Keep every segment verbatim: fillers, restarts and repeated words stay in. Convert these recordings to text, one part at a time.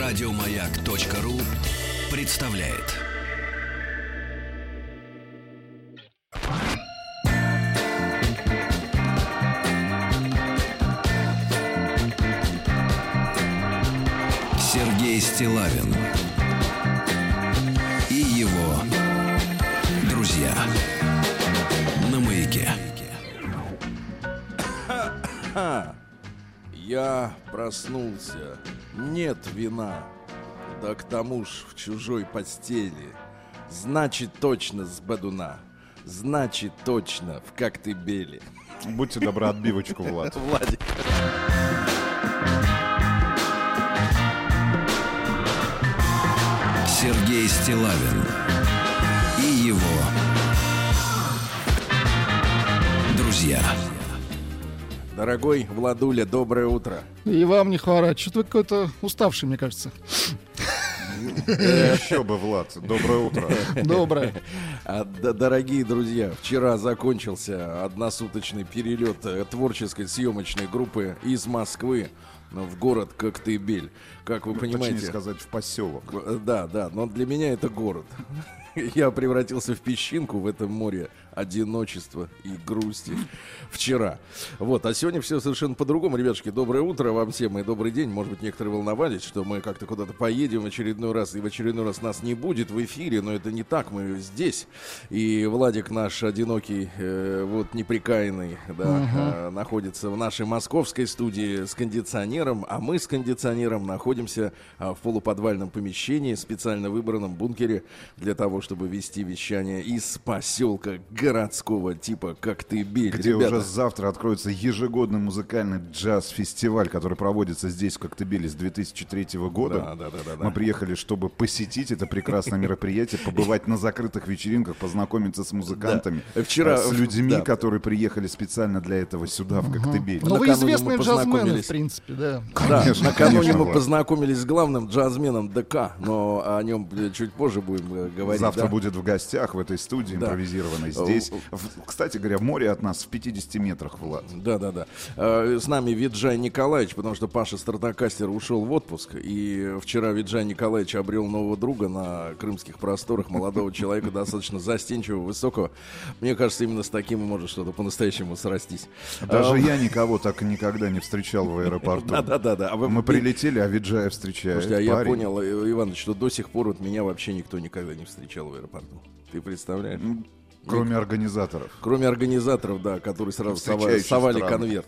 Радиомаяк.ру представляет. Сергей Стиллавин и его друзья на Маяке. Я проснулся, нет вина, да к тому ж в чужой постели. Значит, точно с бадуна, значит, точно в Коктебеле. Будьте добры, отбивочку, Влад. Владик. Сергей Стиллавин и его друзья. Дорогой Владуля, доброе утро. И вам не хворать. Что-то вы какой-то уставший, мне кажется. Еще бы, Влад. Доброе утро. Доброе. А, да, дорогие друзья, вчера закончился односуточный перелет творческой съемочной группы из Москвы в город Коктебель. Как вы Ну, понимаете... Точнее сказать, в поселок. Да, да, но для меня это город. Я превратился в песчинку в этом море одиночества и грусти вчера. Вот, а сегодня все совершенно по-другому. Ребятушки, доброе утро вам всем и добрый день. Может быть, некоторые волновались, что мы как-то куда-то поедем в очередной раз, и в очередной раз нас не будет в эфире, но это не так, мы здесь. И Владик наш одинокий, э, вот неприкаянный, да, uh-huh. э, находится в нашей московской студии с кондиционером, а мы с кондиционером находимся э, в полуподвальном помещении, специально выбранном бункере для того, чтобы вести вещание из поселка городского типа Коктебель. Где Ребята, уже завтра откроется ежегодный музыкальный джаз-фестиваль, который проводится здесь, в Коктебеле, с две тысячи третьего года. Да, да, да, да, Мы да. приехали, чтобы посетить это прекрасное мероприятие, побывать на закрытых вечеринках, познакомиться с музыкантами, Да. Вчера- с людьми, да. которые приехали специально для этого сюда, в Коктебель. Ну, вы Накануне известные мы джазмены, познакомились. в принципе, да. Да, Конечно, накануне конечно, мы Влад. познакомились с главным джазменом ДК, но о нем э, чуть позже будем э, говорить. Завтра да. будет в гостях в этой студии, Да. импровизированной здесь. В- Кстати говоря, море от нас в пятидесяти метрах, Влад. Да, да, да. Э, С нами Виджай Николаевич, потому что Паша Стратокастер ушел в отпуск. И вчера Виджай Николаевич обрел нового друга на крымских просторах, молодого человека, достаточно застенчивого, высокого. Мне кажется, именно с таким и может что-то по-настоящему срастись. Даже А, я никого так никогда не встречал в аэропорту. Да, да, да, да. А вы- Мы прилетели, а Виджая встречает. Слушайте, а я парень. понял, э, Иваныч, что до сих пор вот меня вообще никто никогда не встречал в аэропорту. Ты представляешь? Кроме организаторов. Кроме организаторов, да, которые сразу совали, Встречающих совали стран. конверт,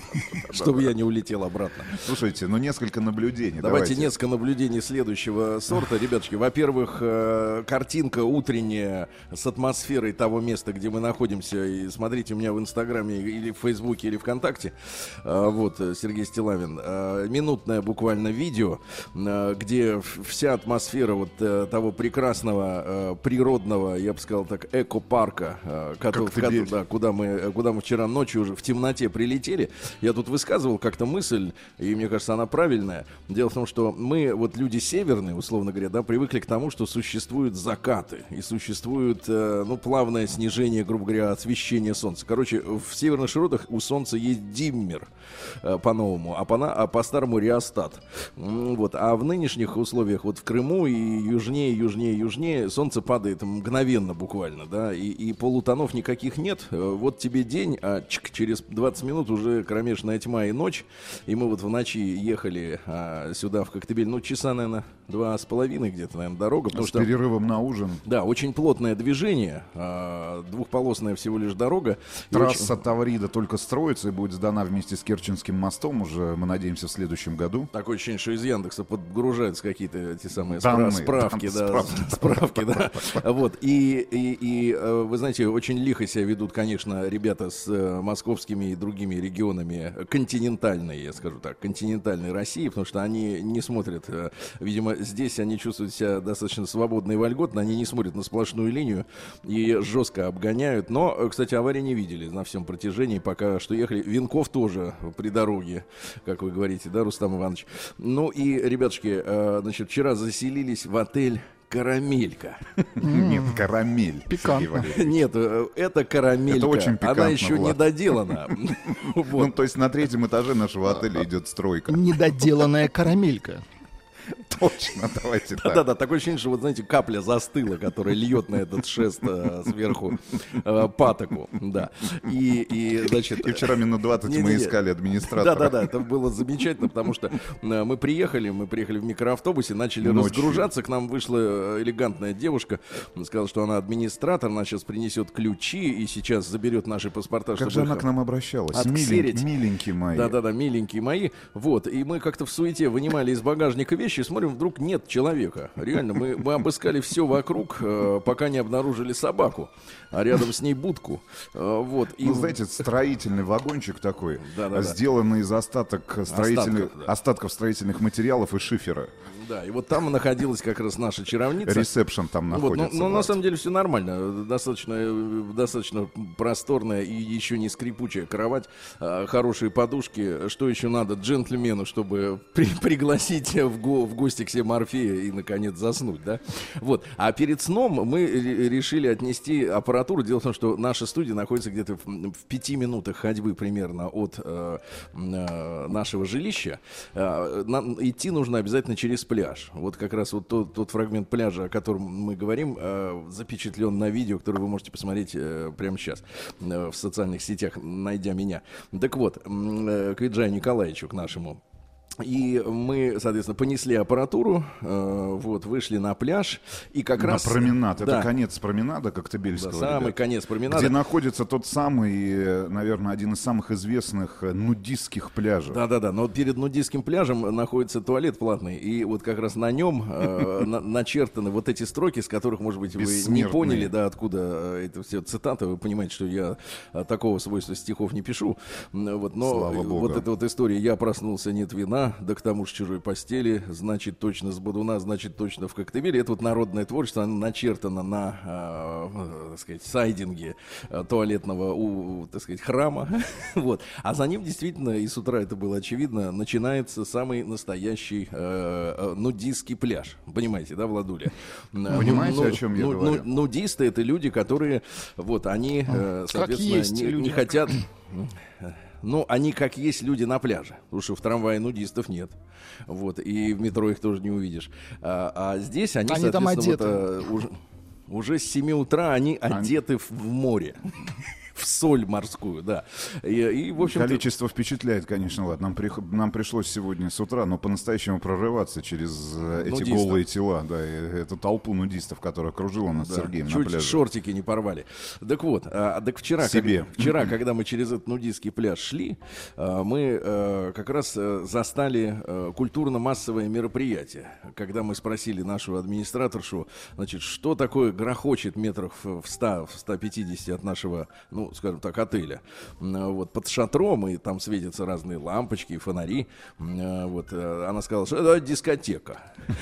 чтобы я не улетел обратно. Слушайте, ну несколько наблюдений. Давайте несколько наблюдений следующего сорта. Ребятушки, во-первых, э, картинка утренняя с атмосферой того места, где мы находимся. И смотрите у меня в Инстаграме или в Фейсбуке, или ВКонтакте. Э, Вот, э, Сергей Стиллавин. Э, Минутное буквально видео, э, где в- вся атмосфера вот э, того прекрасного э, природного, я бы сказал так, экопарка, э, кото- в Коктебель. кото- да, куда мы, куда мы вчера ночью уже в темноте прилетели. Я тут высказывал как-то мысль, и мне кажется, она правильная. Дело в том, что мы, вот люди северные, условно говоря, да, привыкли к тому, что существуют закаты и существует, э, ну, плавное снижение, грубо говоря, освещения солнца. Короче, в северных широтах у солнца есть диммер э, по-новому, а, по- а по-старому реостат. М, Вот. А в нынешних условиях, вот в Крыму и южнее, южнее, южнее, солнце падает мгновенно буквально, да, и, и полутонов никаких нет. Э, Вот тебе день, а чик, через двадцать минут уже кромешная тьма и ночь. И мы вот в ночи ехали а, сюда, в Коктебель, ну, часа, наверное, два с половиной где-то, наверное, дорога. Потому С что, перерывом на ужин. да, очень плотное движение, а, двухполосная всего лишь дорога. И Трасса очень- Таврида только строится и будет сдана вместе с Керченским мостом уже, мы надеемся, в следующем году. Такое ощущение, что из Яндекса подгружаются какие-то эти самые спра- Данные, справки, да, да, справки. справки, да. Вот. И, и, и, э, вы знаете, очень лихо себя ведут, конечно, ребята с э, московскими и другими регионами континентальной, я скажу так, континентальной России, потому что они не смотрят, э, видимо, здесь они чувствуют себя достаточно свободно и вольготно, они не смотрят на сплошную линию и жестко обгоняют. Но, э, кстати, аварии не видели на всем протяжении, пока что ехали. Венков тоже при дороге, как вы говорите, да, Рустам Иванович? Ну и, ребятушки, э, значит, вчера заселились в отель «Карамелька». Нет, карамель. Пикантно. Сергей Валерьевич. Нет, э, это «Карамелька». Это очень пикантно, Она еще не Влад. доделана. Ну, Вот. то есть на третьем этаже нашего отеля идет стройка. Недоделанная карамелька. Точно, давайте так. Да-да-да, такое ощущение, что, вот знаете, капля застыла, которая льет на этот шест э, сверху э, патоку, да. И, и, значит... И вчера минут двадцать мы Не-не-не. искали администратора. Да-да-да, это было замечательно, потому что э, мы приехали, мы приехали в микроавтобусе, начали Ночью. разгружаться, к нам вышла элегантная девушка, сказала, что она администратор, она сейчас принесет ключи и сейчас заберет наши паспорта, Как чтобы же она их к нам обращалась? отксерить. Милень- Миленькие мои. Да-да-да, миленькие мои. Вот, и мы как-то в суете вынимали из багажника вещи, смотрим, вдруг нет человека. Реально, мы, мы обыскали все вокруг, э, пока не обнаружили собаку, а рядом с ней будку. Э, вот, и... Ну, знаете, строительный вагончик такой, Да-да-да. сделанный из остаток строительных, Остатков, да. остатков строительных материалов и шифера. Да, и вот там находилась как раз наша чаровница. Ресепшн там Ну вот, находится. но, но на Влад. самом деле все нормально. Достаточно, э, достаточно просторная и еще не скрипучая кровать, э, хорошие подушки. Что еще надо джентльмену, чтобы при- пригласить в, го- в гости к себе Морфея и, наконец, заснуть, да? Вот. А перед сном мы ре- решили отнести аппаратуру. Дело в том, что наша студия находится где-то в, в пяти минутах ходьбы примерно от э, э, нашего жилища. Э, нам идти нужно обязательно через пляж. Вот как раз вот тот, тот фрагмент пляжа, о котором мы говорим, э, запечатлен на видео, которое вы можете посмотреть э, прямо сейчас э, в социальных сетях, найдя меня. Так вот, м, э, к Виджаю Николаевичу, к нашему. И мы, соответственно, понесли аппаратуру, э, вот, вышли на пляж, и как На раз... променад. Да, Это конец променада да, Коктебельского. самый ребят. конец променада. Где находится тот самый, э, наверное, один из самых известных э, нудистских пляжей. Да-да-да, но перед нудистским пляжем находится туалет платный, и вот как раз на нем э, на- начертаны вот эти строки, с которых, может быть, вы не Бессмертные. поняли, да, откуда э, это все цитаты. Вы понимаете, что я э, такого свойства стихов не пишу. М, Вот, но Слава э, богу. вот эта вот история «Я проснулся, нет вина, да к тому же чужой постели, значит, точно с бодуна, значит, точно в Коктебеле». Это вот народное творчество, оно начертано на, э, э, так сказать, сайдинге э, туалетного, у, так сказать, храма. Вот. А за ним действительно, и с утра это было очевидно, начинается самый настоящий э, э, нудистский пляж. Понимаете, да, Владуля? Понимаете, о чем я говорю? Нудисты — это люди, которые, вот, они, э, соответственно, есть не, люди. не хотят... Ну, они как есть люди на пляже, потому что в трамвае нудистов нет, вот, и в метро их тоже не увидишь. А, а здесь они, Они там соответственно, вот, а, уже, уже с семи утра они одеты в, в море. В соль морскую, да. И, и в общем Количество впечатляет, конечно, ладно. Нам, прих- нам пришлось сегодня с утра, но по-настоящему прорываться через э, эти Нудистов. голые тела, да, и эту толпу нудистов, которая окружила нас с Да, Сергеем на чуть пляже. шортики не порвали. Так вот, а, так вчера, Себе. Как, вчера, когда мы через этот нудистский пляж шли, а, мы а, как раз а, застали а, культурно-массовое мероприятие. Когда мы спросили нашу администраторшу, значит, что такое грохочет метрах в ста, в ста пятидесяти от нашего, ну, скажем так, отеля. М, Вот под шатром, и там светятся разные лампочки, фонари. М, Вот, а, она сказала, что это дискотека.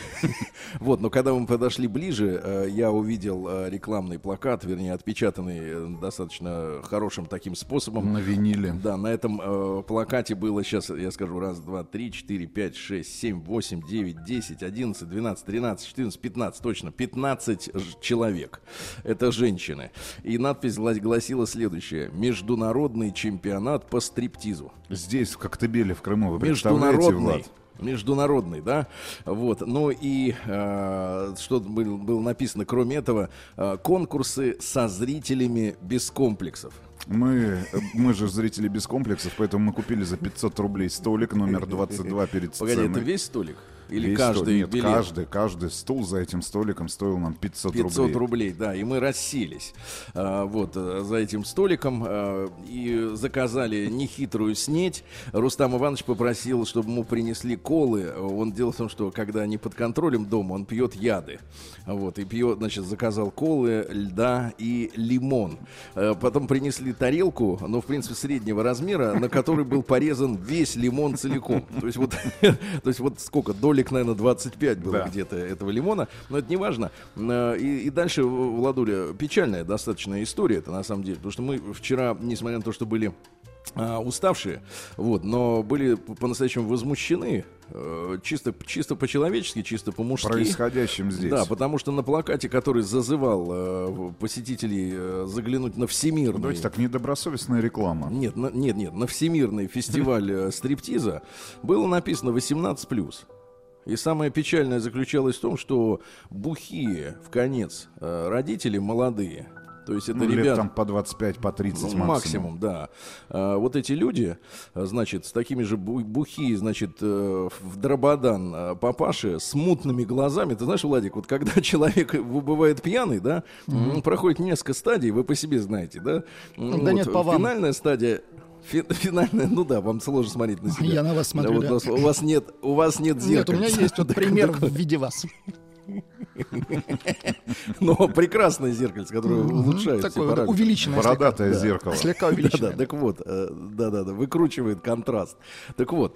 Вот, но когда мы подошли ближе, э, я увидел э, рекламный плакат, вернее, отпечатанный э, достаточно хорошим таким способом. На виниле. Да, на этом э, плакате было, сейчас я скажу, раз, два, три, четыре, пять, шесть, семь, восемь, девять, десять, одиннадцать, двенадцать, тринадцать, четырнадцать, пятнадцать, точно, пятнадцать ж- человек. Это женщины. И надпись гла- гласила следующее: «Международный чемпионат по стриптизу». Здесь, в Коктебеле, в Крыму, вы представляете, Международный. Влад? Международный, да, вот, ну и э, что было, было написано, кроме этого, э, конкурсы со зрителями без комплексов. Мы, мы же зрители без комплексов, поэтому мы купили за пятьсот рублей столик номер двадцать два перед сценой. Погоди, это весь столик? Или Весь каждый стол- Нет, билет? каждый, каждый стул за этим столиком стоил нам пятьсот, пятьсот рублей. рублей, да, и мы расселись а, вот а, за этим столиком а, и заказали нехитрую снеть. Рустам Иванович попросил, чтобы ему принесли колы. Он дело в том, что когда не под контролем дома, он пьет яды. Вот, и пьет, значит, заказал колы, льда и лимон. А, потом принесли тарелку, но, в принципе, среднего размера, на которой был порезан весь лимон целиком. То есть вот, то есть вот сколько, долек, наверное, двадцать пять было Да. где-то этого лимона, но это не важно. Э, И, и дальше, Владуля, печальная достаточно история, это на самом деле, потому что мы вчера, несмотря на то, что были а, уставшие, вот, но были по-настоящему возмущены, э, чисто, чисто по-человечески, чисто по-мужски. Происходящим здесь. Да, потому что на плакате, который зазывал э, посетителей э, заглянуть на всемирный... Давайте так, недобросовестная реклама. Нет, на, нет, нет, на всемирный фестиваль э, стриптиза было написано восемнадцать плюс. И самое печальное заключалось в том, что бухие в конец э, родители молодые, то есть это Ну, лет ребята... там по двадцать пять, по тридцать Ну, максимум. максимум, да. А, вот эти люди, а, значит, с такими же бу- бухие, значит, э, в дрободан а, папаши с мутными глазами. Ты знаешь, Владик, вот когда человек бывает пьяный, да, mm-hmm. он проходит несколько стадий, вы по себе знаете, да? Ну, вот, да нет, по вам. Финальная стадия... Фи- Финальная, ну да, вам сложно смотреть на себя. Я на вас смотрю, Вот да. у вас- У вас нет, у вас нет Нет, у зеркальца. меня есть вот пример в виде вас. Но прекрасное зеркальце, которое улучшает все Такое вот параметры. увеличенное слегка. Бородатое зеркало. Слегка Да, да, увеличенное. так вот, э, да-да-да, выкручивает контраст. Так вот,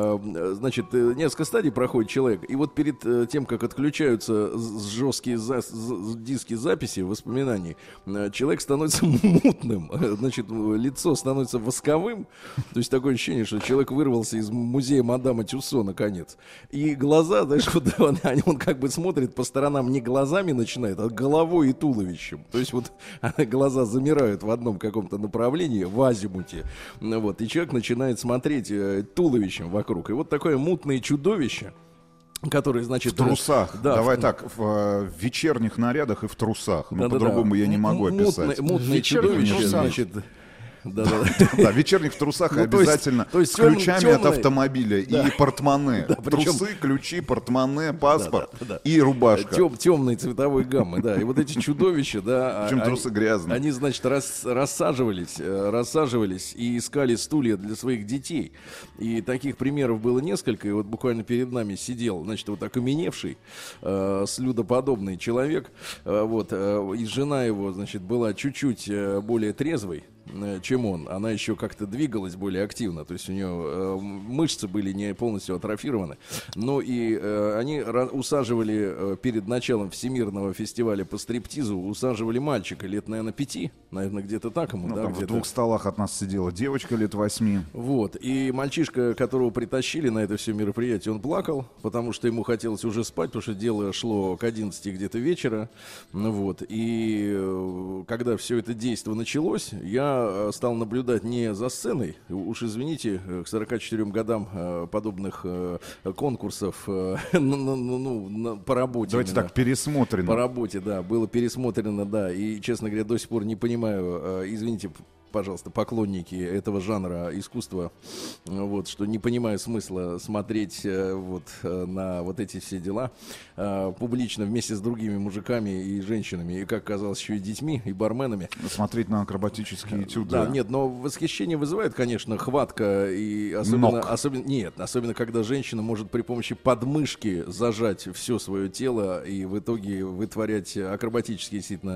э, значит, э, несколько стадий проходит человек, и вот перед э, тем, как отключаются з- жесткие за- з- диски записи, воспоминаний, э, человек становится мутным, э, значит, э, лицо становится восковым, то есть такое ощущение, что человек вырвался из музея мадама Тюссо, наконец. И глаза, знаешь, вот он, он как бы смотрит по сторонам, не глазами начинает, а головой и туловищем. То есть вот глаза замирают в одном каком-то направлении, в азимуте. Ну вот, и человек начинает смотреть э, туловищем вокруг. И вот такое мутное чудовище, которое, значит... В трусах. Да, Давай в- так, в, э, в вечерних нарядах и в трусах. Ну, Да-да-да. по-другому я не могу М- мутное- описать. Мутное Вечерних чудовище, трусах. значит... Да-да-да. Да, вечерних в трусах Ну, то есть- обязательно то есть с ключами тём- от тёмный- автомобиля и портмоне. Да, причём- Трусы, ключи, портмоне, паспорт Да, да, да. и рубашка. Тем, темной цветовой гаммы, да. И вот эти чудовища, да. Причем а- трусы они- грязные. Они, значит, рас- рассаживались, э, рассаживались и искали стулья для своих детей. И таких примеров было несколько. И вот буквально перед нами сидел, значит, вот окаменевший, э, слюдоподобный человек. Э, вот, э, и жена его, значит, была чуть-чуть э, более трезвой, э, чем он. Она еще как-то двигалась более активно. То есть у нее э, мышцы были не полностью атрофированы. Но и э, они ра- усаживали э, перед началом Всемирного фестиваля по стриптизу, усаживали мальчика лет, наверное, пяти. Наверное, где-то так ему, Ну, да, там в где-то. двух столах от нас сидела девочка лет восьми. Вот. И мальчишка, которого притащили на это все мероприятие, он плакал, потому что ему хотелось уже спать, потому что дело шло к одиннадцати где-то вечера. Ну вот. И э, когда все это действо началось, я э, стал наблюдать не за сценой, уж извините, э, к сорока четырем годам э, подобных э, конкурсов э, ну, ну, ну, на- по работе. Давайте именно. так, пересмотрено. По работе, да, было пересмотрено, да, и, честно говоря, до сих пор не понимаю, э, извините, п- пожалуйста, поклонники этого жанра искусства, э, вот, что не понимаю смысла смотреть э, вот э, на вот эти все дела э, публично вместе с другими мужиками и женщинами, и, как казалось, еще и детьми, и барменами. Смотреть на акробатические этюды. Да, нет, но восхищение вызывает, конечно, хватка и особенно, Ног. особенно, нет, особенно когда женщина может при помощи подмышки зажать все свое тело и в итоге вытворять акробатические, действительно,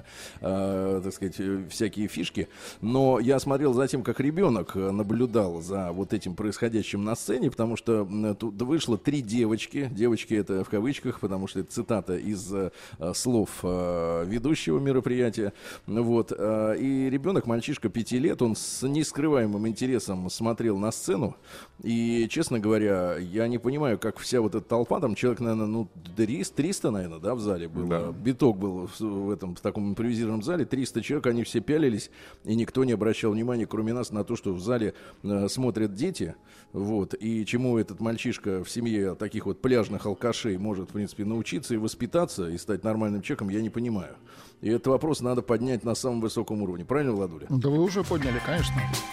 э, так сказать, э, всякие фишки. Но я смотрел за тем, как ребенок э, наблюдал за вот этим происходящим на сцене, потому что м, тут вышло три девочки. Девочки это в кавычках, потому что это цитата из э, слов э, ведущего мероприятия. Вот. э, И ребенок, мальчишка пяти лет, он с нескрываемым интересом смотрел на сцену. И, честно говоря, я не понимаю, как вся вот эта толпа, там человек, наверное, ну, триста, наверное, да, в зале было. Да. Биток был в, в этом, в таком импровизированном зале. триста человек, они все пялились, и никто не обращал внимания, кроме нас, на то, что в зале э, смотрят дети. Вот. И чему этот мальчишка в семье таких вот пляжных алкашей может, в принципе, научиться и воспитаться, и стать нормальным человеком, я не понимаю. И этот вопрос надо поднять на самом высоком уровне. Правильно, Владуля? Да вы уже подняли, конечно.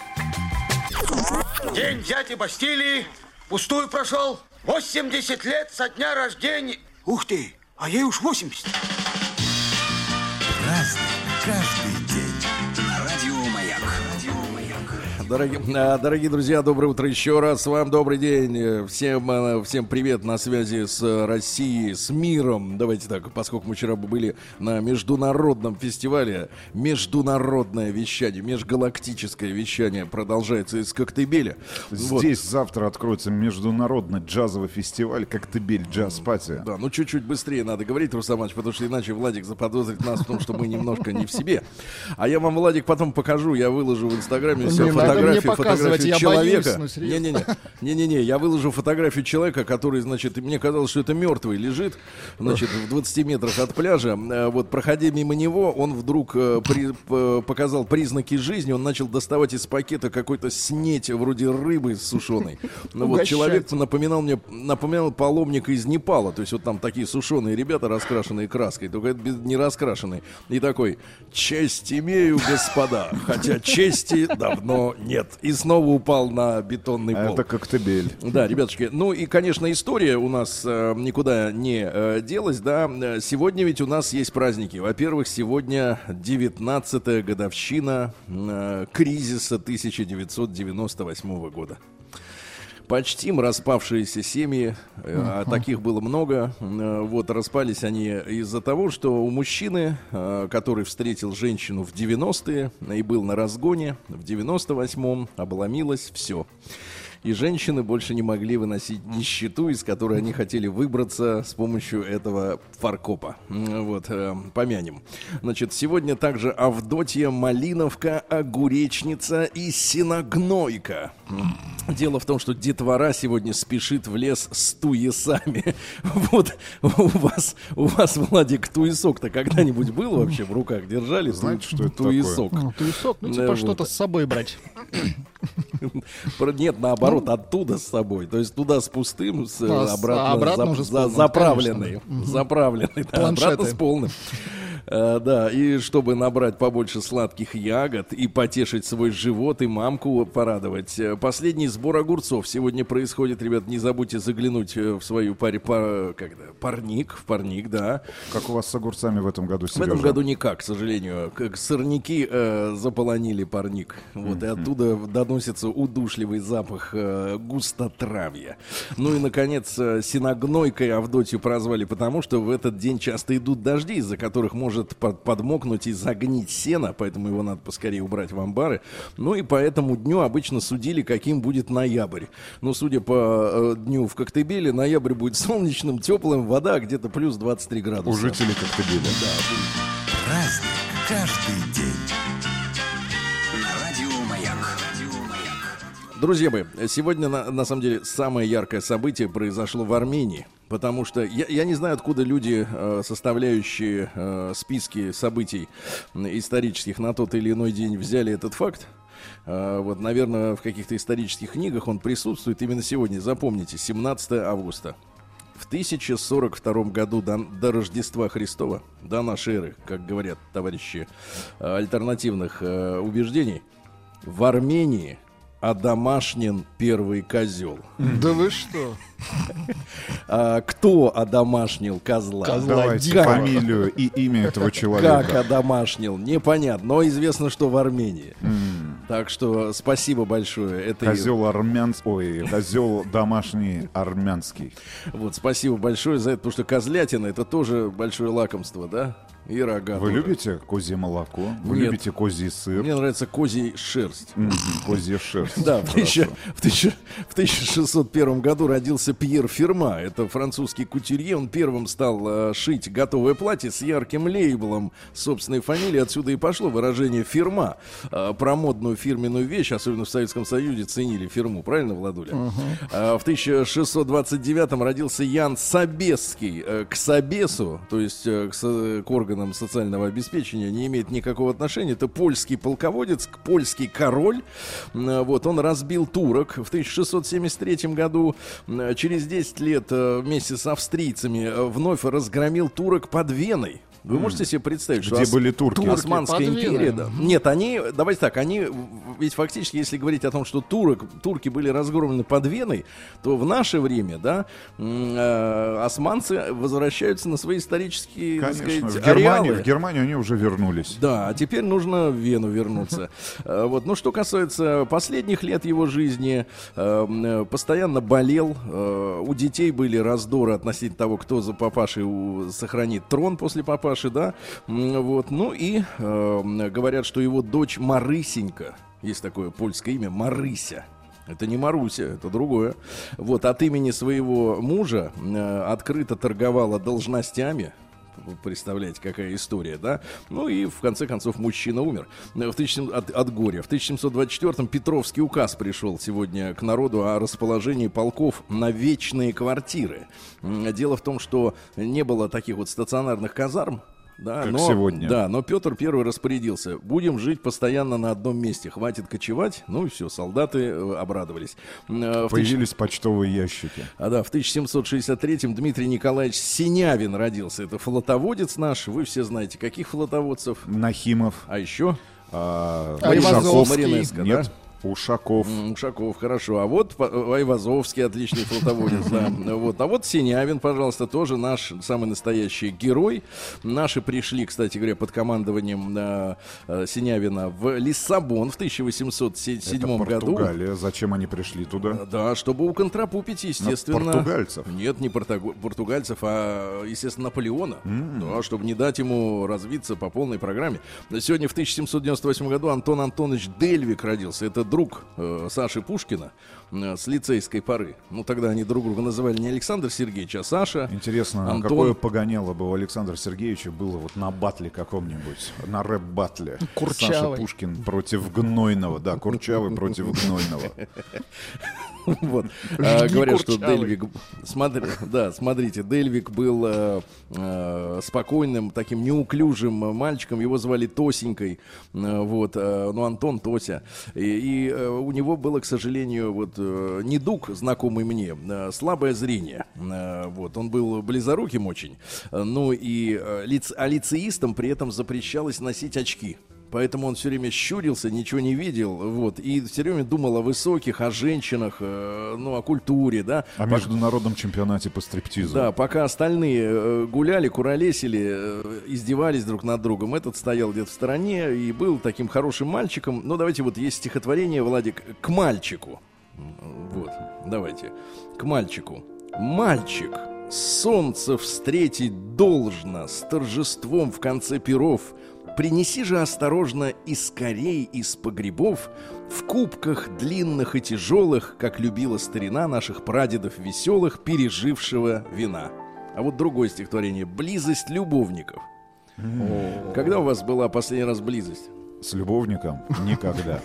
День дяди Бастилии пустую прошел. восемьдесят лет со дня рождения. Ух ты, а ей уж восемьдесят. Разный, каждый день. На радио Маяк. Дорогие, а, дорогие друзья, доброе утро еще раз. Вам добрый день. Всем, а, всем привет на связи с Россией, с миром. Давайте так, поскольку мы вчера были на международном фестивале, международное вещание, межгалактическое вещание продолжается из Коктебеля. Вот. Здесь завтра откроется международный джазовый фестиваль «Коктебель Джаз Пати». Да, ну чуть-чуть быстрее надо говорить, Рустам Иванович, потому что иначе Владик заподозрит нас в том, что мы немножко не в себе. А я вам, Владик, потом покажу, я выложу в Инстаграме у себя Не фотографию фотографию, показывать, фотографию я человека. боюсь, ну, серьезно. Не-не-не, не-не-не, я выложу фотографию человека, который, значит, мне казалось, что это мертвый лежит, значит, в двадцати метрах от пляжа. Э, Вот, проходя мимо него, он вдруг э, при- п- показал признаки жизни, он начал доставать из пакета какой-то снеть, вроде рыбы сушеной. Ну вот, Угощать. человек напоминал мне, напоминал паломника из Непала, то есть вот там такие сушеные ребята, раскрашенные краской, только это без- не раскрашенные. И такой: честь имею, господа, хотя чести давно нет. И снова упал на бетонный пол. Это Коктебель. Да, ребятушки, ну и, конечно, история у нас э, никуда не э, делась, да. Э, Сегодня ведь у нас есть праздники. Во-первых, сегодня девятнадцатая годовщина э, кризиса тысяча девятьсот девяносто восьмого года. Почтим распавшиеся семьи, э, а таких было много. Э, Вот, распались они из-за того, что у мужчины, э, который встретил женщину в девяностые и был на разгоне, в девяносто восьмом обломилось все. И женщины больше не могли выносить нищету, из которой они хотели выбраться с помощью этого фаркопа. М, Вот, э, помянем. Значит, сегодня также Авдотья, Малиновка, Огуречница и Синогнойка. М. Дело в том, что детвора сегодня спешит в лес с туесами. Вот у вас, у вас, Владик, туесок-то когда-нибудь был вообще в руках? Держали? Знаете, ту- что это туесок? Ну, туесок, ну, Да, типа вот. что-то с собой брать. Про- Нет, наоборот, оттуда с собой. То есть туда с пустым, с, А, с- обратно, а обратно за- уже с за- полным, заправленный. конечно. Заправленный, да, Планшеты. обратно с полным. Э, да, и чтобы набрать побольше сладких ягод и потешить свой живот и мамку порадовать. Э, Последний сбор огурцов сегодня происходит, ребят. Не забудьте заглянуть э, в свою паре, пар- когда, парник, в парник, да. Как у вас с огурцами в этом году, В Сережа? этом году никак, к сожалению. Как сорняки э, заполонили парник. Вот, и оттуда доносится удушливый запах э, густотравья. Ну и, наконец, э, Синогнойкой Авдотью прозвали потому, что в этот день часто идут дожди, из-за которых может под- подмокнуть и загнить сено, поэтому его надо поскорее убрать в амбары. Ну и по этому дню обычно судили, каким будет ноябрь. Но, судя по э, дню в Коктебеле, ноябрь будет солнечным, теплым, вода где-то плюс двадцать три градуса. У жителей Коктебеля. Праздник каждый день. На радио Маяк. Друзья мои, сегодня, на, на самом деле, самое яркое событие произошло в Армении. Потому что я, я не знаю, откуда люди, э, составляющие э, списки событий м, исторических на тот или иной день, взяли этот факт. Э, вот, наверное, в каких-то исторических книгах он присутствует именно сегодня. Запомните, семнадцатое августа. В тысяча сорок втором году до, до Рождества Христова, до нашей эры, как говорят товарищи э, альтернативных э, убеждений, в Армении одомашнен первый козел. Да вы что? А кто одомашнил козла? Козла. Давайте Как? фамилию и имя этого человека. Как одомашнил? Непонятно, но известно, что в Армении. Так что спасибо большое. Это и- Козел армянский, ой, козел домашний армянский. вот, спасибо большое за это, потому что козлятина — это тоже большое лакомство, да? И рога. Вы тоже. любите козье молоко? Вы Нет. любите козий сыр? Мне нравится козий шерсть. Мгм, Козья шерсть. Да, в, Хорошо. тысяча- в тысяча- в тысяча шестьсот первом году родился Пьер Ферма. Это французский кутюрье. Он первым стал э, шить готовое платье с ярким лейблом собственной фамилии. Отсюда и пошло выражение «фирма». Э, про модную фирменную вещь, особенно в Советском Союзе, ценили фирму. Правильно, Владуля? Э, в тысяча шестьсот двадцать девятом родился Ян Собесский. Э, к Собесу, то есть э, к, со- к органам социального обеспечения, не имеет никакого отношения. Это польский полководец, польский король. Э, Вот, он разбил турок в тысяча шестьсот семьдесят третьем году. Э, Через десять лет э, вместе с австрийцами э, вновь разгромил турок под Веной. Вы можете себе представить, что Где ос- были турки? Османская Под империя, Веной. да. Нет, они, давайте так, они, ведь фактически, если говорить о том, что турок, турки были разгромлены под Веной, то в наше время, да, м, э, османцы возвращаются на свои исторические, так Конечно, сказать, в Германию, ареалы. в Германию они уже вернулись. Да, а теперь нужно в Вену вернуться. Э, Вот. Ну, что касается последних лет его жизни, э, м, постоянно болел. э, У детей были раздоры относительно того, кто за папашей у- сохранит трон после папаши, да. М, Вот. Ну и э, м, говорят, что его дочь Марысенька, есть такое польское имя, Марыся. Это не Маруся, это другое. Вот, от имени своего мужа э, открыто торговала должностями. Представляете, какая история, да? Ну и в конце концов мужчина умер в тысяча, от, от горя. В тысяча семьсот двадцать четвёртом Петровский указ пришел сегодня к народу о расположении полков на вечные квартиры. Дело в том, что не было таких вот стационарных казарм. Да, как но, сегодня. Да, но Петр Первый распорядился: будем жить постоянно на одном месте, хватит кочевать. Ну и все, солдаты э, обрадовались. Э, Появились тысяч... почтовые ящики. А да, в тысяча семьсот шестьдесят третьем Дмитрий Николаевич Синявин родился. Это флотоводец наш. Вы все знаете, каких флотоводцев? Нахимов. А еще? А, Айвазовский. Маринеско, Нет. да? Ушаков. М, Ушаков, хорошо. А вот Айвазовский, отличный флотоводец, да. Вот. А вот Синявин, пожалуйста, тоже наш самый настоящий герой. Наши пришли, кстати говоря, под командованием э, э, Синявина в Лиссабон в тысяча восемьсот седьмом Это году. Португалия. Зачем они пришли туда? Да, чтобы уконтрапупить, естественно. Португальцев? Нет, не португ- португальцев, а, естественно, Наполеона. Mm. Да, чтобы не дать ему развиться по полной программе. Сегодня в тысяча семьсот девяносто восьмом году Антон Антонович Дельвик родился. Это друг э, Саши Пушкина э, с лицейской поры. Ну, тогда они друг друга называли не Александр Сергеевич, а Саша. Интересно, Антон. какое погоняло бы у Александра Сергеевича было вот на батле каком-нибудь, на рэп-батле. Курчавый. Саша Пушкин против Гнойного. Да, Курчавый против Гнойного. Вот. А, говорят, что Курчавый. Дельвик, смотри, да, смотрите, Дельвик был э, э, спокойным, таким неуклюжим мальчиком. Его звали Тосенькой. Э, вот, э, ну, Антон Тося. И, и э, у него было, к сожалению, вот э, недуг, знакомый мне, э, слабое зрение. Э, вот, он был близоруким очень. Э, ну и э, лиц, а лицеистам при этом запрещалось носить очки. Поэтому он все время щурился, ничего не видел, вот, и все время думал о высоких, о женщинах, э, ну, о культуре, да. О международном чемпионате по стриптизу. Да, пока остальные э, гуляли, куролесили, э, издевались друг над другом, этот стоял где-то в стороне и был таким хорошим мальчиком. Ну, давайте, вот есть стихотворение, Владик, к мальчику. Вот, давайте, к мальчику. Мальчик, солнце встретить должно с торжеством в конце перов. Принеси же осторожно и скорей из погребов в кубках длинных и тяжелых, как любила старина наших прадедов веселых, пережившего вина. А вот другое стихотворение. Близость любовников. Когда у вас была последний раз близость? С любовником? Никогда.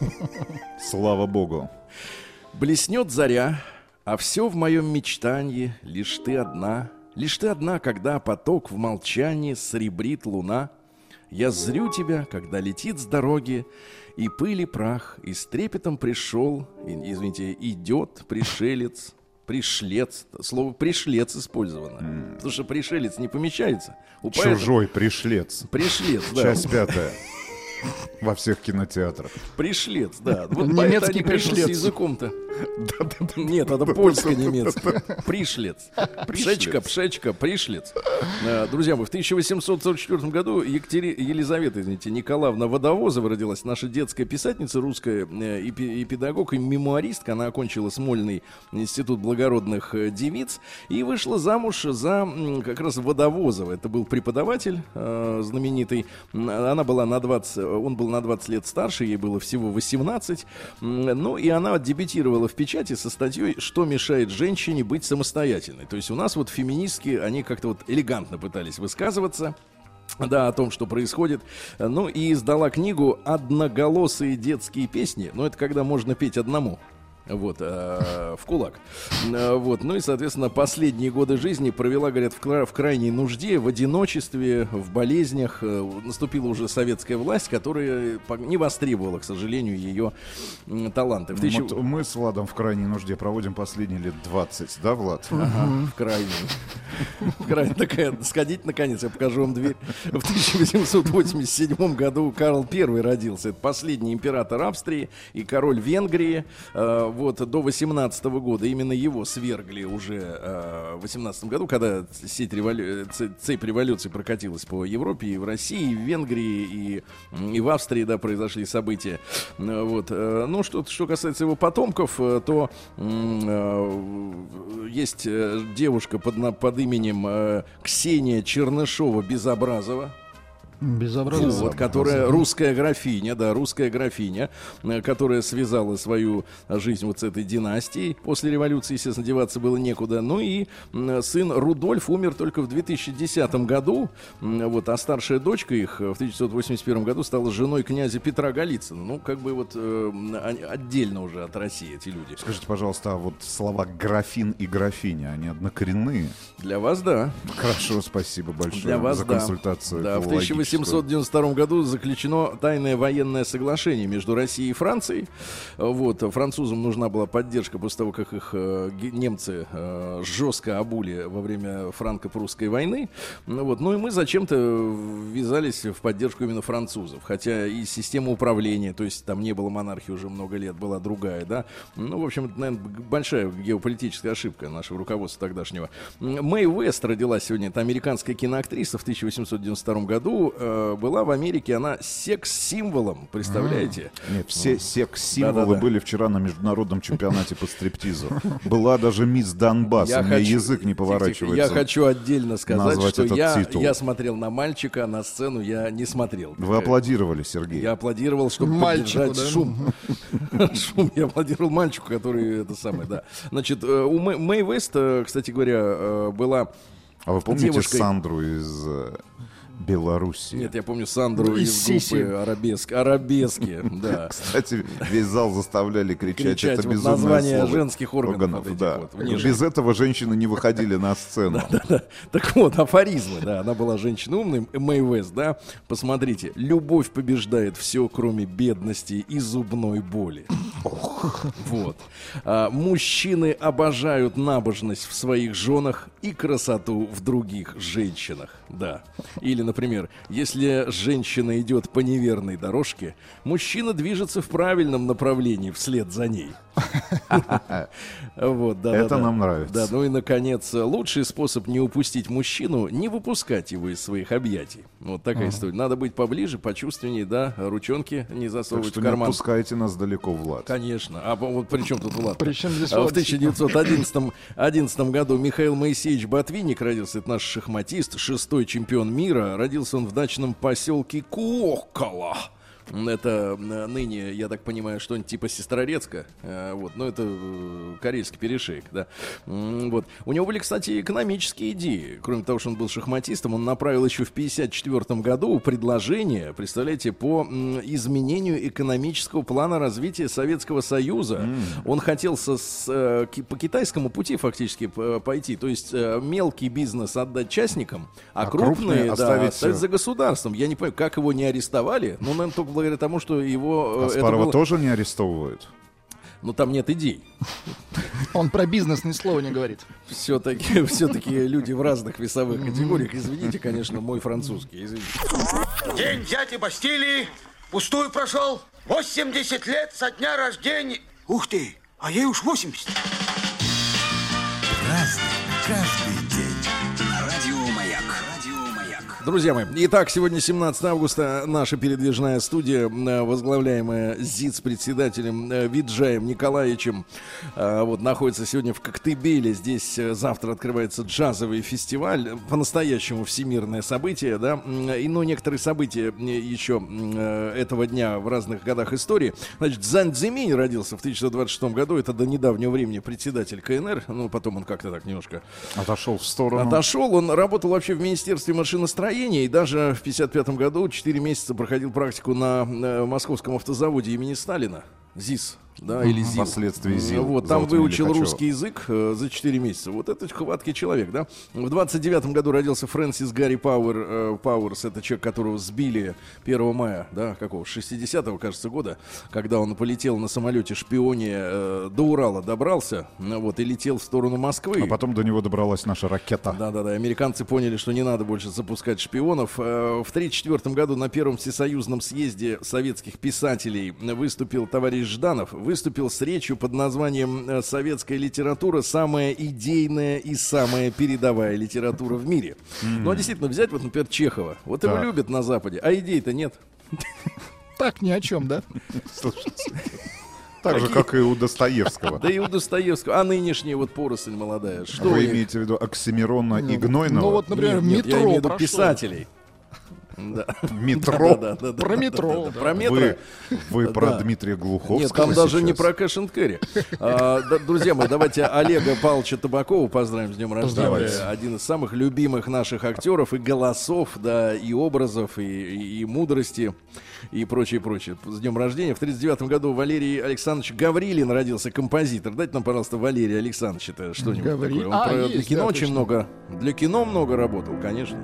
Слава богу. Блеснет заря, а все в моем мечтанье лишь ты одна. Лишь ты одна, когда поток в молчании сребрит луна. Я зрю тебя, когда летит с дороги и пыль и прах, и с трепетом пришел, и, извините, идет пришелец, пришлец. Слово пришлец использовано, mm. потому что пришелец не помещается. У поэта... Чужой пришлец. Пришлец, да. Часть пятая. Во всех кинотеатрах. Пришлец, да. Вот немецкий пришлец. С языком-то. Нет, это польско-немецкое. Пришлец. Пшечка, пшечка, пришлец. Друзья мои, в тысяча восемьсот сорок четвёртом году Екатери... Елизавета, извините, Николаевна Водовозова родилась. Наша детская писательница русская и, пи... и педагог, и мемуаристка. Она окончила Смольный институт благородных девиц и вышла замуж за как раз Водовозова. Это был преподаватель э, знаменитый. Она была на двадцать, он был на двадцать лет старше, ей было всего восемнадцать. Ну и она дебютировала в печати со статьей «Что мешает женщине быть самостоятельной». То есть у нас вот феминистки, они как-то вот элегантно пытались высказываться, да, о том, что происходит. Ну и издала книгу «Одноголосые детские песни». Но это когда можно петь одному. Вот, э, в кулак. Э, вот, ну и, соответственно, последние годы жизни провела, говорят, в, кра- в крайней нужде, в одиночестве, в болезнях. Э, наступила уже советская власть, которая не востребовала, к сожалению, ее э, таланты. В тысячу... Вот мы с Владом в крайней нужде проводим последние лет двадцать, да, Влад? Ага, в крайней. В крайней такая, сходите, наконец, я покажу вам дверь. В тысяча восемьсот восемьдесят седьмом году Карл Первый родился. Это последний император Австрии и король Венгрии. Э, Вот до восемнадцатого года именно его свергли уже э, в восемнадцатом году, когда сеть револю... цепь революции прокатилась по Европе, и в России, и в Венгрии, и, и в Австрии, да, произошли события. Вот. Ну, что, что касается его потомков, то э, есть девушка под, под именем э, Ксения Чернышова-Безобразова. Безобразно. Вот, которая русская графиня, да, русская графиня, э, которая связала свою жизнь вот с этой династией. После революции, естественно, деваться было некуда. Ну и м, сын Рудольф умер только в две тысячи десятом году. М, Вот, а старшая дочка их в тысяча девятьсот восемьдесят первом году стала женой князя Петра Голицына. Ну, как бы вот э, они отдельно уже от России эти люди. Скажите, пожалуйста, а вот слова графин и графиня, они однокоренные? Для вас, да. Хорошо, спасибо большое Для вас, за да. консультацию. Да, в тысяча восемьсот девяносто втором году заключено тайное военное соглашение между Россией и Францией. Вот, французам нужна была поддержка после того, как их э, ге- немцы э, жестко обули во время франко-прусской войны. Ну, вот, ну и мы зачем-то ввязались в поддержку именно французов. Хотя и система управления, то есть там не было монархии уже много лет, была другая, да. Ну, в общем, это, наверное, большая геополитическая ошибка нашего руководства тогдашнего. Мэй Уэст родилась сегодня, это американская киноактриса в тысяча восемьсот девяносто втором году. Э, была в Америке, она секс-символом, представляете? Нет, все секс-символы Да-да-да. были вчера на международном чемпионате по стриптизу. Была даже мисс Донбасс. У меня язык не поворачивается. Я хочу отдельно сказать, назвать что этот я, титул. я смотрел на мальчика, на сцену я не смотрел. Вы аплодировали, Сергей. Я аплодировал, чтобы Мальчику, поддержать да? шум. Шум. Я аплодировал мальчику, который это самое, да. Значит, э, у Мэй, Мэй Уэст, э, кстати говоря, э, была... А вы помните девушкой- Сандру из э, Беларуси? Нет, я помню Сандру Из из Сиси. группы Арабеск. Арабески, да. Кстати, весь зал заставляли кричать, Кричать это вот безумное название слово. женских органов вот этих да. вот, внешних. Без этого женщины не выходили на сцену. Так вот, афоризмы, да, она была женщина умной, Мэй Уэст, да. Посмотрите, любовь побеждает все, кроме бедности и зубной боли. Вот. А, мужчины обожают набожность в своих женах и красоту в других женщинах, да. Или, например, если женщина идет по неверной дорожке, мужчина движется в правильном направлении вслед за ней. Вот, да, Это да, да. нам нравится. Да, ну и, наконец, лучший способ не упустить мужчину — не выпускать его из своих объятий. Вот такая история. Надо быть поближе, почувственнее, да, ручонки не Так засовывать что в не карман. отпускайте нас далеко, Влад. Конечно. А по- вот при чем тут Влад? Причем здесь А в Влад? тысяча девятьсот одиннадцатом одиннадцатом году Михаил Моисеевич Ботвинник родился. Это наш шахматист, шестой чемпион мира. Родился он в дачном поселке Куоккола. Это э, ныне, я так понимаю, что-нибудь типа Сестрорецка. Э, вот, но это э, Карельский перешейк, да. М, вот. У него были, кстати, экономические идеи. Кроме того, что он был шахматистом, он направил еще в пятьдесят четвёртом году предложение, представляете, по м, изменению экономического плана развития Советского Союза. Он хотел со, с, э, ки- по китайскому пути фактически п- пойти. То есть э, мелкий бизнес отдать частникам, а, А крупные, крупные да, оставить, оставить э, за государством. Я не понимаю, как его не арестовали. Ну, наверное, только благодаря тому, что его... э, это Каспарова было- тоже не арестовывают? Ну, там нет идей. Он про бизнес ни слова не говорит. Все-таки, все-таки люди в разных весовых категориях. Извините, конечно, мой французский. Извините. День взятия Бастилии пустую прошел. восемьдесят лет со дня рождения. Ух ты, а ей уж восемьдесят. Разный, каждый день. Радио Маяк. Радио Маяк. Друзья мои, итак, сегодня семнадцатого августа наша передвижная студия, э, возглавляемая ЗИЦ-председателем э, Виджаем Николаевичем, э, вот, находится сегодня в Коктебеле. Здесь э, завтра открывается джазовый фестиваль, по-настоящему всемирное событие, да, М, и, ну, некоторые события э, еще э, этого дня в разных годах истории. Значит, Цзань Цзиминь родился в тысяча девятьсот двадцать шестом году, это до недавнего времени председатель КНР, ну, потом он как-то так немножко Отошел в сторону. отошел. Он работал вообще в Министерстве машиностроения и даже в пятьдесят пятом году четыре месяца проходил практику на э, Московском автозаводе имени Сталина. ЗИС, да, или ЗИЛ. Впоследствии ЗИЛ, Вот, там Золотом выучил Лихачева. русский язык э, за четыре месяца. Вот это хваткий человек, да. В двадцать девятом году родился Фрэнсис Гарри Пауэр, э, Пауэрс. Это человек, которого сбили первого мая, да, какого, шестидесятого, кажется, года, когда он полетел на самолете шпионе э, до Урала, добрался, ну, вот, и летел в сторону Москвы. А потом до него добралась наша ракета. Да-да-да, американцы поняли, что не надо больше запускать шпионов. Э, В тридцать четвёртом году на первом всесоюзном съезде советских писателей выступил товарищ Жданов, выступил с речью под названием э, «Советская литература – самая идейная и самая передовая литература в мире». Ну, а действительно, взять вот, например, Чехова. Вот его Так. любят на Западе, а идей-то нет. Так ни о чем, да? Так же, как и у Достоевского. Да и у Достоевского. А нынешняя вот поросль молодая. Что у Вы них? имеете в виду Оксимирона и Гнойного? Ну вот, например, Нет, нет, я метро имею в виду прошло. писателей. Да. Метро. Да, да, да, да, Про да, метро, да, да, да. Про метро. Вы, вы про Да. Дмитрия Глуховского Нет, там даже не сейчас? про кэш энд кэрри. А, да, друзья мои, давайте Олега Павловича Табакова поздравим с днем рождения. Давайте. Один из самых любимых наших актеров и голосов, да, и образов, и, и, и мудрости, и прочее, прочее. С днем рождения. В тридцать девятом году Валерий Александрович Гаврилин родился, композитор. Дайте нам, пожалуйста, Валерий Александрович это что-нибудь Гаври- такое. Он А, про- есть, для кино да, очень точно. много, для кино много работал, конечно.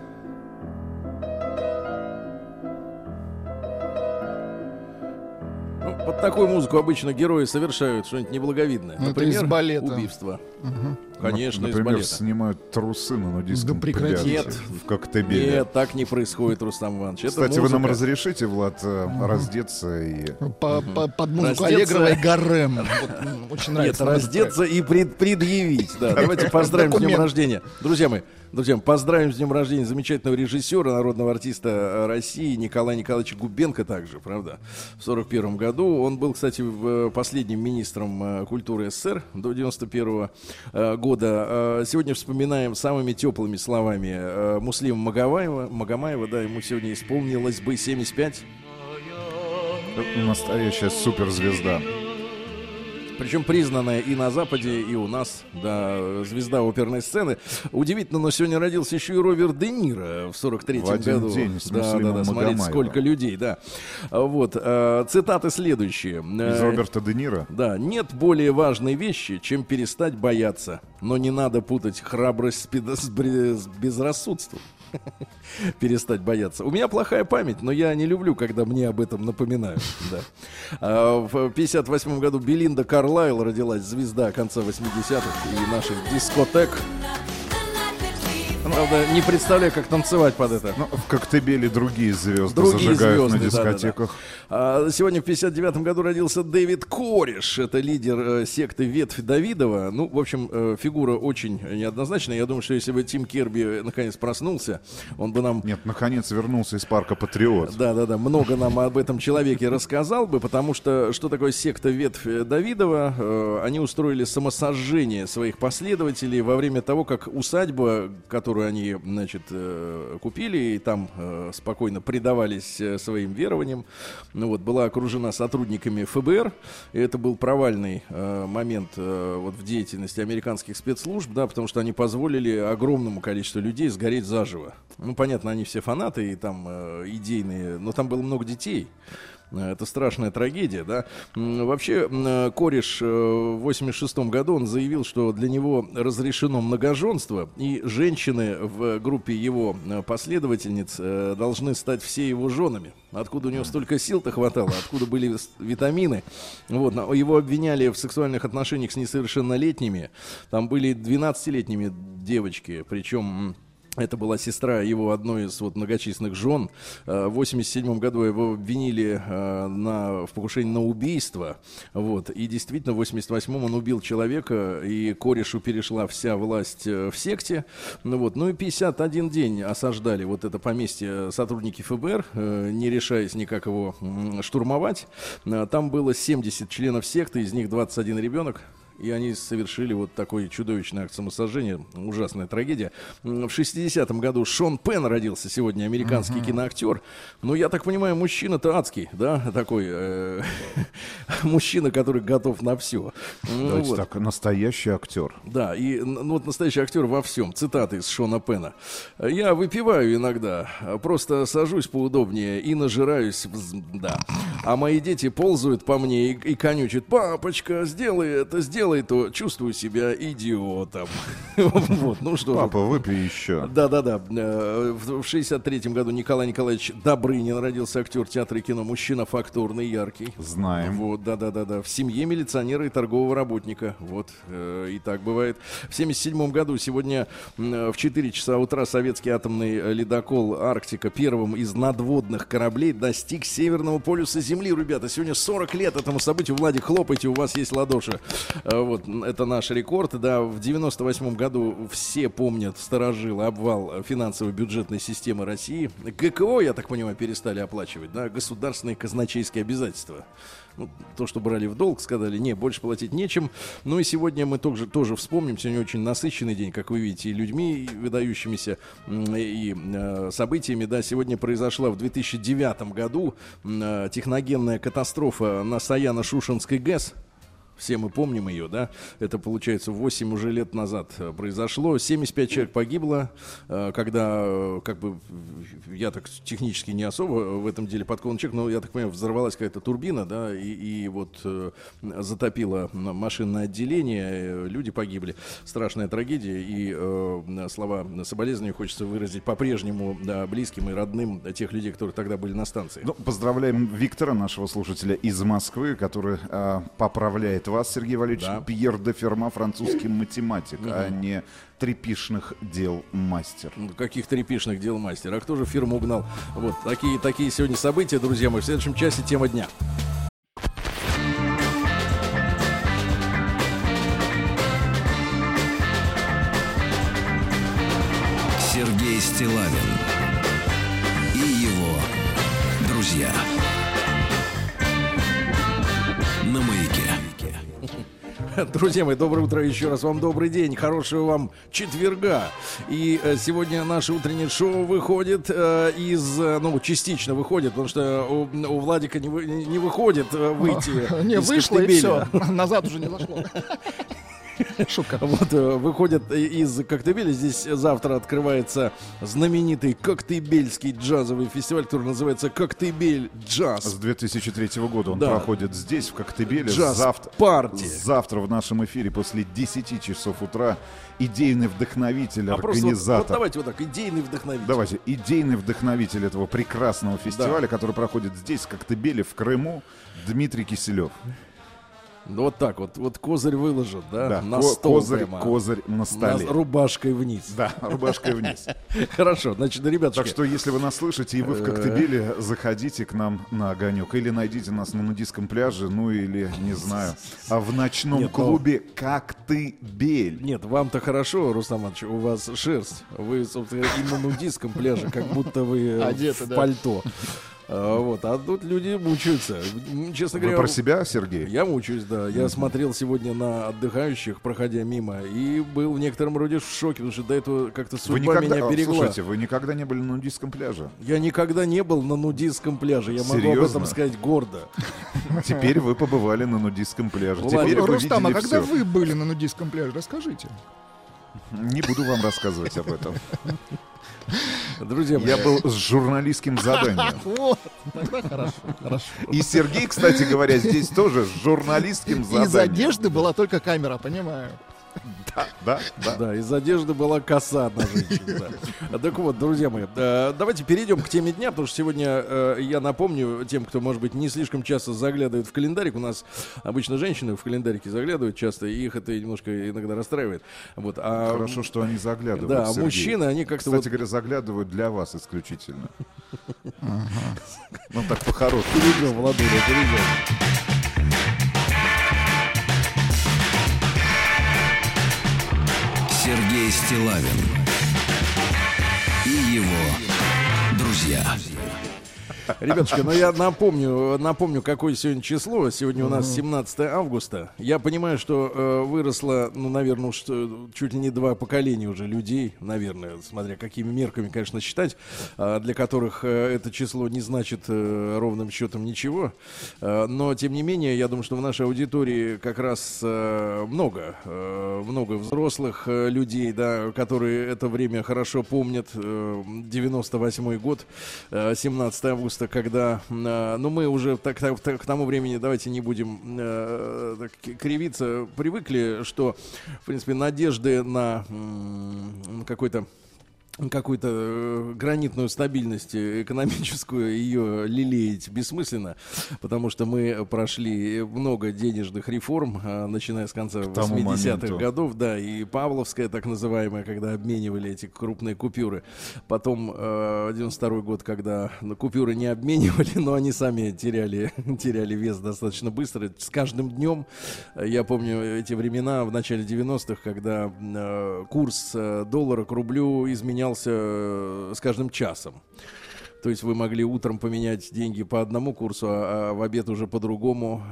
Ну, под такую музыку обычно герои совершают что-нибудь неблаговидное. Ну, это Например, из балета. убийство. Конечно, из Например, балета. снимают трусы на нудистском Да прекрати. пляже Нет. в Коктебеле. Нет, так не происходит, Рустам Иванович. Это Кстати, вы нам музыка. разрешите, Влад, э, раздеться и... По- по- Под музыку Раздеться. Аллегровой гарем. Вот, м, Очень Нет, нравится. раздеться и пред- предъявить. Да, давайте поздравим с днем Документ. рождения. Друзья мои, друзья, мои, поздравим с днем рождения замечательного режиссера, народного артиста э, России Николая Николаевича Губенко также, правда, в сорок первом году. Он был, кстати, в- последним министром э, культуры СССР до девяносто первого э, года. Э, Сегодня вспоминаем самыми теплыми словами э, Муслима Магомаева. Магомаева, да, ему сегодня исполнилось бы семьдесят пять. Настоящая суперзвезда. Причем признанная и на Западе, и у нас, да, звезда оперной сцены. Удивительно, но сегодня родился еще и Роберт Де Ниро в сорок третьем В один году. день с да, да, Муслимом да, смотрите, Магомаевым. сколько людей, да. Вот, э, цитаты следующие. Из Э, Роберта Де Ниро. Да, нет более важной вещи, чем перестать бояться. Но не надо путать храбрость с, пед- с бре- с безрассудством. Перестать бояться. У меня плохая память, но я не люблю, когда мне об этом напоминают. Да. А, в пятьдесят восьмом году Белинда Карлайл родилась, звезда конца восьмидесятых и наших дискотек. Правда, не представляю, как танцевать под это. Ну, в Коктебеле другие звезды Другие зажигают звезды, на да, да, да. дискотеках. А, сегодня в пятьдесят девятом году родился Дэвид Кореш. Это лидер э, секты Ветвь Давидова. Ну, в общем, э, фигура очень неоднозначная. Я думаю, что если бы Тим Керби наконец проснулся, он бы нам... Нет, наконец вернулся из парка Патриот. Да, да, да, много нам об этом человеке рассказал бы, потому что что такое секта Ветвь Давидова? Э, они устроили самосожжение своих последователей во время того, как усадьба, которую они, значит, э, купили и там э, спокойно предавались э, своим верованиям, ну вот, была окружена сотрудниками эф бэ эр. И это был провальный э, момент э, вот в деятельности американских спецслужб, да, потому что они позволили огромному количеству людей сгореть заживо. Ну, понятно, они все фанаты и там э, идейные, но там было много детей. Это страшная трагедия, да. М, Вообще, м, Кореш э, в восемьдесят шестом году он заявил, что для него разрешено многоженство, и женщины в группе его э, последовательниц э, должны стать все его женами. Откуда у него столько сил-то хватало, откуда были с- витамины. Вот, но его обвиняли в сексуальных отношениях с несовершеннолетними. Там были двенадцатилетними девочки, причем... Это была сестра его одной из вот многочисленных жен. Э, В восемьдесят седьмом году его обвинили э, на, в покушении на убийство. Вот. И действительно, в восемьдесят восьмом он убил человека, и корешу перешла вся власть э, в секте. Ну, вот. Ну и пятьдесят один день осаждали вот это поместье сотрудники эф бэ эр, э, не решаясь никак его м, штурмовать. Э, Там было семьдесят членов секты, из них двадцать один ребенок. И они совершили вот такой чудовищный акт самосожжения. Ужасная трагедия. М, В шестидесятом году Шон Пенн родился сегодня, американский uh-huh. киноактер. Ну, я так понимаю, мужчина-то адский, да? Такой э, мужчина, который готов на все. Давайте Вот. так, настоящий актер. Да, и ну, вот настоящий актер во всем. Цитаты из Шона Пенна. «Я выпиваю иногда, просто сажусь поудобнее и нажираюсь, вз- да. А мои дети ползают по мне и, и конючат: папочка, сделай это, сделай то. Чувствую себя идиотом». Вот, ну что же. Папа, выпей еще. Да-да-да. Э, В в шестьдесят третьем году Николай Николаевич Добрынин родился, актер театра и кино, мужчина фактурный, яркий. Знаем. Вот, да-да-да-да. В семье милиционера и торгового работника. Вот, э, и так бывает. В семьдесят седьмом году сегодня м, в четыре часа утра советский атомный э, ледокол «Арктика» первым из надводных кораблей достиг Северного полюса Земли. Ребята, сегодня сорок лет этому событию. Владик, хлопайте, у вас есть ладоши. Э, Вот, это наш рекорд. Да, в девяносто восьмом году все помнят старожилы обвал финансово-бюджетной системы России. ГКО, я так понимаю, перестали оплачивать, да, государственные казначейские обязательства. Ну, то, что брали в долг, сказали, не, больше платить нечем. Ну и сегодня мы тоже, тоже вспомним. Сегодня очень насыщенный день, как вы видите, и людьми, и выдающимися, и э, событиями. Да, сегодня произошла в две тысячи девятом году э, техногенная катастрофа на Саяно-Шушенской ГЭС. Все мы помним ее, да? Это, получается, восемь уже лет назад произошло. семьдесят пять человек погибло, когда, как бы, я так технически не особо в этом деле подкован человек, но, я так понимаю, взорвалась какая-то турбина, да, и, и вот э, затопило машинное отделение, люди погибли. Страшная трагедия, и э, слова соболезнования хочется выразить по-прежнему, да, близким и родным тех людей, которые тогда были на станции. Ну, поздравляем Виктора, нашего слушателя из Москвы, который э, поправляет вас, Сергей Валерьевич, да. Пьер де Ферма, французский математик, угу. а не трепишных дел мастер. Каких трепишных дел мастер? А кто же фирму угнал? Вот такие, такие сегодня события, друзья мои. В следующем часе тема дня. Сергей Стиллавин и его друзья на Маяке. Друзья мои, доброе утро еще раз. Вам добрый день, хорошего вам четверга. И э, сегодня наше утреннее шоу выходит э, из, э, ну, частично выходит, потому что у, у Владика не, вы, не выходит э, выйти Не, из вышло и Коктебеля. все. Назад уже не зашло. Шутка. Вот, э, выходят из Коктебеля. Здесь завтра открывается знаменитый коктебельский джазовый фестиваль, который называется «Коктебель Джаз». С две тысячи третьего года он Да. проходит здесь, в Коктебеле. Джаз Завтра, парти. завтра в нашем эфире после десяти часов утра идейный вдохновитель, А просто вот, организатор. вот давайте вот так, идейный вдохновитель. Давайте, идейный вдохновитель этого прекрасного фестиваля, который проходит здесь, в Коктебеле, в Крыму, Дмитрий Киселев. Ну, вот так вот, вот козырь выложен, да, Да, на ко- стол козырь, прямо. козырь на столе. На- рубашкой вниз. Да, рубашкой вниз. Хорошо, значит, ребятушки. Так что, если вы нас слышите и вы в Коктебеле, заходите к нам на огонек. Или найдите нас на нудистском пляже, ну или, не знаю, а в ночном Нет, ну- клубе Коктебель. Нет, вам-то хорошо, Рустам Иванович, у вас шерсть. Вы, собственно, и на нудистском пляже, как будто вы Одеты, в да. пальто. А, вот, а тут люди мучаются. Честно Вы говоря, про себя, Сергей? я мучаюсь, да. Я смотрел сегодня на отдыхающих, проходя мимо, и был в некотором роде в шоке, потому что до этого как-то Вы судьба никогда, меня а, берегла. слушайте, вы никогда не были на нудистском пляже? Я никогда не был на нудистском пляже. Я могу об Серьезно? этом сказать гордо. Теперь вы побывали на нудистском пляже. Ладно. Теперь вы Рустам, а видели когда всё. вы были на нудистском пляже, расскажите. Не буду вам рассказывать об этом. Друзья мои, Я был с журналистским заданием. Вот, тогда хорошо, хорошо. И Сергей, кстати говоря, здесь тоже с журналистским Из заданием. одежды была только камера, понимаю. Да, да, да. Да, из одежды была коса на женщине. Да. Так вот, друзья мои, э, давайте перейдем к теме дня, потому что сегодня э, я напомню тем, кто, может быть, не слишком часто заглядывает в календарик. У нас обычно женщины в календарике заглядывают часто, и их это немножко иногда расстраивает. Вот, а, Хорошо, что они заглядывают. Да, а Сергей. мужчины, они как-то Кстати вот... говоря, заглядывают для вас исключительно. Ну так по-хорошему. Перейдем, Владуля, перейдем. Сергей Стиллавин и его друзья. Ребятушки, ну я напомню, напомню, какое сегодня число. Сегодня у нас семнадцатое августа. Я понимаю, что э, выросло, ну, наверное, уж э, чуть ли не два поколения уже людей, наверное, смотря какими мерками, конечно, считать, э, для которых э, это число не значит э, ровным счетом ничего. Э, но, тем не менее, я думаю, что в нашей аудитории как раз э, много, э, много взрослых э, людей, да, которые это время хорошо помнят. Э, девяносто восьмой год, э, семнадцатое августа. Когда, э, ну, мы уже так, так, так, к тому времени, давайте не будем э, так, кривиться, привыкли, что, в принципе, надежды на м, какой-то какую-то э, гранитную стабильность экономическую ее лелеять бессмысленно, потому что мы прошли много денежных реформ, э, начиная с конца восьмидесятых годов, да, и Павловская, так называемая, когда обменивали эти крупные купюры. Потом э, девяносто второй год, когда купюры не обменивали, но они сами теряли, теряли вес достаточно быстро. С каждым днем, я помню эти времена в начале девяностых, когда э, курс э, доллара к рублю изменялся с каждым часом. То есть вы могли утром поменять деньги по одному курсу, а, а в обед уже по другому.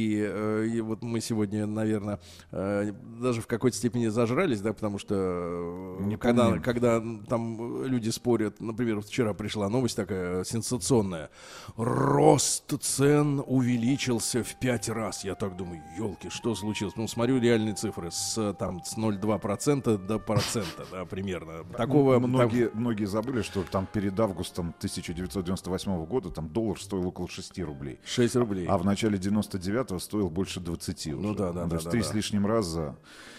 И, и вот мы сегодня, наверное, даже в какой-то степени зажрались, да, потому что Не когда, когда там люди спорят, например, вчера пришла новость такая сенсационная. Рост цен увеличился в пять раз. Я так думаю, елки, что случилось? Ну, смотрю реальные цифры с, там, с ноль целых две десятых процента до процента, да, примерно. Такого, многие, так... многие забыли, что там перед августом тысяча девятьсот девяносто восьмого года там доллар стоил около шести рублей. шесть рублей. А в начале девяносто девятого стоил больше двадцати уже. Ну да, да, То да. есть да, три да. с лишним раза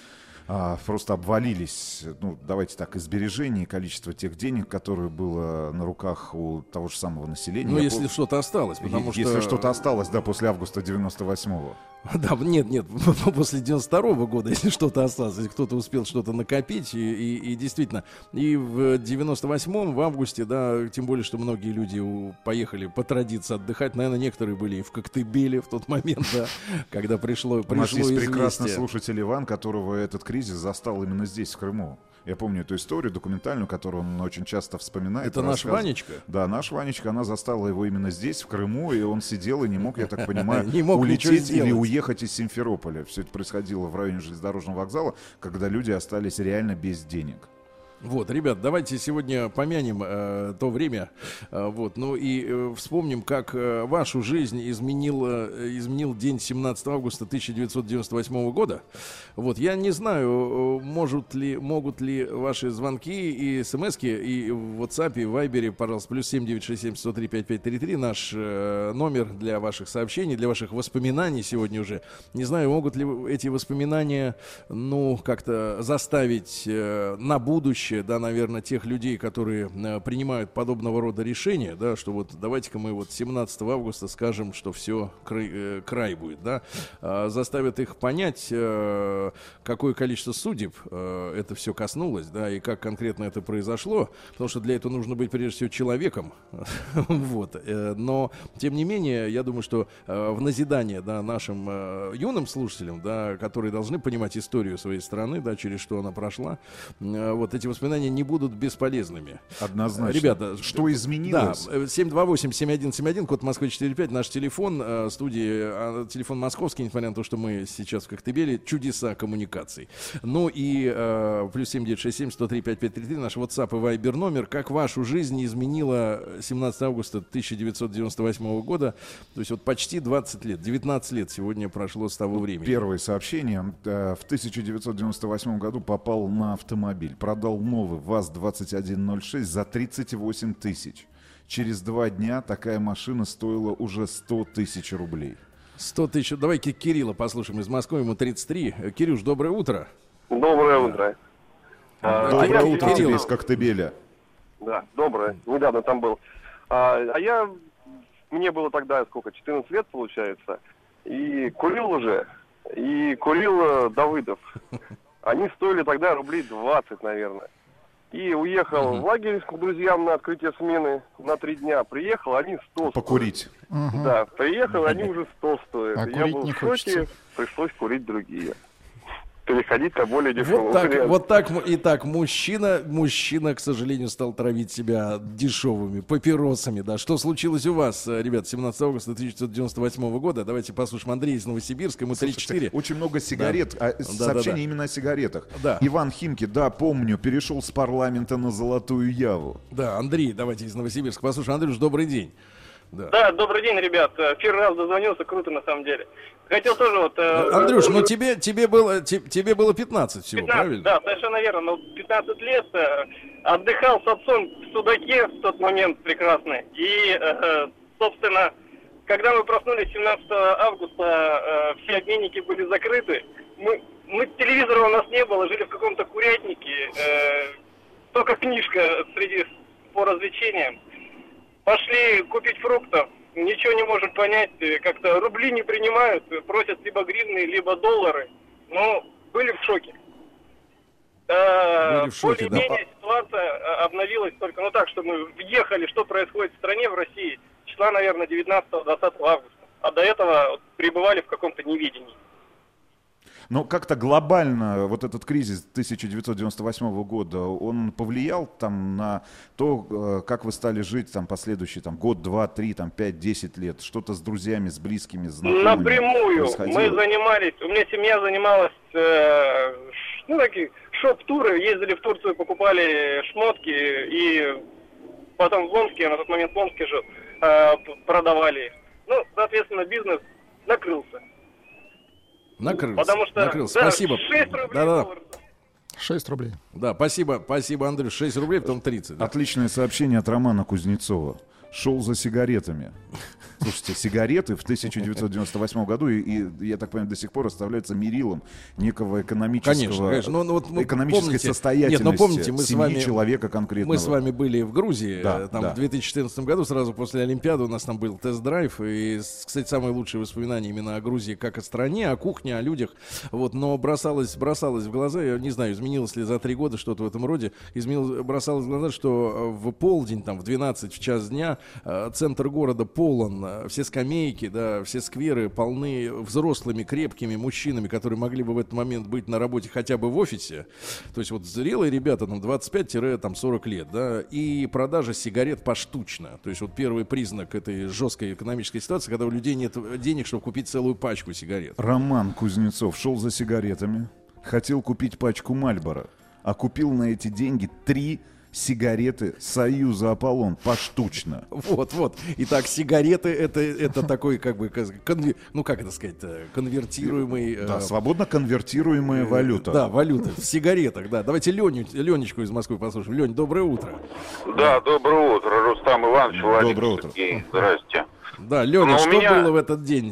а, просто обвалились, ну, давайте так, из сбережений, количество тех денег, которые было на руках у того же самого населения. Ну, Я если пом... что-то осталось, потому если что... Если что-то осталось, да, после августа девяносто восьмого. Да, нет, нет, после девяносто второго года, если что-то осталось, если кто-то успел что-то накопить, и, и, и действительно, и в девяносто восьмом, в августе, да, тем более, что многие люди у, поехали по традиции отдыхать, наверное, некоторые были и в Коктебеле в тот момент, да, когда пришло, пришло У нас есть известие. прекрасный слушатель Иван, которого этот кризис застал именно здесь, в Крыму. Я помню эту историю документальную, которую он очень часто вспоминает. Это наш Ванечка? Да, наш Ванечка, она застала его именно здесь, в Крыму, и он сидел и не мог, я так понимаю, улететь или уехать из Симферополя. Все это происходило в районе железнодорожного вокзала, когда люди остались реально без денег. Вот, ребят, давайте сегодня помянем э, то время, э, вот, ну и э, вспомним, как э, вашу жизнь изменил, э, изменил день семнадцатого августа тысяча девятьсот девяносто восьмого года. Вот, я не знаю, может ли, могут ли ваши звонки и смски, и в WhatsApp, и в Viber, пожалуйста, плюс семь девять шесть семь сто три пять пять три три, наш э, номер для ваших сообщений, для ваших воспоминаний сегодня уже. Не знаю, могут ли эти воспоминания, ну, как-то заставить э, на будущее, да, наверное, тех людей, которые э, принимают подобного рода решения, да, что вот давайте-ка мы вот семнадцатого августа скажем, что все, край, э, край будет, да, э, заставят их понять, э, какое количество судеб э, это все коснулось, да, и как конкретно это произошло, потому что для этого нужно быть, прежде всего, человеком, вот, э, но, тем не менее, я думаю, что э, в назидание, да, нашим э, юным слушателям, да, которые должны понимать историю своей страны, да, через что она прошла, э, вот эти воспоминания не будут бесполезными. Однозначно. Ребята, что изменилось? Да, семь два восемь семь один семь один, код Москвы четыре пять, наш телефон, э, студии, э, телефон московский, несмотря на то, что мы сейчас в Коктебеле, чудеса коммуникаций. Ну и э, плюс семь девять шесть семь сто три пять пять три три, наш WhatsApp и Viber номер. Как вашу жизнь изменило семнадцатого августа тысяча девятьсот девяносто восьмого года, то есть вот почти двадцать лет, девятнадцать лет сегодня прошло с того времени. Первое сообщение. В тысяча девятьсот девяносто восьмом году попал на автомобиль, продал новый ВАЗ двадцать один ноль шесть за тридцать восемь тысяч. Через два дня такая машина стоила уже сто тысяч рублей. сто тысяч. Давай-ка Кирилла послушаем из Москвы, ему тридцать три. Кирюш, доброе утро. Доброе утро. А, доброе а утро я... тебе из Коктебеля. Да, доброе. Недавно там был. А, а я... Мне было тогда, сколько, четырнадцать лет, получается. И курил уже. И курил Давыдов. Они стоили тогда рублей двадцать, наверное. И уехал uh-huh. в лагерь к друзьям на открытие смены на три дня. Приехал, они сто Покурить. стоят. Uh-huh. Да, приехал, они уже сто стоят. А я был в шоке, пришлось курить другие. Переходить на более дешевый вот так, вариант. Вот так, итак, мужчина, мужчина, к сожалению, стал травить себя дешевыми папиросами, да. Что случилось у вас, ребят, семнадцатого августа тысяча девятьсот девяносто восьмого года? Давайте послушаем Андрея из Новосибирска, ему тридцать четыре. Очень много сигарет, да. а, да, сообщений да, да. именно о сигаретах. Да. Иван Химки, да, помню, перешел с парламента на Золотую Яву. Да, Андрей, давайте из Новосибирска послушаем. Андрюш, добрый день. Да. да, добрый день, ребят. Первый раз дозвонился, круто на самом деле. Хотел тоже вот... Э, Андрюш, э, ну тебе, тебе, было, тебе, тебе было пятнадцать всего, пятнадцать, правильно? Да, совершенно верно. Но пятнадцать лет э, отдыхал с отцом в Судаке в тот момент прекрасный. И, э, собственно, когда мы проснулись семнадцатого августа, э, все обменники были закрыты. Мы, мы телевизора у нас не было, жили в каком-то курятнике. Э, только книжка среди по развлечениям. Пошли купить фруктов, ничего не можем понять, как-то рубли не принимают, просят либо гривны, либо доллары. Ну, были в шоке. Были в шоке, более-менее да. ситуация обновилась только, ну так, что мы въехали, что происходит в стране, в России, числа, наверное, девятнадцатого-двадцатого августа. А до этого вот, пребывали в каком-то неведении. Но как-то глобально вот этот кризис тысяча девятьсот девяносто восьмого года, он повлиял там на то, как вы стали жить там последующие там, год, два, три, там, пять, десять лет? Что-то с друзьями, с близкими, знакомыми Напрямую. происходило? Мы занимались, у меня семья занималась, э, ну, такие шоп-туры, ездили в Турцию, покупали шмотки, и потом в Омске, я на тот момент в Омске жил, э, продавали их. Ну, соответственно, бизнес накрылся. Накрылся. Потому что, накрылся. да, Спасибо. шесть рублей Да-да-да. доллар. шесть рублей. Да, спасибо, спасибо, Андрей. шесть рублей, потом тридцать. Да? Отличное сообщение от Романа Кузнецова. Шел за сигаретами. Слушайте, сигареты в тысяча девятьсот девяносто восьмом году, и, и, я так понимаю, до сих пор оставляются мерилом некого экономического, Конечно, конечно. Ну, ну, вот, ну, экономической помните, состоятельности нет, ну, помните, мы с семьи вами, человека конкретного. Мы с вами были в Грузии, Да, э, там да. в две тысячи четырнадцатом году, сразу после Олимпиады у нас там был тест-драйв, и, с- кстати, самые лучшие воспоминания именно о Грузии, как о стране, о кухне, о людях, вот, но бросалось, бросалось в глаза, я не знаю, изменилось ли за три года что-то в этом роде, изменилось, бросалось в глаза, что в полдень, там, в двенадцать, в час дня, э, центр города полон, э, все скамейки, да, все скверы полны взрослыми, крепкими мужчинами, которые могли бы в этот момент быть на работе хотя бы в офисе. То есть вот зрелые ребята, там, двадцать пять сорок лет, да, и продажа сигарет поштучно. То есть вот первый признак этой жесткой экономической ситуации, когда у людей нет денег, чтобы купить целую пачку сигарет. Роман Кузнецов шел за сигаретами, хотел купить пачку Мальборо, а купил на эти деньги три сигареты Союза Аполлон поштучно. Вот, вот. Итак, сигареты это, это такой, как бы, конвер... ну как это сказать, конвертируемый... Да, э, свободно конвертируемая валюта. Да, валюта. В сигаретах, да. Давайте Леню, Ленечку из Москвы послушаем. Лень, доброе утро. Да, доброе утро, Рустам Иванович, Владимир Доброе утро. Сергей. Здрасте. Да, Леня, Ну, у что меня- было в этот день?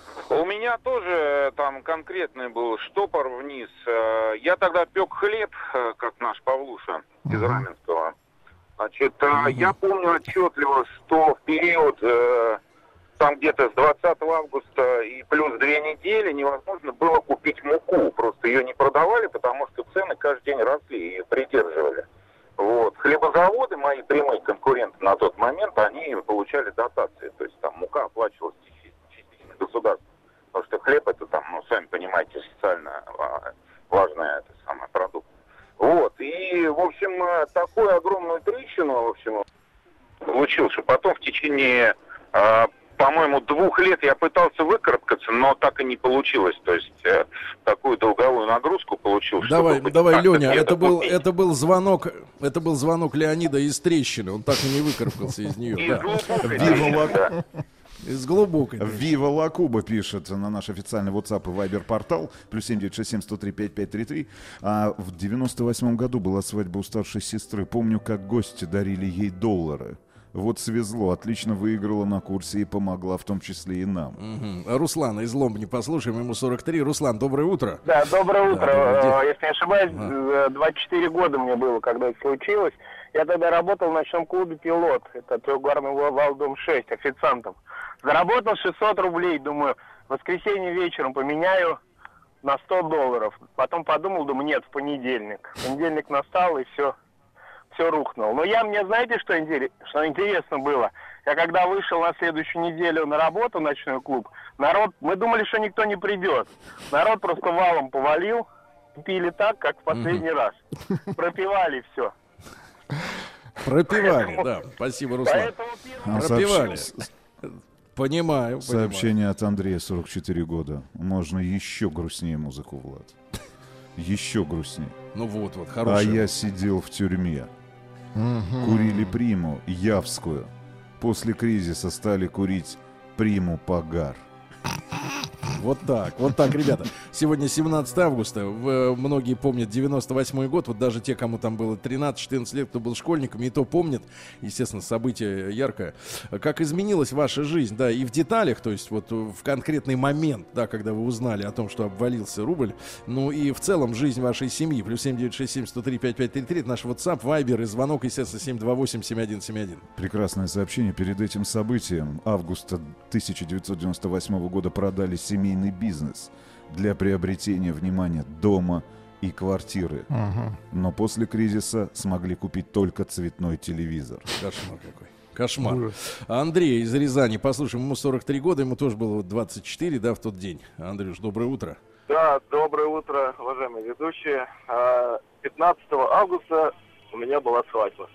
У меня тоже там конкретный был штопор вниз. Э, Я тогда пек хлеб, э, как наш Павлуша из Раменского. Значит, э, я помню отчетливо, что в период э, там где-то с двадцатого августа и плюс две недели невозможно было купить муку. Просто ее не продавали, потому что цены каждый день росли, ее придерживали. Вот. Хлебозаводы, мои прямые конкуренты на тот момент, они получали дотации. То есть там мука оплачивалась частично государством. Потому что хлеб это там, ну, сами понимаете, социально а, важный это самый продукт. Вот. И, в общем, э, такую огромную трещину, в общем, получил, что потом в течение, э, по-моему, двух лет я пытался выкарабкаться, но так и не получилось. То есть э, такую долговую нагрузку получил. чтобы Давай, хоть давай, как-то Леня, где-то это был, купить. это был звонок, это был звонок Леонида из трещины. Он так и не выкарабкался из нее. Из Да. глубокой Вива трещины, Лак- да. Из глубокой. Вива Лакуба пишет на наш официальный WhatsApp и Viber портал плюс семь девять шесть семь сто три пять пять три три. А в девяносто восьмом году была свадьба у старшей сестры. Помню, как гости дарили ей доллары. Вот свезло, отлично выиграла на курсе и помогла в том числе и нам. Мгм. Руслана из Ломбни послушаем, ему сорок три. Руслан, доброе утро. Да, доброе утро. добрый день. Э, Если не ошибаюсь, э, двадцать четыре года мне было, когда это случилось. Я тогда работал в ночном клубе «Пилот». Это трехгорный вал, дом шесть, официантом. Заработал шестьсот рублей. Думаю, в воскресенье вечером поменяю на сто долларов. Потом подумал, думаю, нет, в понедельник. В понедельник настал, и все, все рухнуло. Но я, мне знаете, что, интерес, что интересно было? Я когда вышел на следующую неделю на работу в ночной клуб, народ, мы думали, что никто не придет. Народ просто валом повалил, пили так, как в последний раз. Пропивали все. Пропивали, да. Спасибо, Руслан. Поэтому первое- А Пропивали. сообщ- Понимаю, понимаю. Сообщение от Андрея, сорок четыре года. Можно еще грустнее музыку, Влад. Еще грустнее. Ну вот, вот, А хороший. я сидел в тюрьме. Курили приму, явскую. После кризиса стали курить приму погар. Вот так, вот так, ребята. Сегодня семнадцатое августа. В, многие помнят девяносто восьмой год. Вот даже те, кому там было тринадцать-четырнадцать лет, кто был школьником, и то помнят, естественно, событие яркое. Как изменилась ваша жизнь, да, и в деталях, то есть вот в конкретный момент, да, когда вы узнали о том, что обвалился рубль, ну и в целом жизнь вашей семьи. Плюс семь девять шесть семь сто три пять пять три три. Это наш WhatsApp, Viber и звонок, естественно, семь два восемь семь один семь один. Прекрасное сообщение. Перед этим событием августа тысяча девятьсот девяносто восьмого года продали семейный бизнес для приобретения, внимания, дома и квартиры. Ага. Но после кризиса смогли купить только цветной телевизор. Кошмар какой. Кошмар. Андрей из Рязани, послушаем, ему сорок три года, ему тоже было двадцать четыре, да, в тот день. Андрюш, доброе утро. Да, доброе утро, уважаемые ведущие. пятнадцатого августа у меня была свадьба.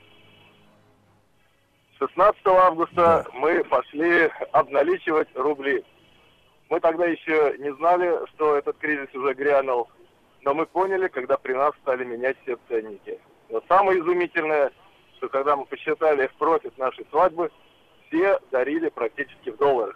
шестнадцатого августа Да. мы пошли обналичивать рубли. Мы тогда еще не знали, что этот кризис уже грянул, но мы поняли, когда при нас стали менять все ценники. Но самое изумительное, что когда мы посчитали в профит нашей свадьбы, все дарили практически в долларах.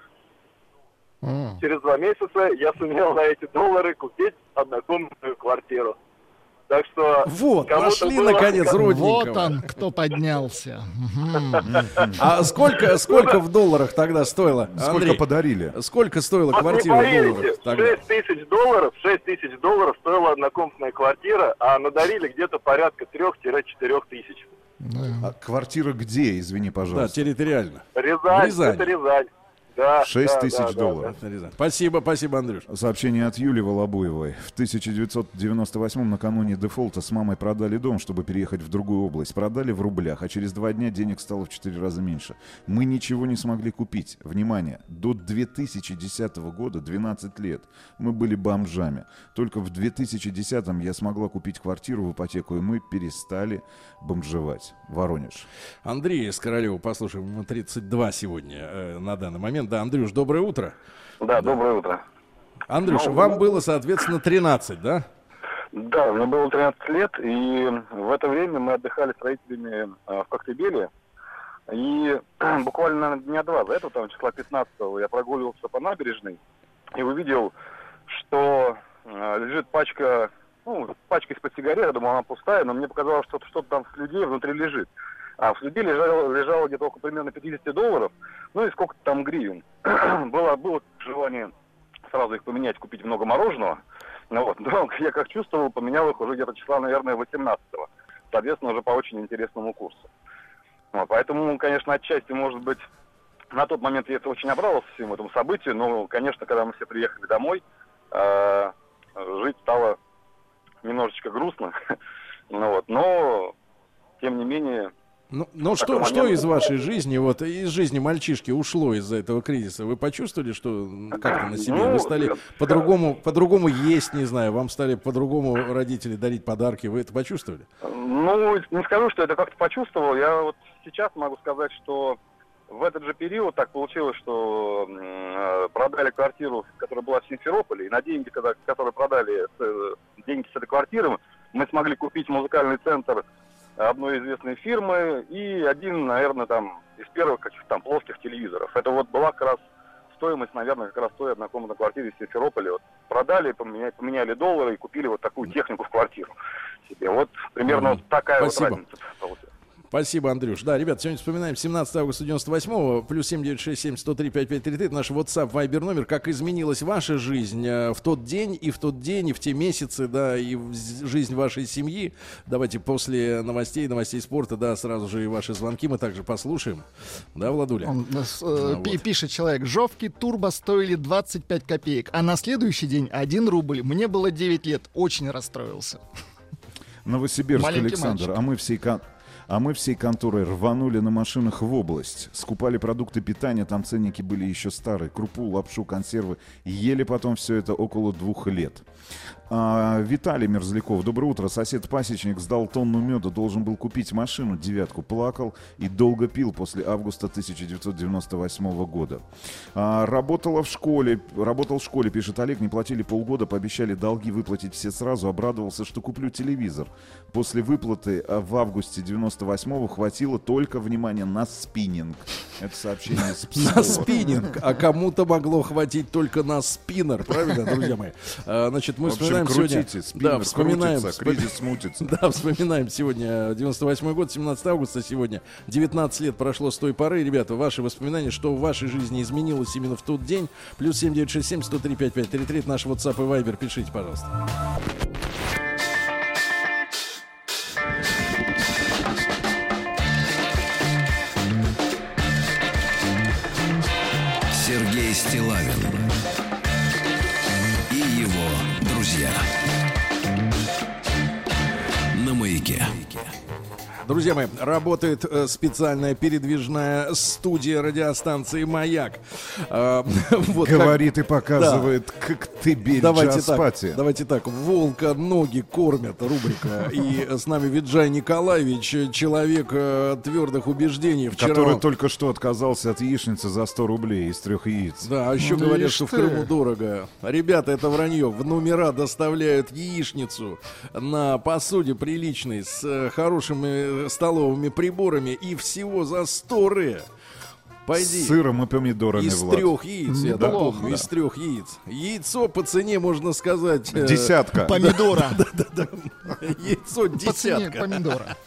М. Через два месяца я сумел на эти доллары купить однокомнатную квартиру. Так что... Вот, кому-то пошли было- наконец родненького. Вот он, кто поднялся. Мгм. А сколько, сколько в долларах тогда стоило, Сколько Андрей? подарили? Сколько стоила Вот квартира не в поверите, долларах тогда? шесть тысяч долларов, шесть тысяч долларов стоила однокомнатная квартира, а надарили где-то порядка трех-четырех тысяч. Да. А квартира где, извини, Да, пожалуйста? территориально. Рязань, Рязань. это Рязань. Да, Шесть да, тысяч да, да, долларов. Это Рязань. Спасибо, спасибо, Андрюш. Сообщение от Юли Волобуевой. В тысяча девятьсот девяносто восьмом накануне дефолта с мамой продали дом, чтобы переехать в другую область. Продали в рублях, а через два дня денег стало в четыре раза меньше. Мы ничего не смогли купить. Внимание, до две тысячи десятого года, двенадцать лет, мы были бомжами. Только в две тысячи десятом я смогла купить квартиру в ипотеку, и мы перестали бомжевать. Воронеж. Андрей из Королева, послушаем, ему тридцать два сегодня э, на данный момент. Да, Андрюш, доброе утро. Да, доброе утро. Андрюша, Ну, вам было, соответственно, тринадцать, да? Да, мне было тринадцать лет, и в это время мы отдыхали с родителями а, в Коктебеле. И буквально, наверное, дня два до этого, там, числа пятнадцатого, я прогуливался по набережной и увидел, что а, лежит пачка, ну, пачка из-под сигарет, я думал, она пустая, но мне показалось, что что-то там с людей внутри лежит. А в суде лежало, лежало где-то около примерно пятьдесят долларов, ну и сколько-то там гривен. было, было желание сразу их поменять, купить много мороженого. Ну вот, но я как чувствовал, поменял их уже где-то числа, наверное, восемнадцатого. Соответственно, уже по очень интересному курсу. Вот, поэтому, конечно, отчасти, может быть, на тот момент я это очень обрадовался всему этому событию, но, конечно, когда мы все приехали домой, э, жить стало немножечко грустно. ну, вот, но, тем не менее... Ну, но что, Такой что момент. из вашей жизни, вот из жизни мальчишки ушло из-за этого кризиса? Вы почувствовали, что м, как-то на себе? Ну, Вы стали я- по-другому, по-другому есть, не знаю, вам стали по-другому родители дарить подарки. Вы это почувствовали? Ну, не скажу, что это как-то почувствовал. Я вот сейчас могу сказать, что в этот же период так получилось, что м, продали квартиру, которая была в Симферополе, и на деньги, когда, которые продали, с, деньги с этой квартиры, мы смогли купить музыкальный центр одной известной фирмы и один, наверное, там из первых каких-то там плоских телевизоров. Это вот была как раз стоимость, наверное, как раз той однокомнатной квартиры в Симферополе. Вот продали, поменяли, поменяли доллары и купили вот такую технику в квартиру себе. Вот примерно вот такая Спасибо. вот разница получилась. Спасибо, Андрюш. Да, ребят, сегодня вспоминаем семнадцатого августа девяносто восьмого, плюс семь девять шесть семь сто три пять пять три три, это наш WhatsApp, Viber номер. Как изменилась ваша жизнь э, в тот день, и в тот день, и в те месяцы, да, и в з- жизнь вашей семьи. Давайте после новостей, новостей спорта, да, сразу же и ваши звонки мы также послушаем. Да, Владуля? Он, э, с- э, Ну, пи- вот. Пишет человек: жовки турбо стоили двадцать пять копеек, а на следующий день один рубль. Мне было девять лет, очень расстроился. Новосибирск, Маленький Александр. мальчик. А мы всей кон- А мы всей конторой рванули на машинах в область. Скупали продукты питания, там ценники были еще старые. Крупу, лапшу, консервы. Ели потом все это около двух лет. А, Виталий Мерзляков. Доброе утро. Сосед-пасечник сдал тонну меда, должен был купить машину, девятку, плакал и долго пил после августа тысяча девятьсот девяносто восьмого года. А, работала в школе, работал в школе, пишет Олег, не платили полгода, пообещали долги выплатить все сразу, обрадовался, что куплю телевизор. После выплаты в августе девяносто восьмого хватило только, внимание, на спиннинг. Это сообщение с Пскова. На спиннинг, а кому-то могло хватить только на спиннер, правильно, друзья мои? А, значит, мы В общем, вспоминаем крутите, сегодня... спиннер Да, вспоминаем... крутится, кризис смутится. Да, вспоминаем сегодня девяносто восьмой год, семнадцатого августа сегодня. девятнадцать лет прошло с той поры. Ребята, ваши воспоминания, что в вашей жизни изменилось именно в тот день. Плюс семь девятьсот шестьдесят семь сто три пятьдесят пять тридцать три. Это наш WhatsApp и Viber. Пишите, пожалуйста. Сергей Стиллавин и его друзья на Маяке. Друзья мои, работает э, специальная передвижная студия радиостанции «Маяк». Э, вот Говорит как... и показывает, да. как ты бери давайте джаз-пати. так, давайте так, волка ноги кормят, рубрика. И с нами Виджай Николаевич, человек э, твердых убеждений. Вчера Который он... только что отказался от яичницы за сто рублей из трех яиц. Да, а еще Да говорят, ишь что в ты. Крыму дорого. Ребята, это вранье. В номера доставляют яичницу на посуде приличной, с э, хорошими столовыми приборами, и всего за сто ре. Пойди. С сыром и помидорами, Из Влад. трех яиц, я Неплохо, напомню, да. из трех яиц. Яйцо по цене, можно сказать... э, Десятка. Помидора. Яйцо По цене десятка. помидора.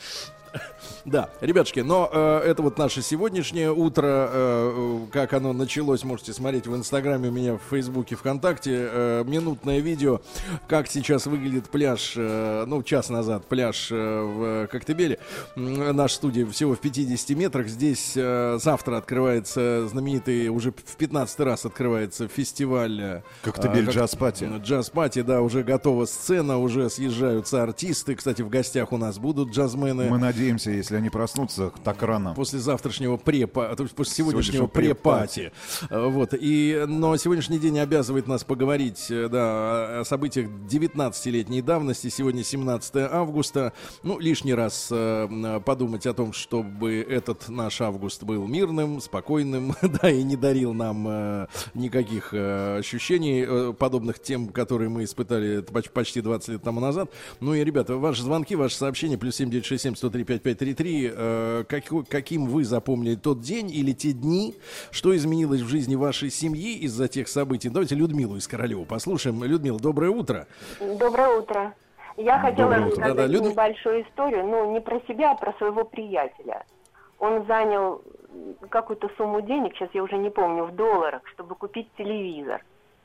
Да, ребятушки, но э, это вот наше сегодняшнее утро. Э, как оно началось, можете смотреть в Инстаграме, у меня в Фейсбуке, ВКонтакте. Э, минутное видео, как сейчас выглядит пляж, э, ну, час назад пляж э, в Коктебеле. М, Наша студия всего в пятидесяти метрах. Здесь э, завтра открывается знаменитый, уже в пятнадцатый раз открывается фестиваль. э, Коктебель как- джаз-пати. Джаз-пати, да, уже готова сцена, уже съезжаются артисты. Кстати, в гостях у нас будут джазмены. Мы надеемся, если они проснутся так рано. После завтрашнего препа, то есть после сегодняшнего Сегодняшнего препати. Э, Вот. И, но сегодняшний день обязывает нас поговорить, э, да, о событиях девятнадцатилетней давности. Сегодня семнадцатое августа. Ну, лишний раз э, подумать о том, чтобы этот наш август был мирным, спокойным, да, и не дарил нам э, никаких э, ощущений, э, подобных тем, которые мы испытали поч- почти двадцать лет тому назад. Ну и, ребята, ваши звонки, ваши сообщения, плюс семь девятьсот шестьдесят семь сто три пятьдесят пять тридцать три. Э, как, каким вы запомнили тот день или те дни? Что изменилось в жизни вашей семьи из-за тех событий? Давайте Людмилу из Королева послушаем. Людмила, доброе утро. Доброе утро. Я хотела Доброе утро. рассказать Да-да, Люд- небольшую историю, ну, не про себя, а про своего приятеля. Он занял какую-то сумму денег, сейчас я уже не помню, в долларах, чтобы купить телевизор.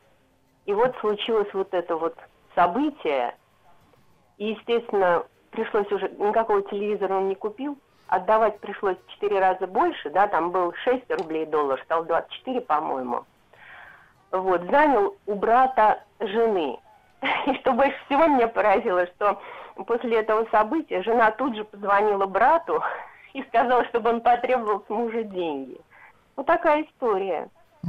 И вот случилось вот это вот событие. И, естественно, пришлось уже, никакого телевизора он не купил, отдавать пришлось в четыре раза больше, да, там был шесть рублей доллар, стал двадцать четыре, по-моему. Вот, занял у брата жены. И что больше всего меня поразило, что после этого события жена тут же позвонила брату и сказала, чтобы он потребовал с мужа деньги. Вот такая история.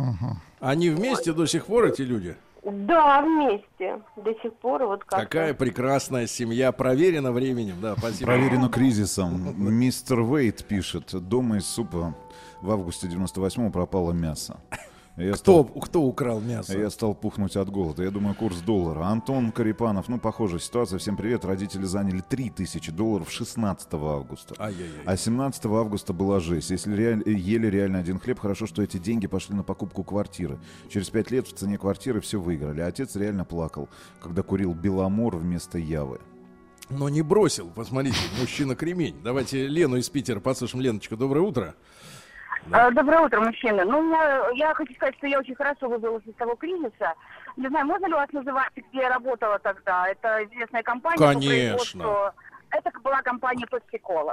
Они вместе до сих пор, эти люди? Да, вместе. До сих пор вот как. Какая прекрасная семья, проверена временем, да, спасибо. Проверено кризисом. Мистер Вейт пишет: дома из супа в августе девяносто восьмого пропало мясо. Я Кто, стал, кто украл мясо? я стал пухнуть от голода. Я думаю, курс доллара. Антон Карипанов, ну, похожая ситуация. Всем привет. Родители заняли три тысячи долларов шестнадцатого августа. Ай-яй-яй. А семнадцатого августа была жесть. Если реаль- ели реально один хлеб, хорошо, что эти деньги пошли на покупку квартиры. Через пять лет в цене квартиры все выиграли. Отец реально плакал, когда курил Беломор вместо Явы. Но не бросил, посмотрите, мужчина-кремень. Давайте Лену из Питера послушаем. Леночка, доброе утро. Да. Доброе утро, мужчина. Ну, я, я хочу сказать, что я очень хорошо выбралась из того кризиса. Не знаю, можно ли вас называть, где я работала тогда? Это известная компания. Конечно. По производству. Это была компания Pepsi-Cola.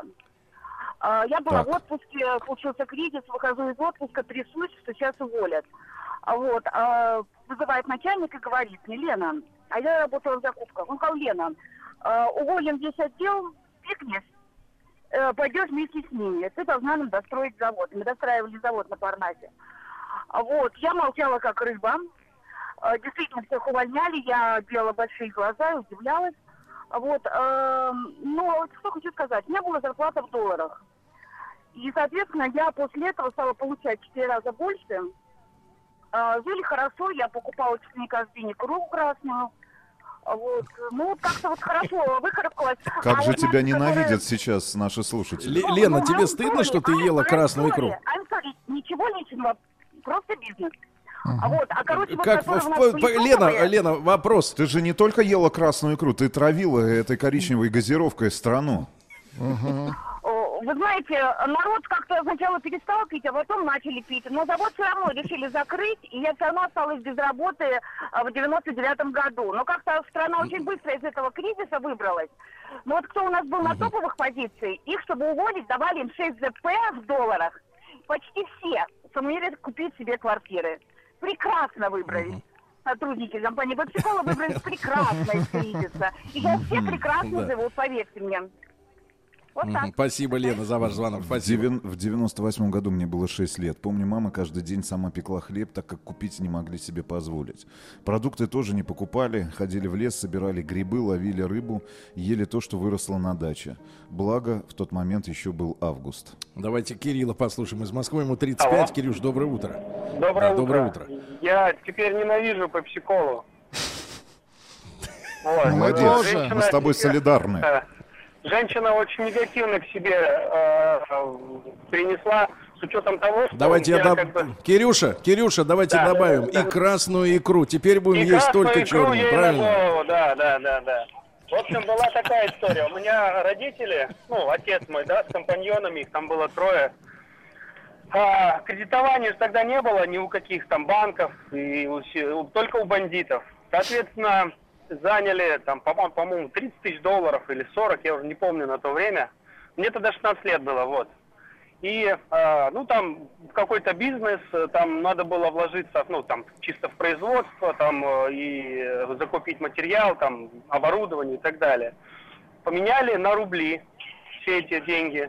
Я была Так. в отпуске, случился кризис, выхожу из отпуска, трясусь, что сейчас уволят. Вот. Вызывает начальник и говорит мне: Лена, а я работала в закупках. Он сказал: Лена, уволим весь отдел, пикнешь, пойдешь вместе с ними. Ты должна нам достроить завод. Мы достраивали завод на Парнасе. Вот. Я молчала как рыба. Э, Действительно, всех увольняли, я делала большие глаза и удивлялась. Вот, э, но что хочу сказать, у меня была зарплата в долларах. И, соответственно, я после этого стала получать в четыре раза больше. Э, Жили хорошо, я покупала чуть ли не каждый день икру красную. Вот. Ну, вот как-то вот хорошо выкарабкалась. Как А же вот тебя наши, ненавидят которые- сейчас наши слушатели? Л- Лена, Ну, тебе I'm стыдно, sorry, что ты I'm- ела I'm красную sorry, икру? I'm sorry, ничего личного, просто бизнес. А вот, а короче, вот Как, которые в- у нас по- были по- Лена, топовые- Лена, вопрос. Ты же не только ела красную икру, ты травила этой коричневой газировкой страну. О, Вы знаете, народ как-то сначала перестал пить, а потом начали пить. Но завод все равно решили закрыть, и я все равно осталась без работы а, в девяносто девятом году. Но как-то страна очень быстро из этого кризиса выбралась. Но вот кто у нас был на топовых позициях, их, чтобы уволить, давали им шесть зэ пэ в долларах. Почти все сумели купить себе квартиры. Прекрасно выбрались. Сотрудники компании Пепси-Кола выбрались прекрасно из кризиса. И сейчас все прекрасно Да. живут, поверьте мне. Вот Мгм. так. Спасибо, Лена, за ваш звонок. В Спасибо. девян- в девяносто восьмом году мне было шесть лет. Помню, мама каждый день сама пекла хлеб, так как купить не могли себе позволить. Продукты тоже не покупали, ходили в лес, собирали грибы, ловили рыбу, ели то, что выросло на даче. Благо, в тот момент еще был август. Давайте Кирилла послушаем из Москвы. Ему тридцать пять. Алло. Кирюш, доброе утро. Доброе, Да, утро. доброе утро. Я теперь ненавижу Пепси-Колу. Вот. Молодец, Ну, женщина мы с тобой себе- солидарны. Да. Женщина очень негативно к себе э, принесла с учетом того, что Давайте я, я доб- как бы... Кирюша, Кирюша, давайте Да, добавим да, и да. красную икру. Теперь будем И есть красную только икру черную, ей на правильно? голову, да, да, да, да. В общем, была такая история. У меня родители, ну, отец мой, да, с компаньонами, их там было трое. А, кредитования же тогда не было ни у каких там банков, и у се- только у бандитов. Соответственно, заняли там, по- по-моему, тридцать тысяч долларов или сорок, я уже не помню на то время. Мне тогда шестнадцать лет было, вот. И, а, ну, там какой-то бизнес, там надо было вложиться, ну, там, чисто в производство, там, э, и закупить материал, там, оборудование и так далее. Поменяли на рубли все эти деньги.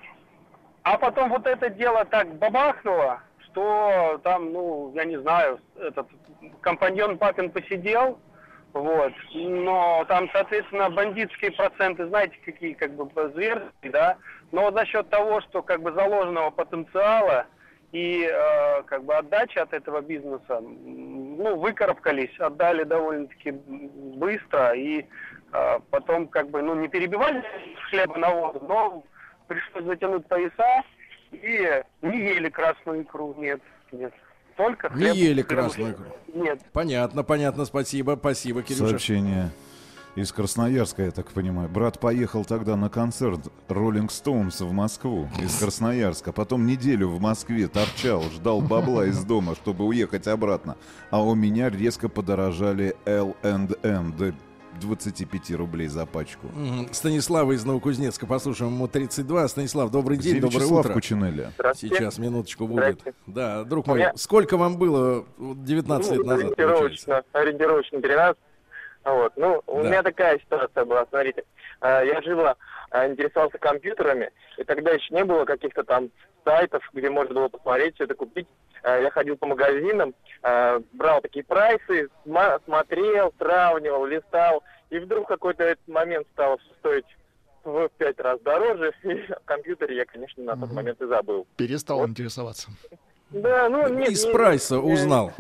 А потом вот это дело так бабахнуло, что там, ну, я не знаю, этот компаньон папин посидел, вот, но там, соответственно, бандитские проценты, знаете, какие, как бы, зверские, да, но за счет того, что, как бы, заложенного потенциала и, э, как бы, отдачи от этого бизнеса, ну, выкарабкались, отдали довольно-таки быстро, и э, потом, как бы, ну, не перебивали с хлеба на воду, но пришлось затянуть пояса и не ели красную икру, нет, нет. Только Не хлеб. ели красную икру. Нет. Понятно, понятно, спасибо, спасибо, Кирюша. Сообщение из Красноярска, я так понимаю. Брат поехал тогда на концерт Rolling Stones в Москву из Красноярска. Потом неделю в Москве торчал, ждал бабла из дома, чтобы уехать обратно. А у меня резко подорожали эл энд эм до двадцати пяти рублей за пачку. Мгм. Станислава из Новокузнецка, послушаем, ему тридцать два. Станислав, добрый день, Где доброе Вячеслав утро. Кучинелли? Здравствуйте. Сейчас, минуточку будет. Здравствуйте. Да, друг У мой, меня- сколько вам было девятнадцать лет Ну, назад, получается? ориентировочно, ориентировочно тринадцать. Вот. Ну, у Да. меня такая ситуация была, смотрите. Э, Я живо э, интересовался компьютерами, и тогда еще не было каких-то там сайтов, где можно было посмотреть, все это купить. Э, Я ходил по магазинам, э, брал такие прайсы, сма- смотрел, сравнивал, листал, и вдруг в какой-то этот момент стало всё стоить в пять раз дороже, и о компьютере я, конечно, на тот момент и забыл. Перестал интересоваться. Да, ну, нет, Из не- прайса э, узнал.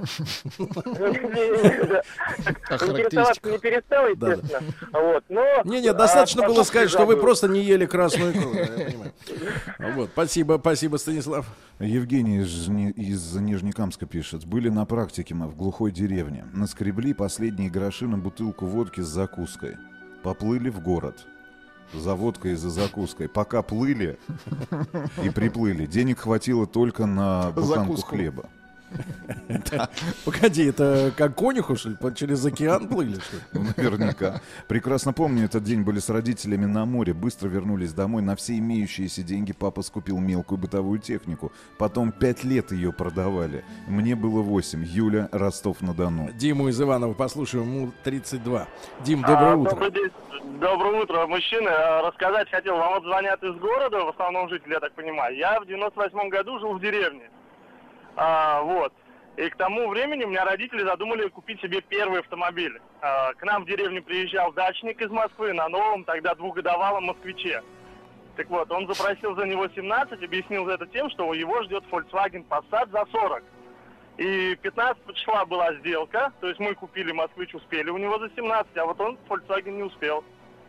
Интересоваться не перестал, естественно. Вот, но... Не-не, достаточно а, было покупки сказать, что вы забыл. просто не ели красную икру. Да, я понимаю. Вот, спасибо, спасибо, Станислав. Евгений из, Ни- из Нижнекамска пишет. Были на практике мы в глухой деревне. Наскребли последние гроши на бутылку водки с закуской. Поплыли в город. За водкой и за закуской. Пока плыли и приплыли, денег хватило только на буханку Закуску. хлеба. Погоди, это как конюху, что ли, по- через океан плыли, что ли? Ну, наверняка. Прекрасно помню, этот день были с родителями на море. Быстро вернулись домой. На все имеющиеся деньги папа скупил мелкую бытовую технику. Потом пять лет ее продавали. Мне было восемь. Юля, Ростов-на-Дону. Диму из Иванова послушаем, ему тридцать два. Дим, доброе А, утро. Добрый день. Доброе утро, мужчины. А, Рассказать хотел, вам вот звонят из города, в основном жители, я так понимаю. Я в девяносто восьмом году жил в деревне. А, вот. И к тому времени у меня родители задумали купить себе первый автомобиль. К нам в деревню приезжал дачник из Москвы на новом, тогда двухгодовалом «Москвиче». Так вот, он запросил за него семнадцать, объяснил это тем, что его ждет Volkswagen Passat за сорок. И пятнадцатого числа была сделка, то есть мы купили «Москвич», успели у него за семнадцать, а вот он Volkswagen не успел.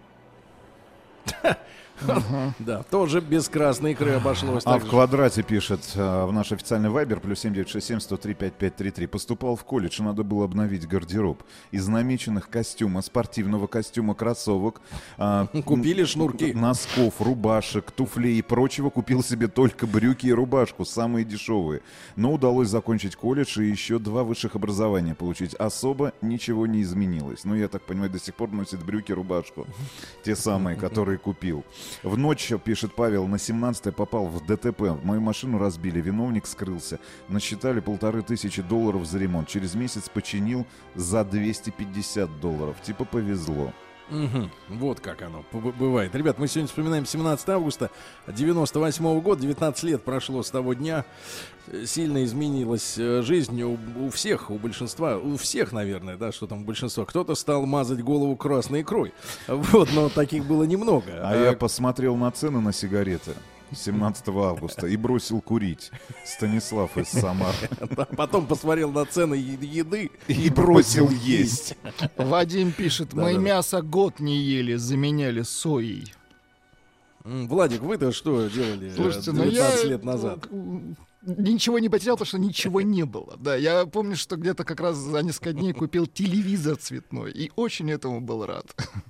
Да, тоже без красной икры обошлось. А в квадрате пишет в наш официальный вайбер плюс семь девять шесть семь сто три пятьдесят пять тридцать три. Поступал в колледж, надо было обновить гардероб. Из намеченных костюма, спортивного костюма, кроссовок, купили шнурки, носков, рубашек, туфлей и прочего. Купил себе только брюки и рубашку, самые дешевые. Но удалось закончить колледж и еще два высших образования получить. Особо ничего не изменилось. Ну, я так понимаю, до сих пор носит брюки, рубашку. Те самые, которые купил. В ночь, пишет Павел, на семнадцатое попал в ДТП. Мою машину разбили, виновник скрылся. Насчитали полторы тысячи долларов за ремонт. Через месяц починил за двести пятьдесят долларов. Типа повезло. Угу. Вот как оно бывает. Ребят, мы сегодня вспоминаем семнадцатое августа девяносто восьмого года. девятнадцать лет прошло с того дня. Сильно изменилась жизнь у, у всех, у большинства, у всех, наверное, да, что там большинство. Кто-то стал мазать голову красной икрой. Вот, но таких было немного. А, а я посмотрел на цены на сигареты семнадцатого августа и бросил курить. Станислав из Самары. Потом посмотрел на цены еды и бросил есть. Вадим пишет: мы мясо год не ели, заменяли соей. Владик, вы-то что делали девятнадцать лет назад? Ничего не потерял, потому что ничего не было. Да, я помню, что где-то как раз за несколько дней купил телевизор цветной и очень этому был рад.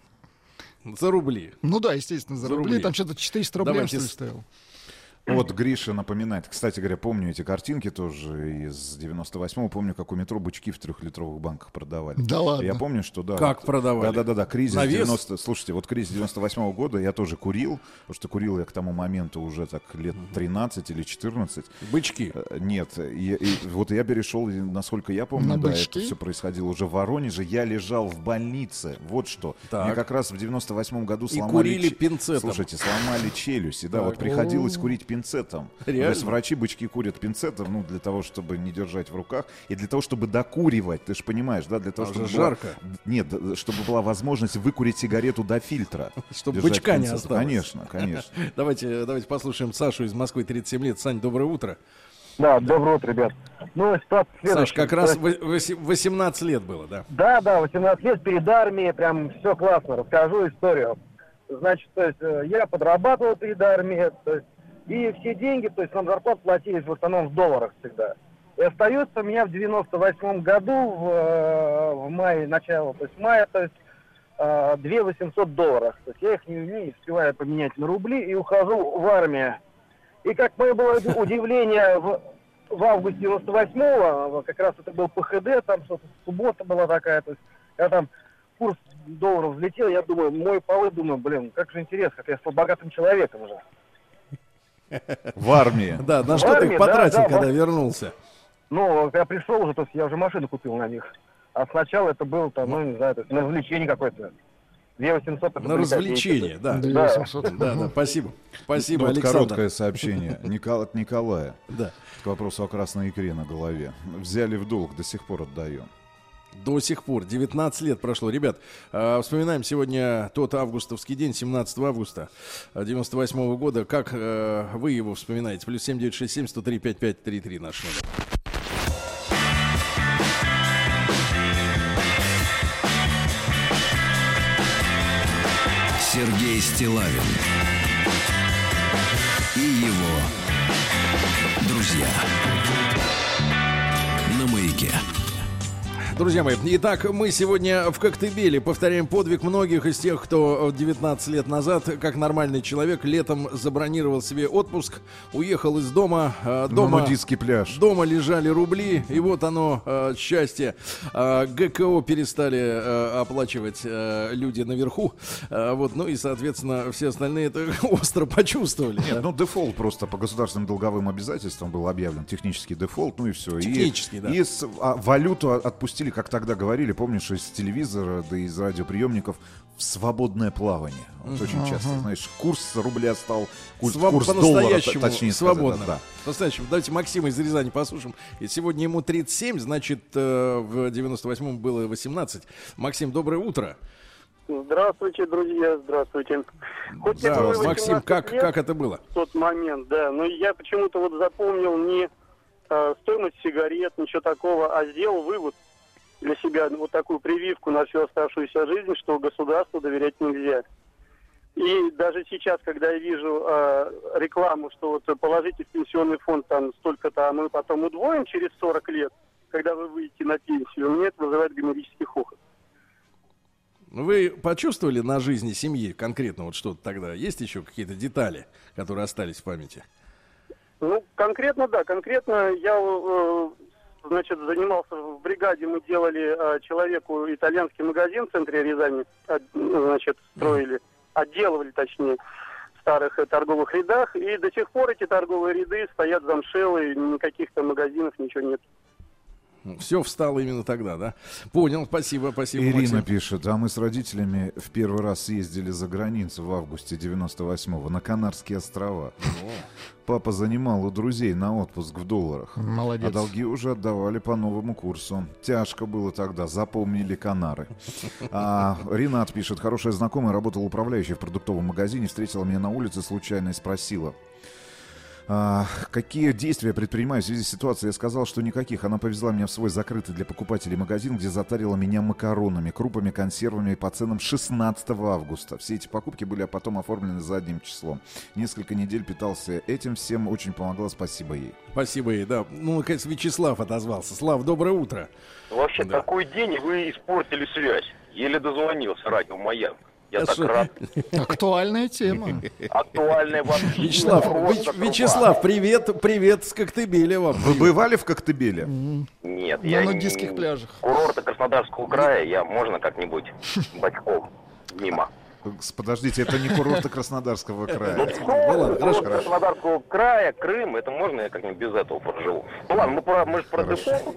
За рубли. Ну да, естественно, за, за рубли. рубли. Там что-то четыреста рублей, Давайте что ли, стоил. Вот Гриша напоминает. Кстати говоря, помню эти картинки тоже из девяносто восьмого. Помню, как у метро бычки в трехлитровых банках продавали. Да ладно? Я помню, что да. Как вот, продавали? Да-да-да. Кризис девяностого... Слушайте, вот кризис девяносто восьмого года я тоже курил. Потому что курил я к тому моменту уже так лет тринадцать или четырнадцать. Бычки? Нет. И, и, вот я перешел, насколько я помню, На да, бычки? это все происходило уже в Воронеже. Я лежал в больнице. Вот что. Так. Мне как раз в девяносто восьмом году сломали... И курили пинцетом. Слушайте, сломали челюсть. И да, так. вот приходилось курить пинцетом. Реально? То есть врачи бычки курят пинцетом, ну, для того, чтобы не держать в руках, и для того, чтобы докуривать, ты же понимаешь, да, для того, а чтобы же жарко. Была... Нет, чтобы была возможность выкурить сигарету до фильтра. Чтобы бычка не осталось. Конечно, конечно. Давайте, давайте послушаем Сашу из Москвы, тридцать семь лет. Сань, доброе утро. Да, доброе утро, ребят. Ну, ситуация следующая. Саш, как раз восемнадцать лет было, да? Да, да, восемнадцать лет перед армией, прям все классно. Расскажу историю. Значит, то есть я подрабатывал перед армией, то есть и все деньги, то есть нам зарплату платились в основном в долларах всегда. И остается у меня в девяносто восьмом году, в, в мае, начало, то есть мая, то есть две тысячи восемьсот долларов. То есть я их не, не успеваю поменять на рубли и ухожу в армию. И как мое было удивление, в, в августе девяносто восьмого, как раз это был ПХД, там что-то суббота была такая, то есть я там курс долларов взлетел, я думаю, мой полы, думаю, блин, как же интересно, как я стал богатым человеком уже. В армии. Да, на что ты их потратил, когда вернулся? Ну, когда пришел уже, то есть я уже машину купил на них. А сначала это было там, ну, не знаю, то есть на развлечение какое-то. две тысячи восемьсот. На развлечение, да. Да. Да, да, спасибо. Спасибо, ну, Александр. Короткое сообщение Никол... от Николая. Да. К вопросу о красной икре на голове. Взяли в долг, до сих пор отдаем. До сих пор. девятнадцать лет прошло. Ребят, э, вспоминаем сегодня тот августовский день, семнадцатого августа девяносто восьмого года. Как э, вы его вспоминаете? Плюс семь девять шесть семь сто три пятьдесят пять тридцать три наш номер. Сергей Стиллавин и его друзья на Маяке. Друзья мои, итак, мы сегодня в Коктебеле повторяем подвиг многих из тех, кто девятнадцать лет назад, как нормальный человек, летом забронировал себе отпуск, уехал из дома. Дома, на нудистский пляж. Дома лежали рубли, и вот оно, счастье. ГКО перестали оплачивать люди наверху, вот, ну и, соответственно, все остальные это остро почувствовали. Нет, ну дефолт просто по государственным долговым обязательствам был объявлен, технический дефолт, ну и все. Технический, и, да. И с, а, валюту отпустили запустили, как тогда говорили, помнишь, из телевизора, да и из радиоприемников, в свободное плавание. Вот uh-huh. очень часто, знаешь, курс рубля стал, курс, Своб... курс доллара, точнее свободным. Сказать, да. По-настоящему. Давайте Максима из Рязани послушаем. И сегодня ему тридцать семь, значит, в девяносто восьмом было восемнадцать. Максим, доброе утро. Здравствуйте, друзья, здравствуйте. Хоть да, Максим, как, лет, как это было? В тот момент, да, но я почему-то вот запомнил не э, стоимость сигарет, ничего такого, а сделал вывод для себя, вот такую прививку на всю оставшуюся жизнь, что государству доверять нельзя. И даже сейчас, когда я вижу э, рекламу, что вот положите в пенсионный фонд там столько-то, а мы потом удвоим через сорок лет, когда вы выйдете на пенсию, мне это вызывает гомерический хохот. Вы почувствовали на жизни семьи конкретно вот что-то тогда? Есть еще какие-то детали, которые остались в памяти? Ну, конкретно, да. Конкретно я, э, значит, занимался в бригаде. Мы делали э, человеку итальянский магазин в центре Рязани. Э, значит, строили, отделывали, точнее, в старых э, торговых рядах. И до сих пор эти торговые ряды стоят замшелые, никаких там магазинов, ничего нет. Все встало именно тогда, да? Понял, спасибо, спасибо, Ирина Максим. пишет, а мы с родителями в первый раз съездили за границу в августе девяносто восьмого на Канарские острова. О. Папа занимал у друзей на отпуск в долларах. Молодец. А долги уже отдавали по новому курсу. Тяжко было тогда, запомнили Канары. А Ринат пишет, хорошая знакомая работала управляющей в продуктовом магазине, встретила меня на улице случайно и спросила, А, какие действия предпринимаю в связи с ситуацией? Я сказал, что никаких. Она повезла меня в свой закрытый для покупателей магазин, где затарила меня макаронами, крупами, консервами по ценам шестнадцатого августа. Все эти покупки были потом оформлены задним числом. Несколько недель питался этим всем. Очень помогла. Спасибо ей. Спасибо ей, да. Ну, наконец, Вячеслав отозвался. Слав, доброе утро. Вообще, да. такой день, и вы испортили связь. Еле дозвонился, радио «Маяк». Я а так что? рад. Актуальная тема. Актуальная вообще. Вячеслав, Вячеслав, привет, привет с Коктебеля вам. Вы бывали в Коктебеле? Нет, на я на нудистских пляжах. Курорты Краснодарского края, я можно как-нибудь бочком мимо. Подождите, это не курорты Краснодарского края. Ну, курорты Краснодарского края, Крым, это можно я как-нибудь без этого проживу. Ну ладно, мы, про, мы же про дефолт.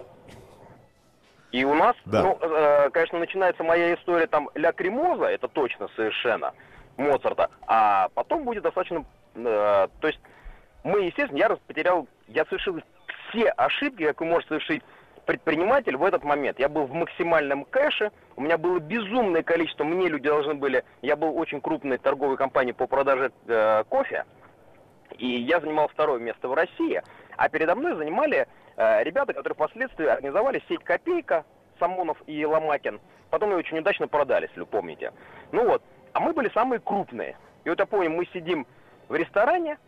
И у нас, да. ну, э, конечно, начинается моя история там ля Кремоза, это точно совершенно, Моцарта, а потом будет достаточно, э, то есть мы, естественно, я потерял, я совершил все ошибки, какие может совершить предприниматель в этот момент. Я был в максимальном кэше, у меня было безумное количество, мне люди должны были, я был очень крупной торговой компанией по продаже э, кофе, и я занимал второе место в России, а передо мной занимали э, ребята, которые впоследствии организовали сеть «Копейка», Самонов и Ломакин. Потом ее очень удачно продали, если вы помните. Ну вот, а мы были самые крупные. И вот я помню, мы сидим в ресторане,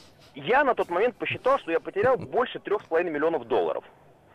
я на тот момент посчитал, что я потерял больше трех с половиной миллионов долларов.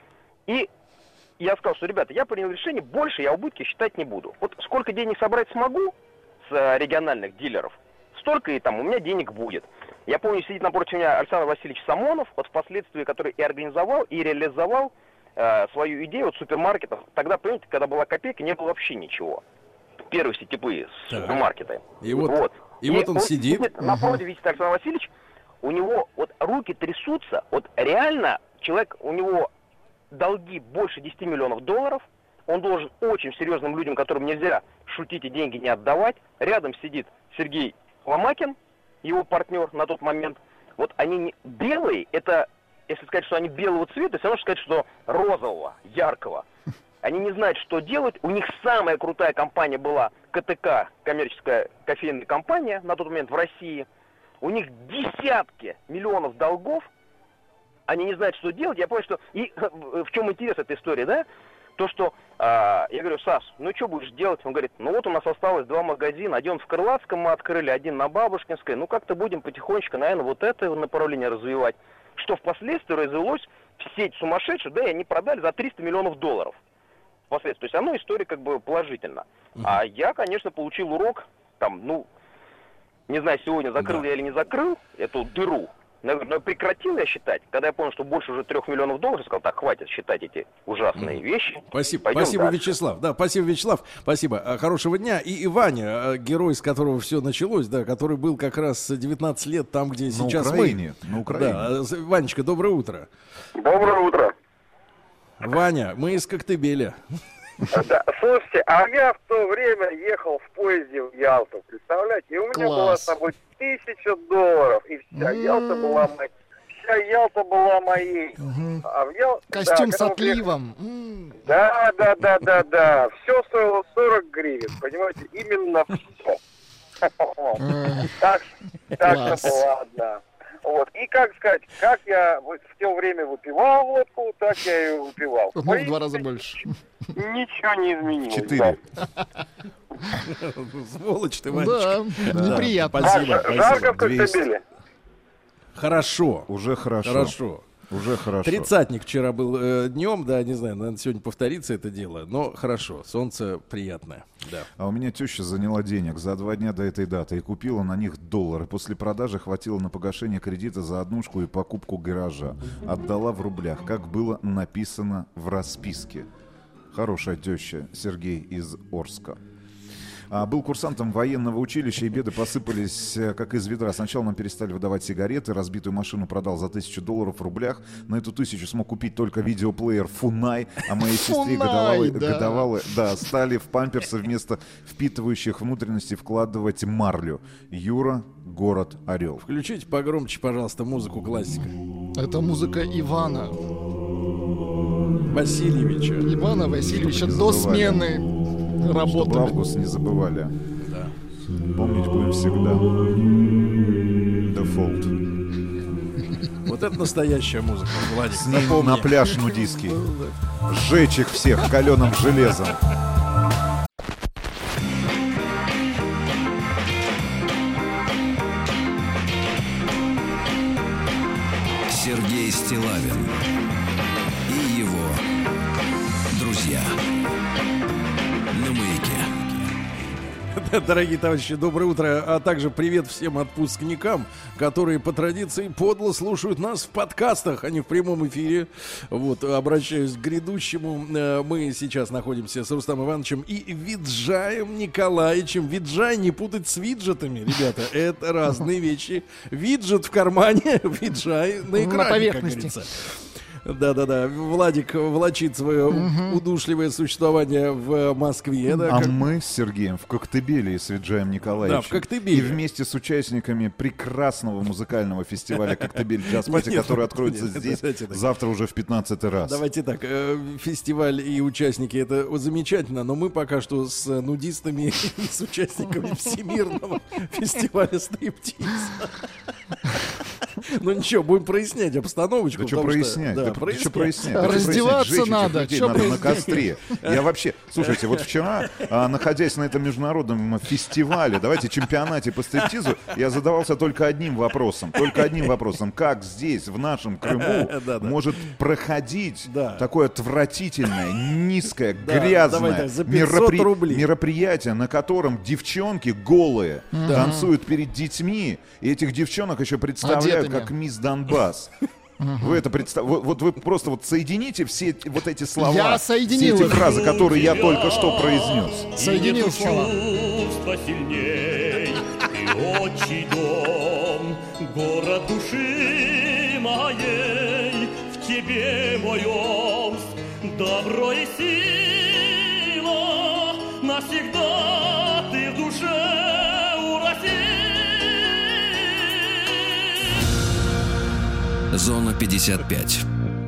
И я сказал, что, ребята, я принял решение, больше я убытки считать не буду. Вот сколько денег собрать смогу с э, региональных дилеров, столько и там у меня денег будет. Я помню, сидит напротив меня Александр Васильевич Самонов, вот впоследствии, который и организовал, и реализовал э, свою идею от супермаркетов. Тогда, понимаете, когда была «Копейка», не было вообще ничего. Первые сетевые супермаркеты. И вот, вот. И и вот он, он сидит. сидит напротив, видите, Александр Васильевич, у него вот руки трясутся, вот реально человек, у него долги больше десяти миллионов долларов, он должен очень серьезным людям, которым нельзя шутить и деньги не отдавать. Рядом сидит Сергей Ломакин, его партнер на тот момент. Вот они не... белые, это, если сказать, что они белого цвета, все равно сказать, что розового, яркого. Они не знают, что делать. У них самая крутая компания была КТК, коммерческая кофейная компания на тот момент в России. У них десятки миллионов долгов. Они не знают, что делать. Я понял, что... И в чем интерес этой истории, да? То, что... А, я говорю, Саш, ну что будешь делать? Он говорит, ну вот у нас осталось два магазина. Один в Крылатском мы открыли, один на Бабушкинской. Ну как-то будем потихонечку, наверное, вот это направление развивать. Что впоследствии развелось в сеть сумасшедших, да, и они продали за триста миллионов долларов. Впоследствии. То есть оно история как бы положительна. Uh-huh. А я, конечно, получил урок, там, ну, не знаю, сегодня закрыл да. я или не закрыл эту дыру. Но прекратил я считать, когда я понял, что больше уже трех миллионов долларов, сказал, так, хватит считать эти ужасные mm. вещи. Спасибо, Пойдем спасибо дальше. Вячеслав. Да, спасибо, Вячеслав. Спасибо. Хорошего дня. И, и Ваня, герой, с которого все началось, да, который был как раз девятнадцать лет там, где на сейчас Украине, мы. На Украине. Да. Ванечка, доброе утро. Доброе утро. Ваня, мы из Коктебеля. Да, слушайте, а я в то время ехал в поезде в Ялту, представляете? И у меня Класс. была с собой тысяча долларов, и вся Ялта была моей. Вся Ялта была моей. А в Ял... Костюм да, с отливом. М. Да, да, да, да, да. Все стоило сорок гривен, понимаете? Именно все. Так так что была одна. Вот. И как сказать, как я вот в то время выпивал водку, так я ее выпивал. Ну, в два раза больше. Ничего не изменилось. Четыре. Сволочь ты, Да, Ванечка. неприятно. Спасибо, Жарко в спасибо. Коктебеле? Хорошо. Уже хорошо. Хорошо. Уже хорошо. Тридцатник вчера был э, днем, да, не знаю, наверное, сегодня повторится это дело, но хорошо, солнце приятное, да. А у меня теща заняла денег за два дня до этой даты и купила на них доллары. После продажи хватило на погашение кредита за однушку и покупку гаража. Отдала в рублях, как было написано в расписке. Хорошая теща, Сергей из Орска. А, был курсантом военного училища, и беды посыпались э, как из ведра. Сначала нам перестали выдавать сигареты, разбитую машину продал за тысячу долларов в рублях. На эту тысячу смог купить только видеоплеер Фунай, а моей сестре годовалые, да. годовалые да, стали в памперсы вместо впитывающих внутренности вкладывать марлю. Юра, город Орел. Включите погромче, пожалуйста, музыку классика. Это музыка Ивана. Васильевича. Ивана Васильевича Чтобы не до забывали. смены Чтобы работали. август не забывали. Да. Помнить будем всегда. Дефолт. Вот это настоящая музыка, Владик. С ним Напомни. на пляж нудистский. Сжечь их всех каленым железом. Сергей Стиллавин и его друзья на Маяке. Дорогие товарищи, доброе утро, а также привет всем отпускникам, которые по традиции подло слушают нас в подкастах, а не в прямом эфире. Вот, обращаюсь к грядущему. Э, Мы сейчас находимся с Рустамом Ивановичем и Виджаем Николаевичем. Виджай не путать с виджетами, ребята, это разные вещи. Виджет в кармане, виджай на экране, На поверхности. как говорится. Да-да-да, Владик влачит свое Мгм. удушливое существование в Москве. Да, А как- мы с Сергеем в Коктебеле и с Виджаем Николаевичем. Да, в Коктебеле. И вместе с участниками прекрасного музыкального фестиваля «Коктебель Джаз Пати», Нет, который откроется нет, здесь давайте так. завтра уже в пятнадцатый раз. Давайте так, э, фестиваль и участники — это замечательно, но мы пока что с нудистами и с участниками Всемирного фестиваля стриптиз. Ну ничего, будем прояснять обстановочку. Да что потому что- прояснять? да, Да что прояснять. прояснять? Да что Раздеваться прояснять? Сжечь этих надо, людей чё надо на прояснять? костре. Я вообще, слушайте, вот вчера, а, находясь на этом международном фестивале, давайте чемпионате по стриптизу, я задавался только одним вопросом, только одним вопросом: как здесь, в нашем Крыму, Да, да. может проходить Да. такое отвратительное, низкое, Да, давай грязное так, за пятьсот рублей. мероприятие, на котором девчонки голые Да. танцуют перед детьми, и этих девчонок еще представляют Одетыми. как мисс Донбасс. Вы это представ... вот, вот вы просто вот соедините все эти- вот эти слова, Я все соединил эти их. фразы, которые я только что произнес. Соединил слова. Чувство сильней, и отчий дом, город души моей, в тебе, мой Омск, добро и сила, навсегда ты в душе у России. Зона пятьдесят пять.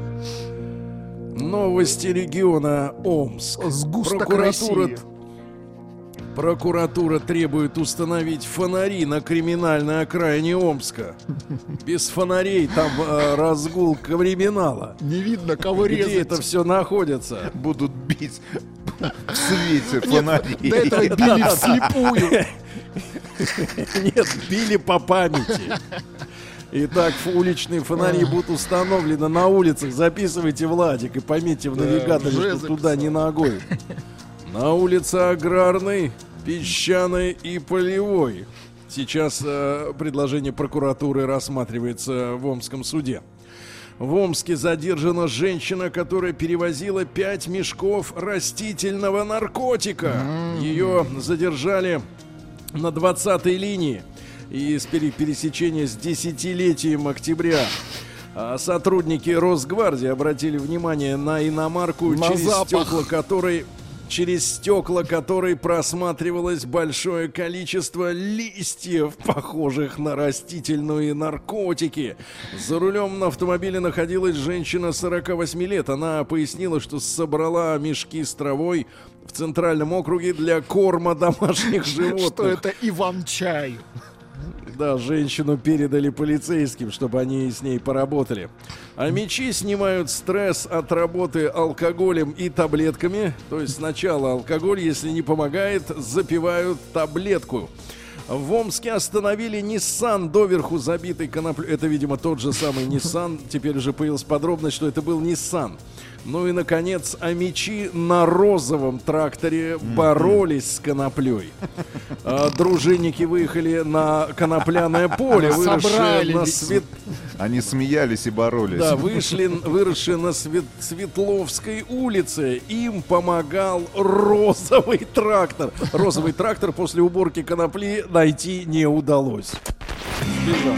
Новости региона Омск. Сгусток Прокуратура, России. прокуратура требует установить фонари на криминальной окраине Омска. Без фонарей там э, разгул криминала. Не видно, кого Где резать. это все находится? Будут бить в свете Нет, фонарей. до этого били вслепую. Нет, били по памяти. Итак, уличные фонари будут установлены на улицах. Записывайте, Владик, и пометьте в Да, навигаторе, уже что туда не ногой. На улице Аграрной, Песчаной и Полевой. Сейчас э, предложение прокуратуры рассматривается в Омском суде. В Омске задержана женщина, которая перевозила пять мешков растительного наркотика. Ее задержали на двадцатой линии и с пере- пересечения с десятилетием октября. А сотрудники Росгвардии обратили внимание на иномарку, На через запах. стекла которой через стекла которой просматривалось большое количество листьев, похожих на растительные наркотики. За рулем автомобиля находилась женщина сорока восьми лет. Она пояснила, что собрала мешки с травой в Центральном округе для корма домашних животных. Что это Иван-чай. Да, женщину передали полицейским, чтобы они с ней поработали. А мечи снимают стресс от работы алкоголем и таблетками. То есть сначала алкоголь, если не помогает, запивают таблетку. В Омске остановили Nissan, доверху забитый коноплей. Это, видимо, тот же самый Nissan. Теперь уже появилась подробность, что это был Nissan. Ну и, наконец, амичи на розовом тракторе боролись с коноплей. А, дружинники выехали на конопляное поле, выросшее на свет... Они смеялись и боролись. Да, вышли, выросшие на свет... Светловской улице. Им помогал розовый трактор. Розовый трактор после уборки конопли найти не удалось. Бежал.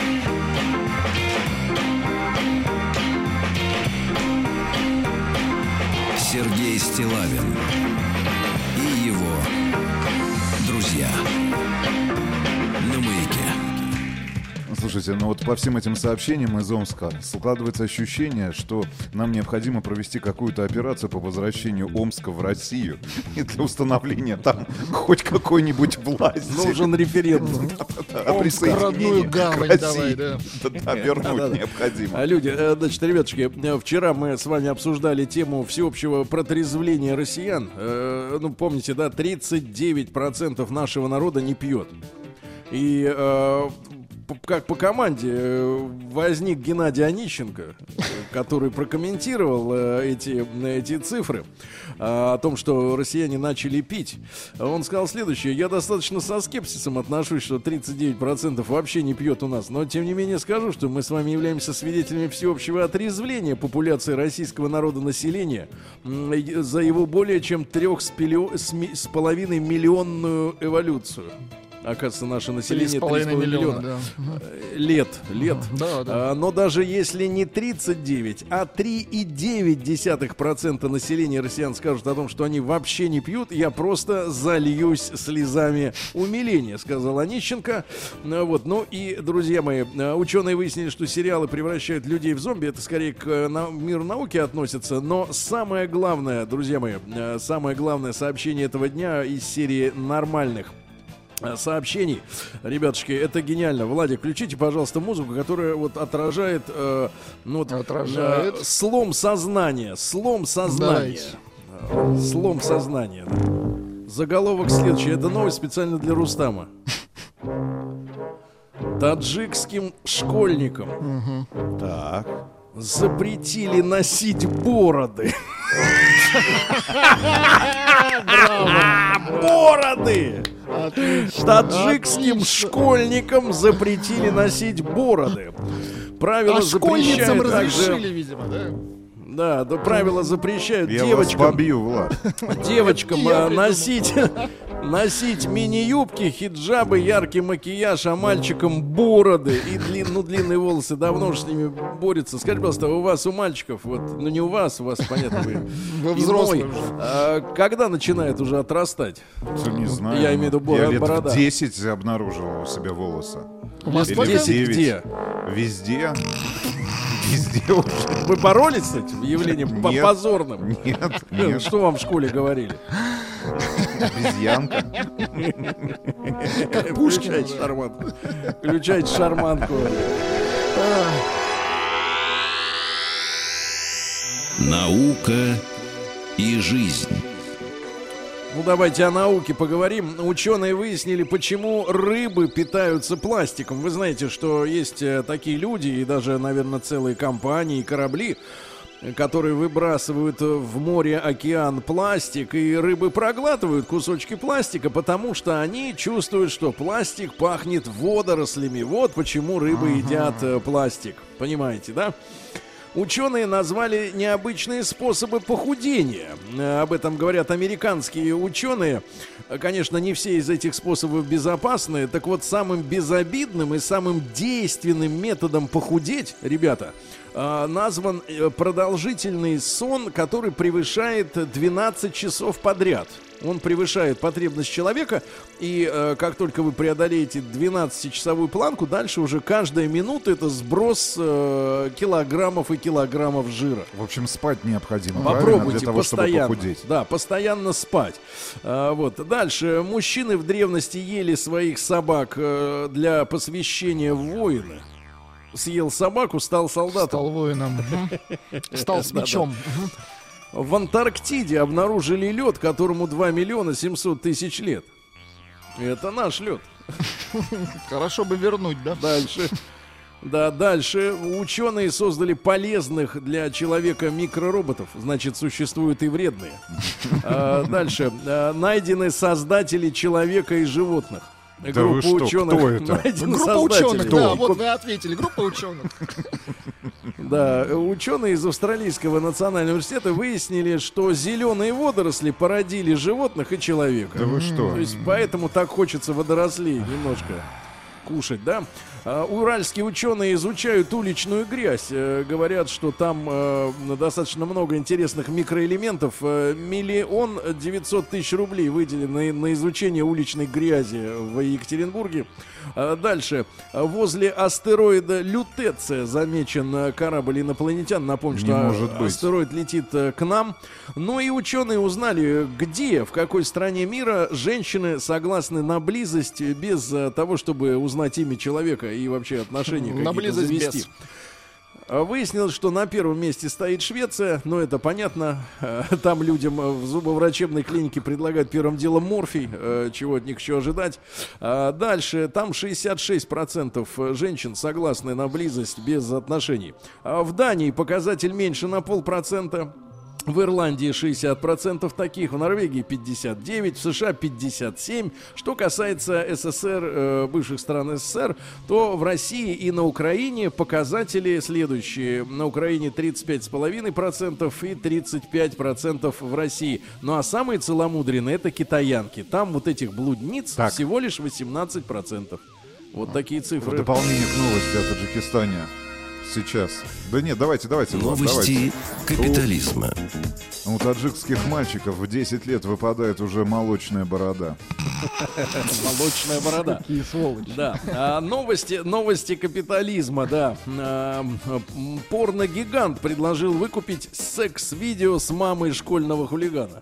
Сергей Стиллавин и его друзья на Маяке. Слушайте, ну вот по всем этим сообщениям из Омска складывается ощущение, что нам необходимо провести какую-то операцию по возвращению Омска в Россию. И для установления там хоть какой-нибудь власти. Нужен референдум. Омск, родную гавань давай, да. Вернуть необходимо. А люди, э, значит, ребятушки, э, вчера мы с вами обсуждали тему всеобщего протрезвления россиян. Э, ну, помните, да, тридцать девять процентов нашего народа не пьет. И э, как по команде возник Геннадий Онищенко, который прокомментировал эти, эти цифры о том, что россияне начали пить. Он сказал следующее: я достаточно со скепсисом отношусь, что тридцать девять процентов вообще не пьет у нас, но тем не менее скажу, что мы с вами являемся свидетелями всеобщего отрезвления популяции российского народонаселения за его более чем трех с половиной миллионную эволюцию. Оказывается, наше население три с половиной миллиона, миллиона да. лет, лет. Да, да. А, но даже если не тридцать девять, а три и девять десятых процента населения россиян скажут о том, что они вообще не пьют, я просто зальюсь слезами умиления, сказал Онищенко. Вот. Ну и, друзья мои, ученые выяснили, что сериалы превращают людей в зомби. Это скорее к на, миру науки относится. Но самое главное, друзья мои, самое главное сообщение этого дня из серии нормальных сообщений, ребятушки, это гениально. Владик, включите, пожалуйста, музыку, которая вот отражает, э, ну, вот, отражает. Э, слом сознания, слом сознания, э, слом сознания. Да. Заголовок следующий. Это новость специально для Рустама. Таджикским школьникам угу. так. запретили носить бороды. Бороды! Отлично, таджикским отлично. Школьникам запретили носить бороды. Правила а запрещают разрешили, также... видимо, да? Да, да, правила запрещают Я девочкам, вас побью, Влад. девочкам носить, носить мини-юбки, хиджабы, яркий макияж, а мальчикам бороды и длин, ну, длинные волосы. Давно же с ними борются. Скажите, пожалуйста, у вас, у мальчиков, вот, ну не у вас, у вас, понятно, вы, вы взрослые. А, когда начинает уже отрастать? Не знаю. Я имею в виду борода. Я лет в десять обнаружил у себя волосы. У вас десять где? Везде. Везде уже. Вы боролись с этим явлением нет, позорным? Нет, нет. Что вам в школе говорили? Обезьянка. Включайте шарманку. Включайте шарманку. Наука и жизнь. Ну, давайте о науке поговорим. Ученые выяснили, почему рыбы питаются пластиком. Вы знаете, что есть такие люди и даже, наверное, целые компании, корабли, которые выбрасывают в море, океан пластик, и рыбы проглатывают кусочки пластика, потому что они чувствуют, что пластик пахнет водорослями. Вот почему рыбы ага. едят пластик. Понимаете, да? Ученые назвали необычные способы похудения. Об этом говорят американские ученые. Конечно, не все из этих способов безопасны. Так вот, самым безобидным и самым действенным методом похудеть, ребята, назван продолжительный сон, который превышает двенадцать часов подряд. Он превышает потребность человека, и э, как только вы преодолеете двенадцатичасовую планку, дальше уже каждая минута это сброс э, килограммов и килограммов жира. В общем, спать необходимо. Попробуйте для того, постоянно. Чтобы похудеть. Да, постоянно спать. А, вот. Дальше. Мужчины в древности ели своих собак э, для посвящения в воины. Съел собаку, стал солдатом. Стал воином. Стал с мечом. В Антарктиде обнаружили лед, которому два миллиона семьсот тысяч лет. Это наш лед. Хорошо бы вернуть, да? Дальше. Да, дальше. Ученые создали полезных для человека микророботов. Значит, существуют и вредные. А, дальше. А, найдены создатели человека и животных. Да группа вы что, ученых. кто это? Группа ученых, да, вот вы ответили. Группа ученых. Да, ученые из Австралийского национального университета выяснили, что зеленые водоросли породили животных и человека. Да вы что? То есть поэтому так хочется водорослей немножко кушать, да? А, уральские ученые изучают уличную грязь. Э, говорят, что там э, достаточно много интересных микроэлементов. Э, миллион девятьсот тысяч рублей выделено на, на изучение уличной грязи в Екатеринбурге. А, дальше. Возле астероида Лютеция замечен корабль инопланетян. Напомню, Не что может быть. астероид летит э, к нам. Ну и ученые узнали, где, в какой стране мира женщины согласны на близость без э, того, чтобы узнать имя человека и вообще отношения На какие-то близость завести. без. Выяснилось, что на первом месте стоит Швеция, но это понятно. Там людям в зубоврачебной клинике предлагают первым делом морфий, чего от них еще ожидать. Дальше, там шестьдесят шесть процентов женщин согласны на близость без отношений. В Дании показатель меньше на полпроцента. В Ирландии шестьдесят процентов таких, в Норвегии пятьдесят девять процентов, в США пятьдесят семь процентов. Что касается СССР, э, бывших стран СССР, то в России и на Украине показатели следующие. На Украине тридцать пять целых пять десятых процента и тридцать пять процентов в России. Ну а самые целомудренные — это китаянки. Там вот этих блудниц Так. всего лишь восемнадцать процентов. Вот такие цифры. В дополнение к новости о Таджикистане. Сейчас. Да нет, давайте, давайте. Влад, Новости давайте. капитализма. У, у таджикских мальчиков в десять лет выпадает уже молочная борода. Молочная борода. Какие сволочи. Да. А, новости, новости капитализма, да. А, м, порно-гигант предложил выкупить секс-видео с мамой школьного хулигана.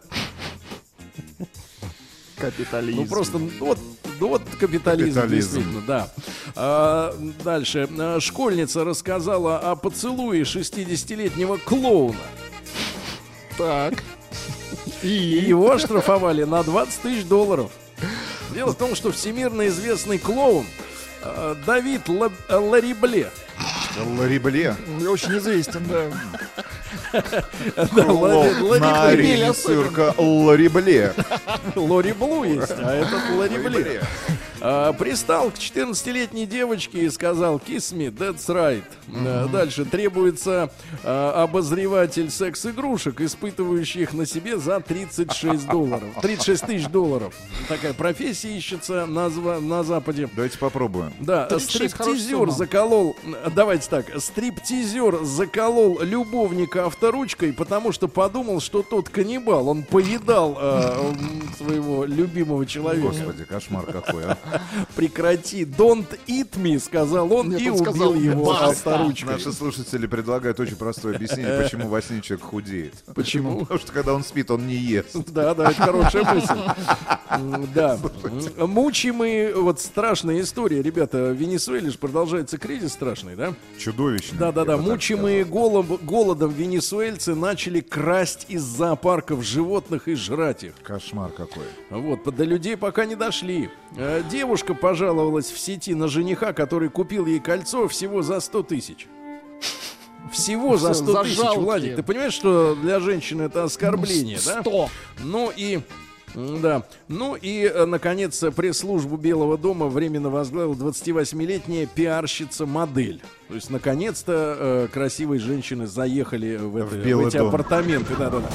Капитализм. Ну просто, ну, вот, ну, вот капитализм, Капитализм. действительно, да. А, дальше. А, школьница рассказала о поцелуе шестидесятилетнего клоуна. Так. И его оштрафовали на двадцать тысяч долларов. Дело в том, что всемирно известный клоун э, Давид Ла- Ларибле. Ларибле. Очень известен, да. Да, Лари- На Ларибле. арене цирка Ларибле. Лори Блу есть, а этот Ларибле. А, пристал к четырнадцатилетней девочке и сказал: "Kiss me, that's right". А, дальше требуется а, обозреватель секс-игрушек, испытывающий их на себе за тридцать шесть долларов. тридцать шесть тысяч долларов. Такая профессия ищется на, зва- на Западе. Давайте попробуем. Да, тридцать шесть хорошая стриптизер сумма. заколол, давайте так, стриптизер заколол любовника авторучкой, потому что подумал, что тот каннибал, он поедал э, м, своего любимого человека. Господи, кошмар какой, а. Прекрати, don't eat me, сказал он. Нет, и он убил сказал, его «Баста». авторучкой. Наши слушатели предлагают очень простое объяснение, почему во сне человек худеет. Почему? Потому что когда он спит, он не ест. Да, да, это хорошая мысль. М, Да. М, Мучимые, вот страшная история, ребята, в Венесуэле же продолжается кризис страшный, да? Чудовищно. Да-да-да, я бы так мучимые голод- голодом венесуэльцы начали красть из зоопарков животных и жрать их. сказал. Кошмар какой. Вот, до людей пока не дошли. Э, Девушка пожаловалась в сети на жениха, который купил ей кольцо всего за сто тысяч. Всего за сто За тысяч, жалкие. Владик. Ты понимаешь, что для женщины это оскорбление, Ну, да? сто. Ну и Да. Ну и, э, наконец, пресс-службу Белого дома временно возглавила двадцативосьмилетняя пиарщица-модель. То есть, наконец-то, э, красивые женщины заехали в, это, в, в эти дом. апартаменты. Да-да-да.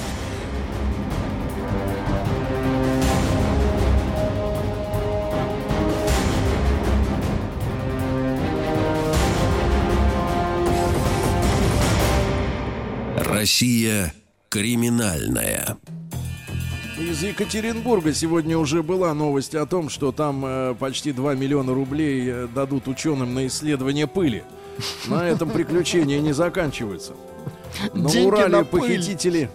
Россия криминальная. Из Екатеринбурга сегодня уже была новость о том, что там э, почти два миллиона рублей э, дадут ученым на исследование пыли. На этом приключения не заканчиваются. На Деньги Урале на пыль. похитители...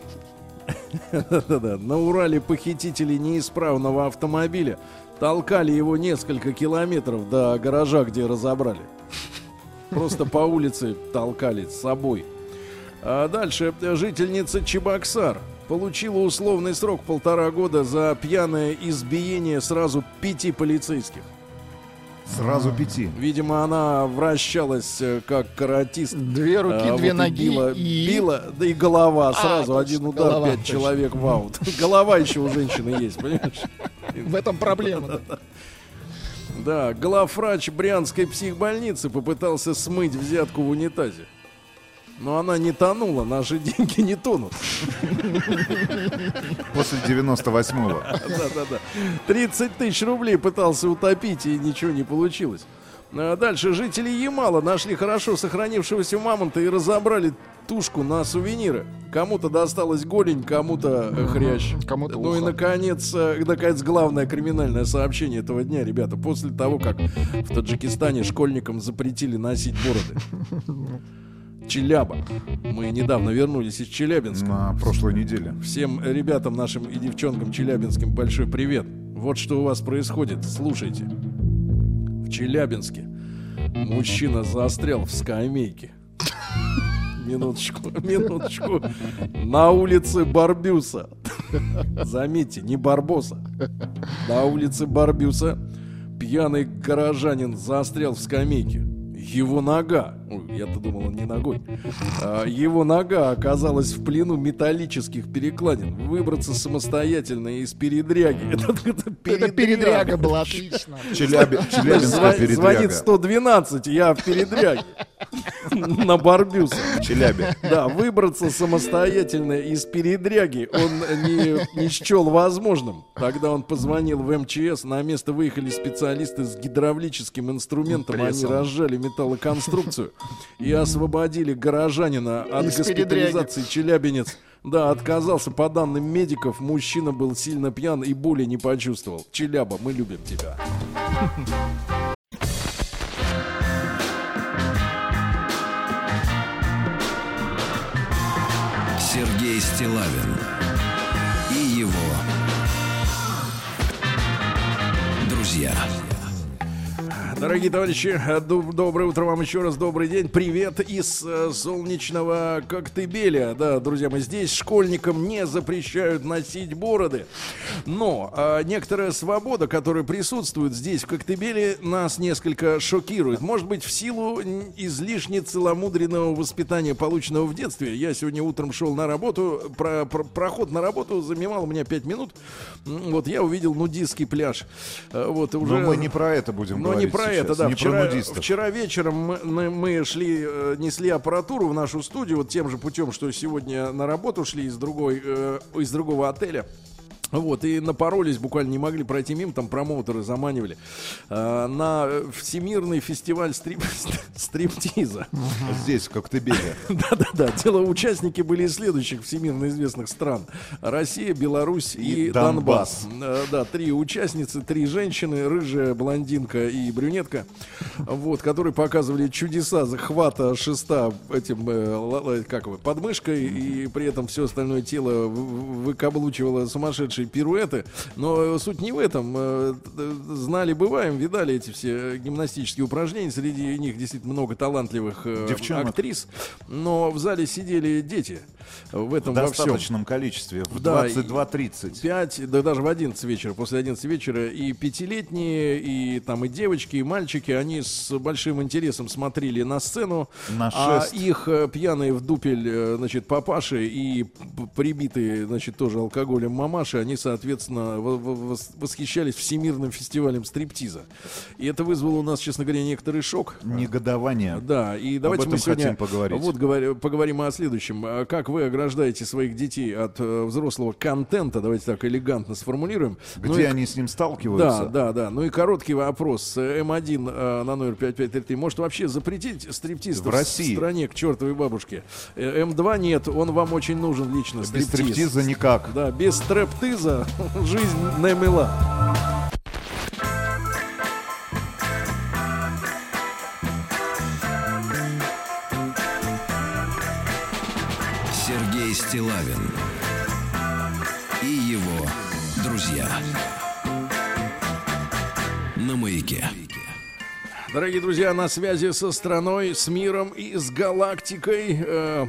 На Урале похитители неисправного автомобиля толкали его несколько километров до гаража, где разобрали. Просто по улице толкали с собой. А дальше жительница Чебоксар получила условный срок полтора года за пьяное избиение сразу пяти полицейских. Сразу пяти. Видимо, она вращалась как каратист. Две руки, а, две вот ноги била, и... била, да и голова А, сразу. точно, один удар, голова, пять точно. человек в аут. Голова еще у женщины есть, понимаешь? В этом проблема. Да, главврач Брянской психбольницы попытался смыть взятку в унитазе. Но она не тонула, наши деньги не тонут. После девяносто восьмого. Да-да-да. тридцать тысяч рублей пытался утопить, и ничего не получилось. А дальше жители Ямала нашли хорошо сохранившегося мамонта и разобрали тушку на сувениры. Кому-то досталась голень, кому-то э, хрящ. Кому-то Ну и, ухо. наконец, э, наконец, главное криминальное сообщение этого дня, ребята. После того, как в Таджикистане школьникам запретили носить бороды. Челяба. Мы недавно вернулись из Челябинска. На прошлой неделе. Всем ребятам нашим и девчонкам челябинским большой привет. Вот что у вас происходит. Слушайте. В Челябинске мужчина застрял в скамейке. Минуточку, минуточку. На улице Барбюса. Заметьте, не Барбоса. На улице Барбюса пьяный горожанин застрял в скамейке. Его нога, ой, я-то думал, он не ногой, а, его нога оказалась в плену металлических перекладин. Выбраться самостоятельно из передряги. Это, это, Это передряга была, отлично. Челяби, Челябинская Зва- передряга. Звонит сто двенадцать, я в передряге. На Барбюсе. В Челябе. Да, выбраться самостоятельно из передряги он не, не счел возможным. Тогда он позвонил в эм че эс. На место выехали специалисты с гидравлическим инструментом. Прессом. Они разжали металлоконструкцию и освободили горожанина от Из госпитализации. Челябинец, да, отказался. По данным медиков, мужчина был сильно пьян и боли не почувствовал. Челяба, мы любим тебя. Сергей Стиллавин и его друзья. Дорогие товарищи, доб- доброе утро вам еще раз, добрый день. Привет из э, солнечного Коктебеля. Да, друзья, мы здесь школьникам не запрещают носить бороды. Но э, некоторая свобода, которая присутствует здесь, в Коктебеле, нас несколько шокирует. Может быть, в силу н- излишне целомудренного воспитания, полученного в детстве. Я сегодня утром шел на работу, про- про- проход на работу занимал у меня пять минут. М, Вот я увидел нудистский пляж. Э, Вот, и уже... Но мы не про это будем Но говорить не про сейчас, это, да. не Вчера, про нудистов. вчера вечером мы, мы- мы шли, э, несли аппаратуру в нашу студию вот тем же путем, что сегодня на работу шли из другой, э, из другого отеля. Вот, и напоролись, буквально не могли пройти мимо, там промоутеры заманивали э, на Всемирный фестиваль стрип, стриптиза. Здесь, в Коктебеле. Да-да-да, дело участники были из следующих всемирно известных стран: Россия, Беларусь и, И Донбасс. Донбасс. Э, Да, три участницы, три женщины, рыжая, блондинка и брюнетка, вот, которые показывали чудеса захвата шеста этим, э, ла- ла- как его, подмышкой, и при этом все остальное тело в- в- выкаблучивало сумасшедшие пируэты. Но суть не в этом. Э, э, Знали, бываем, видали эти все гимнастические упражнения. Среди них действительно много талантливых э, Девчонок. актрис. Но в зале сидели дети. В этом В во всем. достаточном количестве. В Да, двадцать два тридцать. пять, да даже в одиннадцать вечера, после одиннадцати вечера, и пятилетние, и там и девочки, и мальчики, они с большим интересом смотрели на сцену, На а шест. их э, пьяные в дупель, э, значит, папаши и п- прибитые, значит, тоже алкоголем мамаши, они они, соответственно, в- в- восхищались Всемирным фестивалем стриптиза. И это вызвало у нас, честно говоря, некоторый шок. Негодование. Да, и давайте Об мы этом сегодня хотим поговорить. Вот говоря- поговорим о следующем. А Как вы ограждаете своих детей от э, взрослого контента, давайте так элегантно сформулируем. Где Ну и- они с ним сталкиваются? Да, да, да. Ну и короткий вопрос. эм один э, на номер пять пять три три может вообще запретить стриптизов В России. в стране к чертовой бабушке? Э, эм два нет, он вам очень нужен лично. Без Стриптиз. стриптиза никак. Да, без стриптиза жизнь не мила. Сергей Стиллавин и его друзья на Маяке. Дорогие друзья, на связи со страной, с миром и с галактикой, э,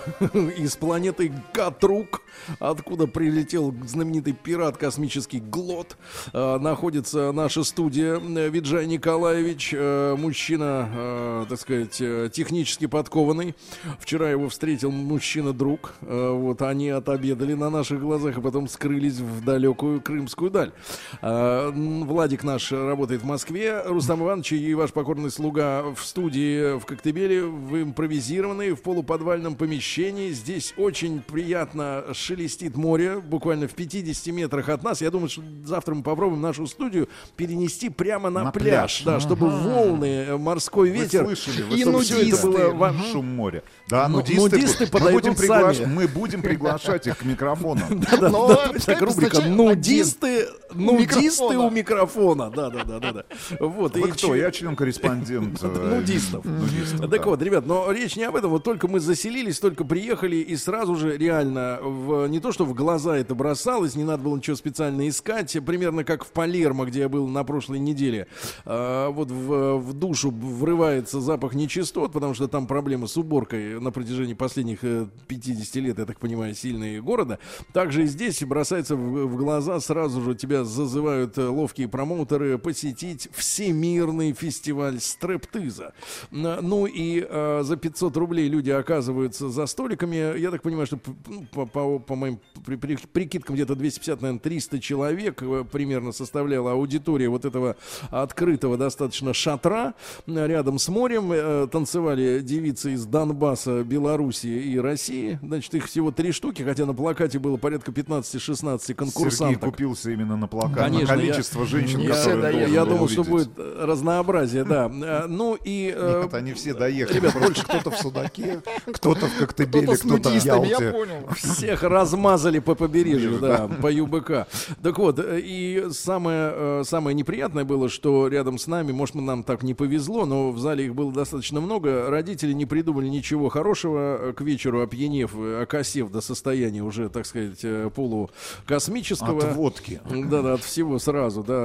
э, и с планетой Катрук, откуда прилетел знаменитый пират космический Глот, э, находится наша студия. Виджай Николаевич, э, мужчина, э, так сказать, э, технически подкованный. Вчера его встретил мужчина-друг. Э, вот они отобедали на наших глазах, и потом скрылись в далекую крымскую даль. Э, Владик наш работает в Москве. Рустам Иванович и ваш покорный слуга в студии в Коктебеле, в импровизированной, в полуподвальном помещении. Здесь очень приятно шелестит море, буквально в пятидесяти метрах от нас. Я думаю, что завтра мы попробуем нашу студию перенести прямо на, На пляж, пляж. да, чтобы Ага. волны, морской Вы ветер слышали, вы и чтобы нудисты, всё это было во- шум моря. Да, Ну, нудисты, нудисты мы, подойдут будем пригла- сами. мы будем приглашать их к микрофону. Да-да, Но да, пускай так, рубрика сначала «Нудисты, у нудисты микрофона». у микрофона». Да-да-да-да. Вот, Вы и кто? че- Я член-корреспондент. э, Нудистов. нудистов, Так да. вот, ребят, но речь не об этом. Вот только мы заселились, только приехали, и сразу же реально в, не то, что в глаза это бросалось, не надо было ничего специально искать. Примерно как в Палермо, где я был на прошлой неделе. А, вот в, в душу врывается запах нечистот, потому что там проблемы с уборкой на протяжении последних э, пятидесяти лет, я так понимаю, сильные города. Также и здесь бросается в, в глаза, сразу же тебя зазывают э, ловкие промоутеры посетить всемирный фестиваль стриптиза. Н- Ну и э, за пятьсот рублей люди оказываются за столиками. Я так понимаю, что п- ну, по, по- по моим при- при- прикидкам где-то двести пятьдесят, наверное, триста человек э, примерно составляла аудитория вот этого открытого достаточно шатра э, рядом с морем. Э, Танцевали девицы из Донбасса, Белоруссии и России. Значит, их всего три штуки, хотя на плакате было порядка пятнадцати-шестнадцати Сергей конкурсанток. купился именно на плакат, Конечно, на количество я- женщин, я, которые я, должен я был думал, что увидеть. будет э, разнообразие, да. Э, Ну и... э, Нет, они все доехали. Ребят, Просто больше кто-то в Судаке, кто-то в Коктебеле, Кто-то с кто-то в нудистами, я Ялте. понял. Всех размазали по побережью, Вижу, да, да. по ЮБК. Так вот, э, и самое, э, самое неприятное было, что рядом с нами, может, нам так не повезло, но в зале их было достаточно много. Родители не придумали ничего хорошего, э, к вечеру опьянев, э, окосев до состояния уже, так сказать, э, полукосмического. От водки. Да-да, от всего сразу, да.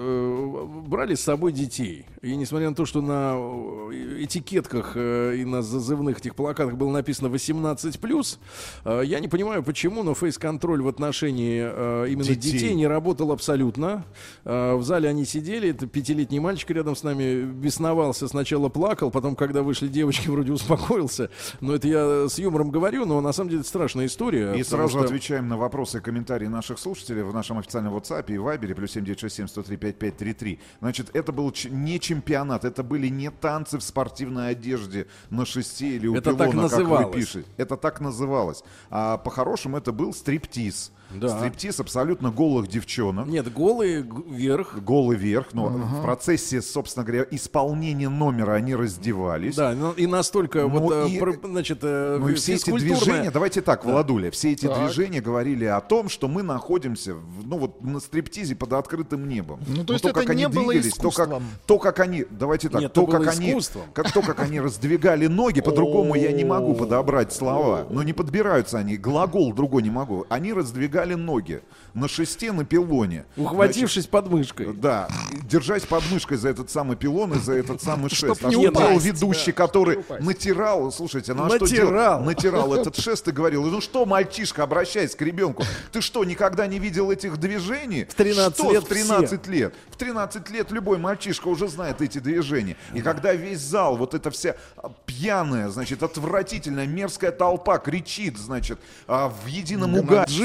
Э, Брали с собой детей. И несмотря на то, что на э, этикетках э, и на зазывных этих плакатах было написано восемнадцать плюс, э, я не понимаю, почему, но фейс-контроль в отношении э, именно Детей. детей. не работал абсолютно. Э, В зале они сидели, это пятилетний мальчик рядом с нами бесновался, сначала плакал, потом, когда вышли девочки, вроде успокоился. Но это я с юмором говорю, но на самом деле это страшная история. И потому сразу что- отвечаем на вопросы и комментарии наших слушателей в нашем официальном WhatsApp и Viber плюс семь девять шесть семь сто три пять пять три три. Значит, это был ч- не чемпионат, это были не танцы в спортивной одежде на шесте или у Это пилона, так как называлось. вы пишете. Это так называлось. А по-хорошему это был стриптиз. Да. Стриптиз абсолютно голых девчонок. Нет, голый г- вверх. Голый вверх, но Ага. в процессе, собственно говоря, исполнения номера они раздевались. Да, ну, и настолько Ну вот, э, и- про- значит, э, Ну и все эти физкультурная- движения, давайте так, Да. Владуля, все эти Так. движения говорили о том, что мы находимся в- ну вот на стриптизе под открытым небом. Ну, то Но есть то, это как они не было двигались, то как, искусством. то, как они, давайте так, Нет, то, это было как они, искусством. как, то, как они раздвигали ноги, по-другому я не могу подобрать слова, но не подбираются они, глагол другой не могу. Они раздвигали ноги на шесте, на пилоне. Ухватившись под мышкой. Да, и держась под мышкой за этот самый пилон и за этот самый шест. Чтоб А не что делал упасть, ведущий, да, который не упасть. натирал, слушайте, ну а что Натирал. делал? Натирал этот шест и говорил, ну что, мальчишка, обращайся к ребенку, ты что, никогда не видел этих движений? В тринадцать что, лет в тринадцать лет? В тринадцать лет любой мальчишка уже знает эти движения. И когда весь зал, вот эта вся а, пьяная, значит, отвратительная, мерзкая толпа кричит, значит, а, в едином Да, угаре, джип. слушайте,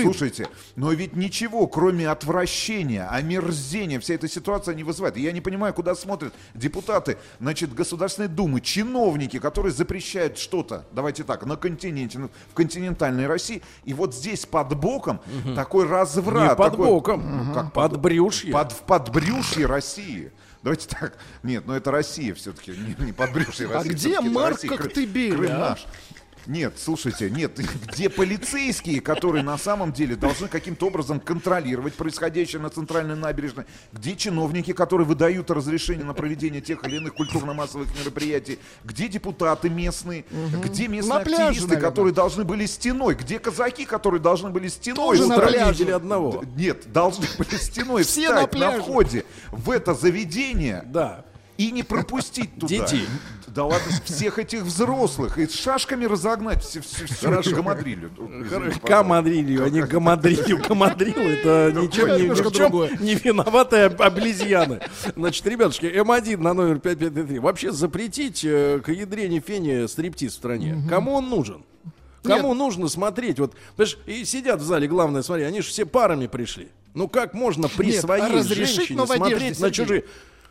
но ведь ничего, кроме отвращения, омерзения, вся эта ситуация не вызывает. И я не понимаю, куда смотрят депутаты, значит, Государственной Думы, чиновники, которые запрещают что-то, давайте так, на континенте, в континентальной России, и вот здесь под боком угу. такой разврат. Не под такой, боком, ну, как под брюшье. Под, в подбрюшье России. Давайте так. Нет, но это Россия все-таки, не, не подбрюшье России. А где Марк Коктебель? Крым наш. Нет, слушайте, нет, где полицейские, которые на самом деле должны каким-то образом контролировать происходящее на центральной набережной, где чиновники, которые выдают разрешение на проведение тех или иных культурно-массовых мероприятий, где депутаты местные, угу. где местные пляже, активисты, наверное. которые должны были стеной, где казаки, которые должны были стеной Тоже на пляже. Или одного. Нет, должны были стеной Все встать на, на входе в это заведение. Да. И не пропустить туда. Детей. Да ладно, всех этих взрослых. И с шашками разогнать всю, всю, всю эту гамадрилью. Гамадрилью, а не гамадрилью. Гамадрил — это ничего не, ни в чем не виноватые обезьяны. Значит, ребятушки, эм один на номер пять пять три. Вообще запретить э, к ядрене фене стриптиз в стране. Угу. Кому он нужен? Кому Нет. нужно смотреть? Вот, понимаешь, и сидят в зале, главное, смотри, они же все парами пришли. Ну как можно при Нет, своей а женщине смотреть на чужие...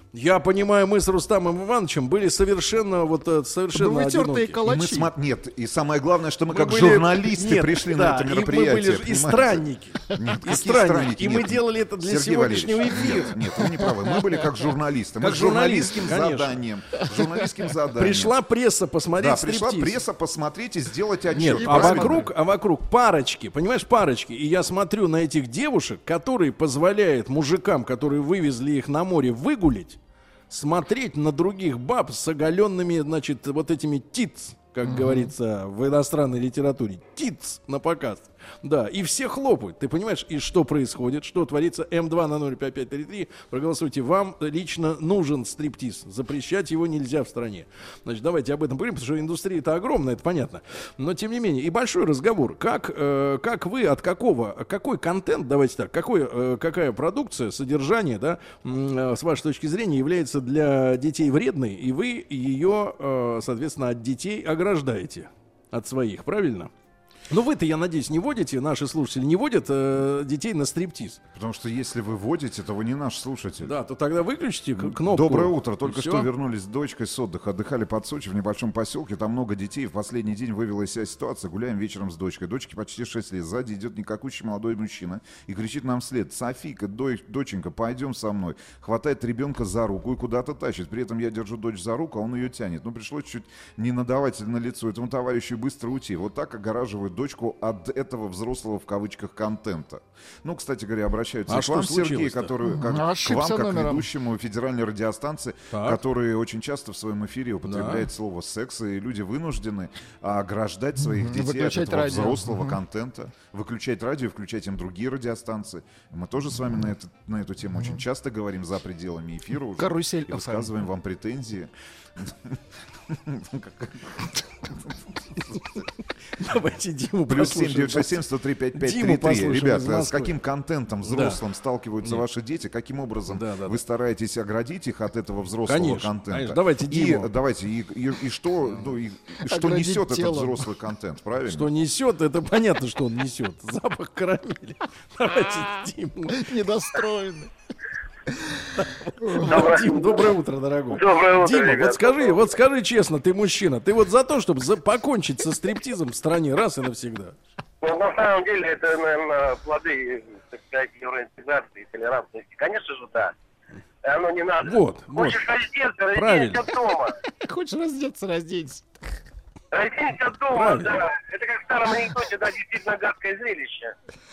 Я понимаю, мы с Рустамом Ивановичем были совершенно вот совершенно да одиноки. Мы смо... Нет, и самое главное, что мы, мы как были... журналисты Нет, пришли да, на это и мероприятие. Мы были и странники. Нет, и странники. странники. И нет, мы делали это для Сергей сегодняшнего эфира. Нет, нет, вы не правы. Мы были как журналисты. Как мы с журналистским заданием. Журналистским заданием. Пришла пресса посмотреть да, стриптиз. пришла пресса посмотреть и сделать отчет. Нет, а вокруг, а вокруг парочки, понимаешь, парочки. И я смотрю на этих девушек, которые позволяют мужикам, которые вывезли их на море, выгулить, смотреть на других баб с оголенными, значит, вот этими тиц, как mm-hmm. говорится в иностранной литературе, тиц на показ. Да, и все хлопают, ты понимаешь, и что происходит, что творится. эм два на номер пять пять три три, проголосуйте, вам лично нужен стриптиз, запрещать его нельзя в стране. Значит, давайте об этом поговорим, потому что индустрия-то огромная, это понятно, но тем не менее, и большой разговор, как, э, как вы, от какого, какой контент, давайте так, какой, э, какая продукция, содержание, да, э, с вашей точки зрения, является для детей вредной, и вы ее, э, соответственно, от детей ограждаете, от своих, правильно? Ну вы-то, я надеюсь, не водите, наши слушатели не водят э, детей на стриптиз. Потому что если вы водите, то вы не наш слушатель. Да, то тогда выключите кнопку. Доброе утро. Только что вернулись с дочкой с отдыха. Отдыхали под Сочи в небольшом поселке. Там много детей. В последний день вывела из себя ситуация. Гуляем вечером с дочкой. Дочке почти шесть лет. Сзади идет никакущий молодой мужчина и кричит нам вслед: «Софийка, дой, доченька, пойдем со мной». Хватает ребенка за руку и куда-то тащит. При этом я держу дочь за руку, а он ее тянет. Ну, пришлось чуть не надавать на лицо этому товарищу и быстро уйти. Вот так огораживают дочку от этого взрослого в кавычках контента. Ну, кстати говоря, обращаются а к вам, Сергей, который, как, а к вам, как номером. ведущему федеральной радиостанции, так. который очень часто в своем эфире употребляет да. слово секс, и люди вынуждены ограждать своих mm-hmm. детей выключать от этого радио. взрослого mm-hmm. контента, выключать радио, включать им другие радиостанции. Мы тоже с вами на, это, на эту тему mm-hmm. очень часто говорим за пределами эфира уже. Карусель. И высказываем вам претензии. Давайте Диму Плюс семь девятьсот шестьдесят семь сто три пять пять три три. Ребята, с каким контентом взрослым да. сталкиваются Нет. ваши дети? Каким образом да, да, вы да. стараетесь оградить их от этого взрослого конечно, контента? Конечно. Давайте Диму. И, давайте, и, и, и что, ну, и, что несет телом. Этот взрослый контент, правильно? Что несет, это понятно, что он несет. Запах карамели. Давайте Диму. Недостроенный. Доброе, Дим, доброе утро, дорогой. Доброе утро, Дима, ребята. вот скажи, вот скажи честно, ты мужчина, ты вот за то, чтобы за, покончить со стриптизом в стране раз и навсегда? Ну, на самом деле, это, наверное, плоды, так сказать, евроинтеграции и толерантности. Конечно же, да. Оно не надо. Вот, Хочешь вот. раздеться, разденься дома. Хочешь раздеться, разденься. Разденься дома, Правильно. да. Это как в старом анекдоте, да, действительно гадкое зрелище.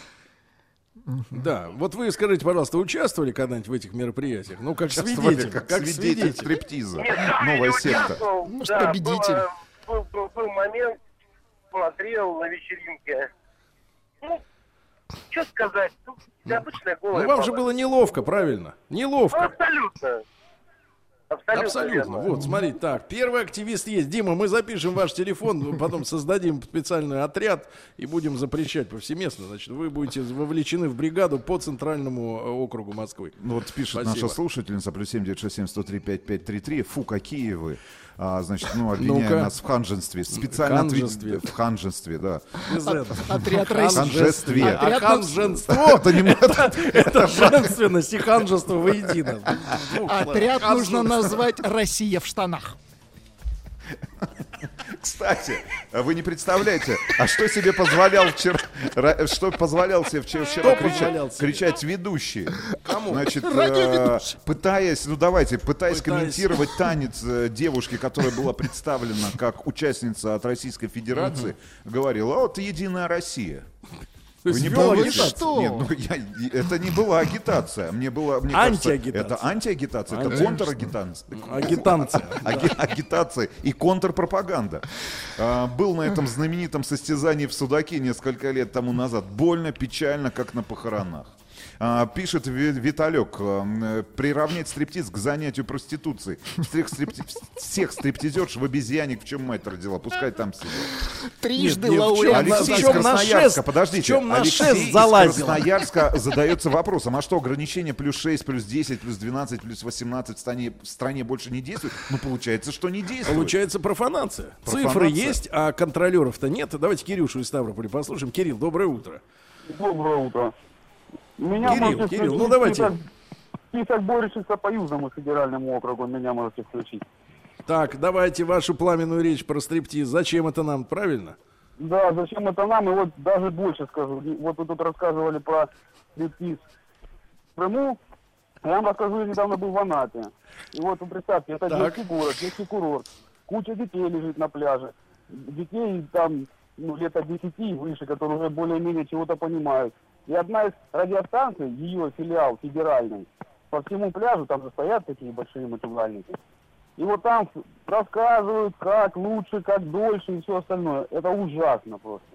Да, вот вы скажите, пожалуйста, участвовали когда-нибудь в этих мероприятиях? Ну, как свидетель, как, как свидетель, свидетель стриптиза. Нет, новая секта. Может, да, победитель. Было, был, был, был момент, смотрел на вечеринке. Ну, что сказать? Ну, обычная голая. Ну, вам баба. же было неловко, правильно? Неловко. Ну, абсолютно. Абсолютно. Абсолютно. Вот, смотрите, так, первый активист есть. Дима, мы запишем ваш телефон, потом создадим специальный отряд и будем запрещать повсеместно. Значит, вы будете вовлечены в бригаду по центральному округу Москвы. Ну, вот пишет Спасибо. наша слушательница, плюс семь девятьсот шестьдесят семь сто три пять пять три три. Фу, какие вы. а, значит, ну, обвиняя Ну-ка. нас в ханжестве. Специально отве- Ханжестве. в ханжестве, да. Без От- этого. отряд В России. ханжестве. А ханженство Это не это, это женственность и ханжество воедино. Ну, Отряд ханжество. нужно назвать «Россия в штанах». Кстати, вы не представляете, а что себе позволял вчера, ра- что позволял себе вчера, вчера Что позволял кричать, себе? кричать ведущий? Кому? Значит, э, Радиоведущий. пытаясь, ну давайте, пытаясь Пытаясь. комментировать танец э, девушки, которая была представлена как участница от Российской Федерации, говорила, вот Единая Россия. То Вы есть не вел помните? агитацию? Нет, ну, я- это не была агитация. Мне было, мне кажется, Антиагитация. это антиагитация, это Конечно. контрагитация. Агитанция. Аги- Агитация и контрпропаганда. А, был на этом знаменитом состязании в Судаке несколько лет тому назад. Больно, печально, как на похоронах. А, пишет Ви- Виталек, а, приравнять стриптиз к занятию проституцией. Всех, стрипти- всех стриптизерш в обезьянник, в чем мать родила, пускай там сидят. Трижды Нет, нет, в лауреат. чем- Алексей в из чем на Красноярска, шест? подождите, В чем на Алексей шест из залазила? Красноярска задается вопросом, а что, ограничение плюс шесть, плюс десять, плюс двенадцать, плюс восемнадцать в стране, в стране больше не действует? Ну, получается, что не действует. Получается профанация. Профанация. Цифры есть, а контролеров-то нет. Давайте Кирюшу из Ставрополя послушаем. Кирилл, доброе утро. Доброе утро. Меня Кирилл, можете Кирилл, включить ну давайте. Список, список борющихся по Южному федеральному округу меня можете включить. Так, давайте вашу пламенную речь про стриптиз. Зачем это нам, правильно? Да, зачем это нам? И вот даже больше скажу. Вот вы тут рассказывали про стриптиз в Крыму. Я вам расскажу, я недавно был в Анапе. И вот вы представьте, это Так. детский город, детский курорт. Куча детей лежит на пляже. Детей там ну, лет от десяти и выше, которые уже более-менее чего-то понимают. И одна из радиостанций, ее филиал федеральный, по всему пляжу, там же стоят такие большие мотивальники. И вот там рассказывают, как лучше, как дольше и все остальное. Это ужасно просто.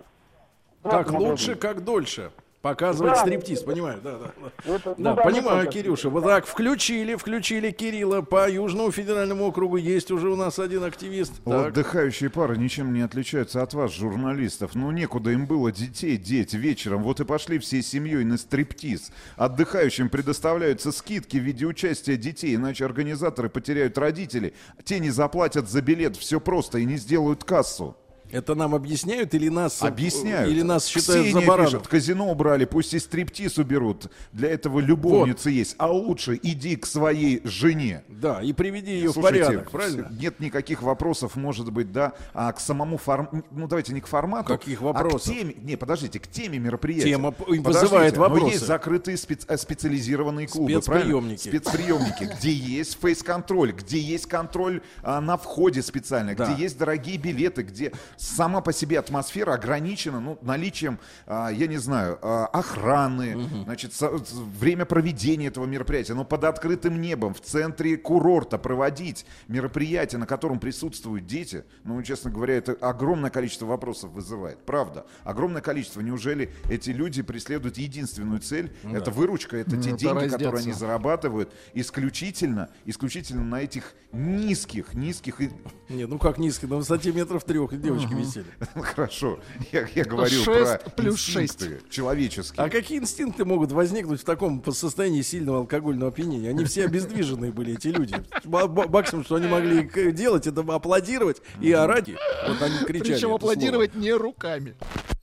Как Просто лучше, как дольше. Показывать Да. стриптиз, понимаю, да, да. Это- ну Да, да, понимаю, ну, Кирюша. Вот так, включили, включили Кирилла по Южному федеральному округу. Есть уже у нас один активист. Вот Так. отдыхающие пары ничем не отличаются от вас, журналистов. Ну, некуда им было детей деть вечером. Вот и пошли всей семьей на стриптиз. Отдыхающим предоставляются скидки в виде участия детей, иначе организаторы потеряют родителей. Те не заплатят за билет, все просто, и не сделают кассу. Это нам объясняют или нас, Объясняют. или нас считают Ксения за баранов? пишет, казино убрали, пусть и стриптиз уберут. Для этого любовницы есть. А лучше иди к своей жене. Да, и приведи ее Слушайте, в порядок, правильно? Нет никаких вопросов, может быть, да, а к самому формату, ну давайте не к формату. Каких вопросов? А к теме, не, подождите, к теме мероприятия. Тема п- Подождите, вызывает но вопросы. есть закрытые спец- э, специализированные клубы, Спецприемники. правильно? Спецприемники, где есть фейс-контроль, где есть контроль а, на входе специально, Да. где есть дорогие билеты, где сама по себе атмосфера ограничена, ну, наличием, а, я не знаю, а, охраны, значит, со- с- время проведения этого мероприятия, но под открытым небом, в центре курорта проводить мероприятие, на котором присутствуют дети, ну, честно говоря, это огромное количество вопросов вызывает, правда, огромное количество. Неужели эти люди преследуют единственную цель, Ну это да. выручка, это Ну, те это деньги, раздеться. которые они зарабатывают исключительно, исключительно на этих низких, низких и... Не, ну как низко, на высоте метров трех девочки Ага. висели. Хорошо, я, я говорил шесть про плюс инстинкты человеческие. А какие инстинкты могут возникнуть в таком состоянии сильного алкогольного опьянения? Они все обездвиженные были, эти люди. Ма- ма- Максимум, что они могли к- делать, это аплодировать и орать. Вот они кричали. Причем это аплодировать не руками.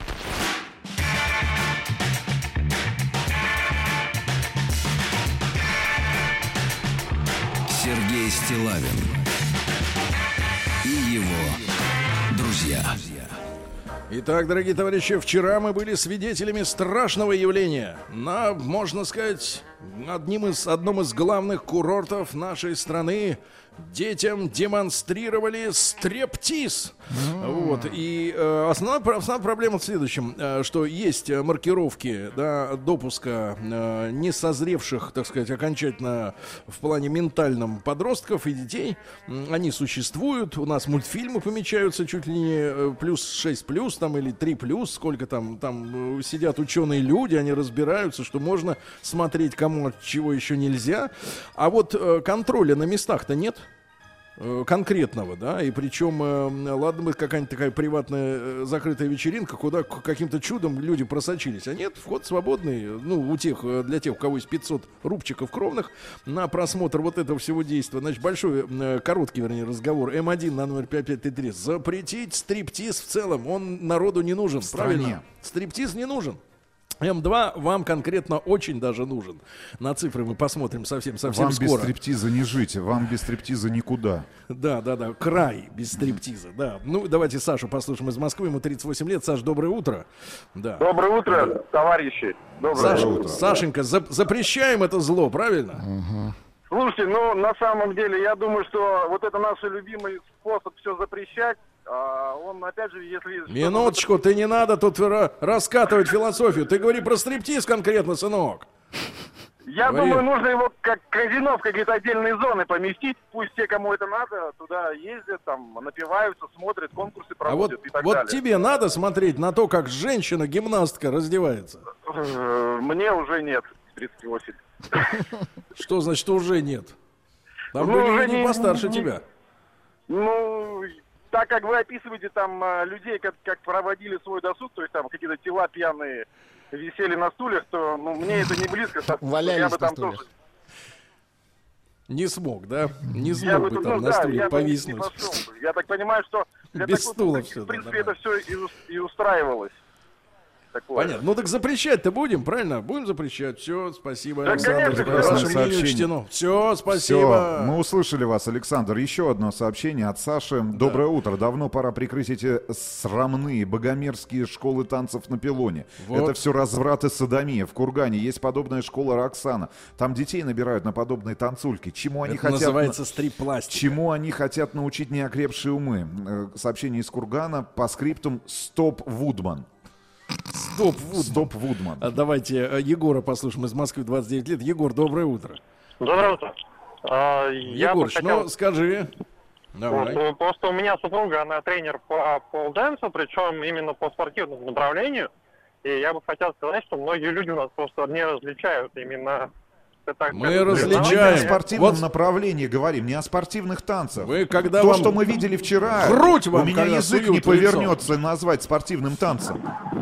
Сергей Стиллавин и его друзья. Итак, дорогие товарищи, вчера мы были свидетелями страшного явления. На, можно сказать, одним из, одном из главных курортов нашей страны детям демонстрировали стриптиз. Вот. И э, основная, про- основная проблема в следующем, э, что есть э, маркировки, да, допуска э, несозревших, так сказать, окончательно в плане ментальном подростков и детей. М, Они существуют. У нас мультфильмы помечаются чуть ли не э, плюс шесть плюс там или три плюс, сколько там, там э, сидят ученые люди, они разбираются, что можно смотреть, кому от чего еще нельзя. А вот э, контроля на местах-то нет. э, конкретного, да, и причем, э, ладно бы какая-нибудь такая приватная э, закрытая вечеринка, куда к- каким-то чудом люди просочились, а нет, вход свободный, ну, у тех, э, для тех, у кого есть пятьсот рубчиков кровных на просмотр вот этого всего действия. Значит, большой, э, короткий, вернее, разговор. эм один на номер пять пять три три. Запретить стриптиз в целом, он народу не нужен, правильно? Стриптиз не нужен. эм два вам конкретно очень даже нужен. На цифры мы посмотрим совсем-совсем вам скоро. Вам без стриптиза не жить, вам без стриптиза никуда. Да, да, да, край без стриптиза, да. Ну, давайте Сашу послушаем из Москвы, ему тридцать восемь лет. Саш, доброе утро. Да. Доброе утро, товарищи. Доброе Саша, утро. Сашенька, за- запрещаем это зло, правильно? Слушайте, ну, на самом деле, я думаю, что вот это наш любимый способ все запрещать, а он, опять же, если... Минуточку, ты не надо тут ра- раскатывать философию. Ты говори про стриптиз конкретно, сынок. Я Говори. думаю, нужно его как казино в какие-то отдельные зоны поместить. Пусть те, кому это надо, туда ездят, там, напиваются, смотрят, конкурсы А вот, проводят и так вот далее. тебе надо смотреть на то, как женщина-гимнастка раздевается. Э, Мне уже нет, тридцать восемь. Что значит уже нет? Там Ну, были уже люди не- постарше не- тебя. Ну, так как вы описываете там а, людей, как, как проводили свой досуг, то есть там какие-то тела пьяные висели на стульях, то ну, мне это не близко. со- Валялись я бы на там стульях. тоже... Не смог, да? Не Я смог бы бы тут, там ну, на да, стуле я бы не повиснуть. пошел бы. Я так понимаю, что для Без такой стула публики, всё, в да, принципе, это все и, ус- и устраивалось. Такое. Понятно. Ну так запрещать-то будем, правильно? Будем запрещать. Все, спасибо, Да, Александр. конечно, за прекрасное ваше мнение сообщение. учтено. Все, Все, спасибо. мы услышали вас, Александр. Еще одно сообщение от Саши. Доброе утро. Давно пора прикрыть эти срамные богомерзкие школы танцев на пилоне. Вот. Это все разврат и содомия. В Кургане есть подобная школа Роксана. Там детей набирают на подобные танцульки. Чему они Это хотят... называется стрип-пластик. Чему они хотят научить неокрепшие умы? Э, Сообщение из Кургана по скриптум «Стоп Вудман». Стоп, Вудман. Стоп Вудман. А давайте э, Егора послушаем из Москвы, двадцать девять лет. Егор, доброе утро. Доброе утро. А, я бы Егорыч, хотел... ну скажи. Давай. Вот, ну, просто у меня супруга, она тренер по полденсу, причем именно по спортивному направлению. И я бы хотел сказать, что многие люди у нас просто не различают именно... это Мы как- различаем. Мы о спортивном Вот- направлении говорим, не о спортивных танцах. Вы когда То, вам- что мы видели вчера, Грудь у вам меня когда язык суют не в лицо. повернется назвать спортивным танцем.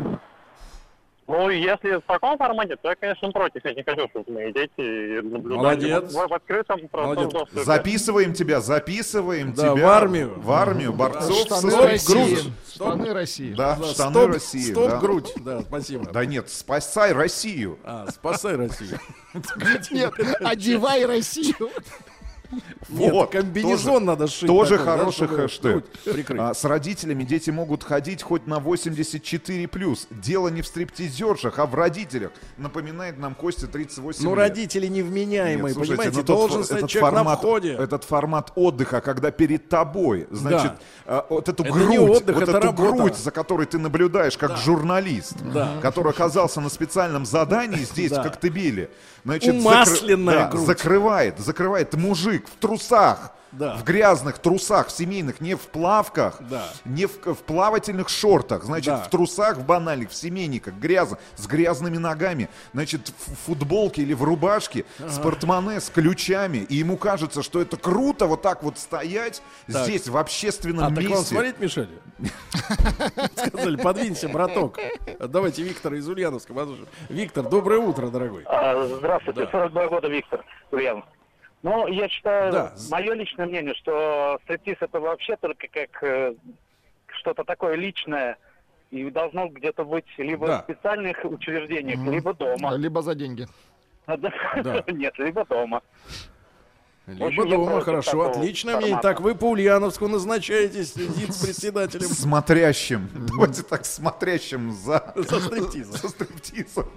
Ну, если в таком формате, то я, конечно, против. Я не хочу, чтобы мои дети наблюдали Молодец. в, в открытом простом Молодец. доступе. Записываем тебя, записываем Да, тебя в армию. в армию борцов Штаны со России. грудью. Штаны России. Да, Да, штаны стоп, России. Стоп, да. грудь. Да, спасибо. Да нет, спасай Россию. А, спасай Россию. Нет, одевай Россию. Нет, Вот, комбинезон тоже- надо сшить. Тоже такой, да, хороший чтобы хэштег. грудь прикрыть. А, с родителями дети могут ходить хоть на восемьдесят четыре плюс. Дело не в стриптизершах, а в родителях. Напоминает нам Костя тридцать восемь Ну, лет. родители невменяемые, Нет, слушайте, понимаете? ну, тот Должен фо- стоять этот человек формат, на входе. Этот формат отдыха, когда перед тобой, значит, а, вот эту Это грудь, не отдых, вот это эту работа. грудь, за которой ты наблюдаешь как журналист, Да. который оказался на специальном задании здесь, Да. в Коктебеле, значит, Умасленная да, грудь. закрывает, закрывает мужик в трусах. Да. В грязных трусах, в семейных, не в плавках, Да. не в, в плавательных шортах, значит, Да. в трусах, в банальных, в семейниках, грязно, с грязными ногами, значит, в футболке или в рубашке, с портмоне, с ключами, и ему кажется, что это круто вот так вот стоять Так. здесь, в общественном А, так вам месте. смотреть мешали? Сказали, подвинься, браток. Давайте Виктора из Ульяновска послушаем. Виктор, доброе утро, дорогой. А, Здравствуйте, Да. сорок два года, Виктор Ульянов. Ну, я считаю, Да. мое личное мнение, что стриптиз это вообще только как э, что-то такое личное и должно где-то быть либо Да. в специальных учреждениях, либо дома. Либо за деньги. Да. Нет, либо дома. В Либо общем, я дома, против хорошо, такого отлично. Мнение. формата. Так, вы по Ульяновску назначаетесь вице-председателем. Смотрящим. Давайте так, смотрящим за... За стриптизом. За стриптизом.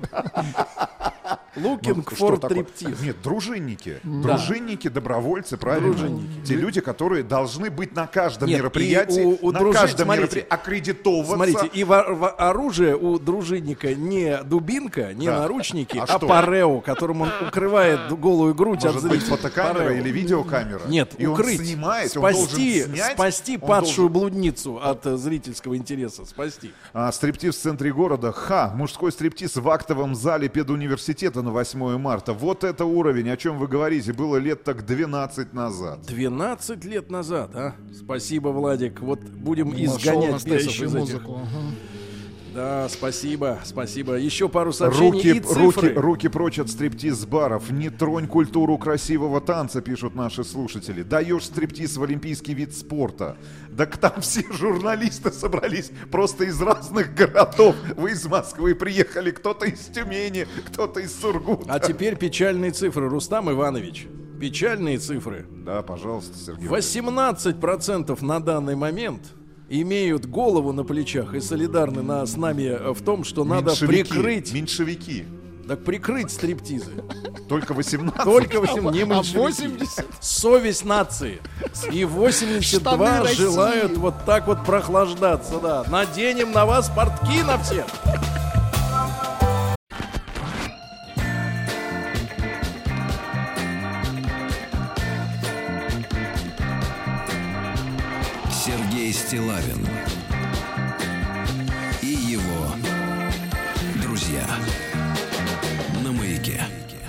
Looking Ну, for что такое? стриптиз. Нет, дружинники. Да. Дружинники, добровольцы, правильно? Дружинники. Те люди, которые должны быть на каждом Нет, мероприятии, и у- у на дружин- каждом смотрите, мероприятии аккредитовываться. Смотрите, и во- во- оружие у дружинника не дубинка, не Да. наручники, А а, что? парео, которым он укрывает голую грудь Может от быть, зрителей. фотокамера Парео. или видеокамера. Нет, И укрыть, он снимает, он спасти, должен снять, спасти он падшую должен- блудницу от э, зрительского интереса, спасти. А, стриптиз в центре города. Ха, мужской стриптиз в актовом зале педуниверситета. на восьмое марта. Вот это уровень, о чем вы говорите, было лет так двенадцать назад. двенадцать лет назад, а? Спасибо, Владик. Вот будем Нашел изгонять бесов из этих. музыку. Ага. Да, спасибо, спасибо. Еще пару сообщений Руки, и цифры. руки, руки прочь от стриптиз-баров. Не тронь культуру красивого танца, пишут наши слушатели. Даешь стриптиз в олимпийский вид спорта. Так там все журналисты собрались просто из разных городов. Вы из Москвы приехали, кто-то из Тюмени, кто-то из Сургута. А теперь печальные цифры. Рустам Иванович, печальные цифры. Да, пожалуйста, Сергей. восемнадцать процентов на данный момент имеют голову на плечах и солидарны на, с нами в том, что надо Меньшевики, прикрыть... Меньшевики. Так прикрыть стриптизы. Только восемнадцать. Только восемнадцать, не А меньшевики. восемьдесят? Совесть нации. И восемьдесят два Штаны России. желают вот так вот прохлаждаться, да. Наденем на вас портки на всех. Сергей Стиллавин и его друзья на Маяке.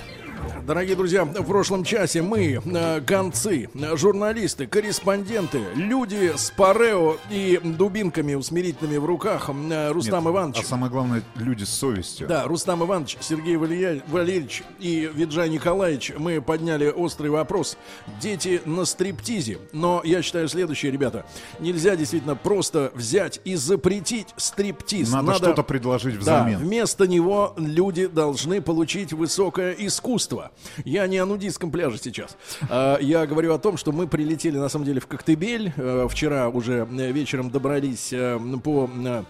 Дорогие друзья, в прошлом часе мы, э, гонцы, э, журналисты, корреспонденты, люди с парео и дубинками усмирительными в руках, э, Рустам Нет, Иванович. А самое главное, люди с совестью. Да, Рустам Иванович, Сергей Валерья- Валерьевич и Виджай Николаевич, мы подняли острый вопрос. Дети на стриптизе. Но я считаю следующее, ребята. Нельзя действительно просто взять и запретить стриптиз. Надо, что-то предложить взамен. Да, вместо него люди должны получить высокое искусство. Я не о нудистском пляже сейчас. А, я говорю о том, что мы прилетели на самом деле в Коктебель. А, вчера уже вечером добрались а, по... а,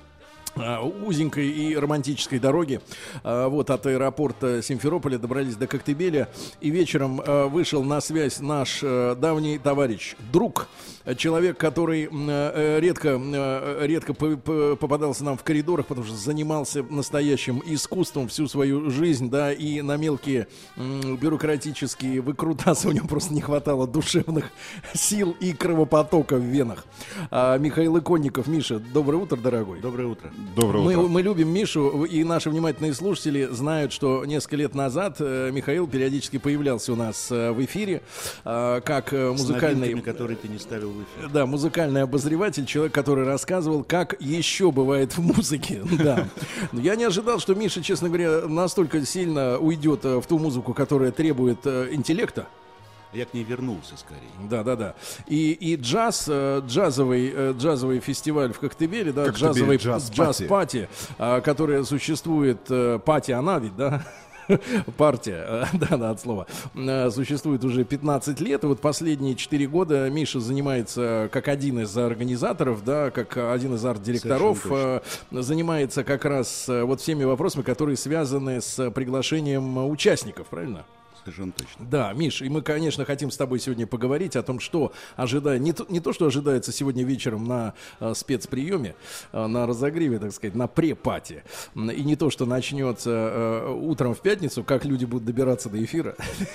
узенькой и романтической дороги. А, вот от аэропорта Симферополя добрались до Коктебеля. И вечером а, вышел на связь наш а, давний товарищ, друг, человек, который а, редко, а, редко по- по- попадался нам в коридорах, потому что занимался настоящим искусством всю свою жизнь, да, и на мелкие м, бюрократические выкрутасы у него просто не хватало душевных сил и кровопотока в венах. А, Михаил Иконников. Миша, доброе утро, дорогой. Доброе утро. Доброе Мы, утро. мы любим Мишу, и наши внимательные слушатели знают, что несколько лет назад э, Михаил периодически появлялся у нас э, в эфире э, как э, музыкальный... С новинками, которые ты не ставил в эфир. Да, музыкальный обозреватель, человек, который рассказывал, как еще бывает в музыке. Да. Я не ожидал, что Миша, честно говоря, настолько сильно уйдет э, в ту музыку, которая требует э, интеллекта. Я к ней вернулся скорее. Да, да, да. И, и джаз, э, джазовый, э, джазовый фестиваль в Коктебеле, да, Коктебель джазовый джаз-пати. джаз-пати, э, которая существует, э, пати она ведь, да? Партия, э, да, да, от слова, э, существует уже пятнадцать лет, и вот последние четыре года Миша занимается как один из организаторов, да, как один из арт-директоров, э, занимается как раз э, вот всеми вопросами, которые связаны с приглашением участников, правильно? Совершенно точно. Да, Миш, и мы, конечно, хотим с тобой сегодня поговорить о том, что ожидает, не то, не то что ожидается сегодня вечером на э, спецприеме, э, на разогреве, так сказать, на пре-пати, и не то, что начнется э, утром в пятницу, как люди будут добираться до эфира.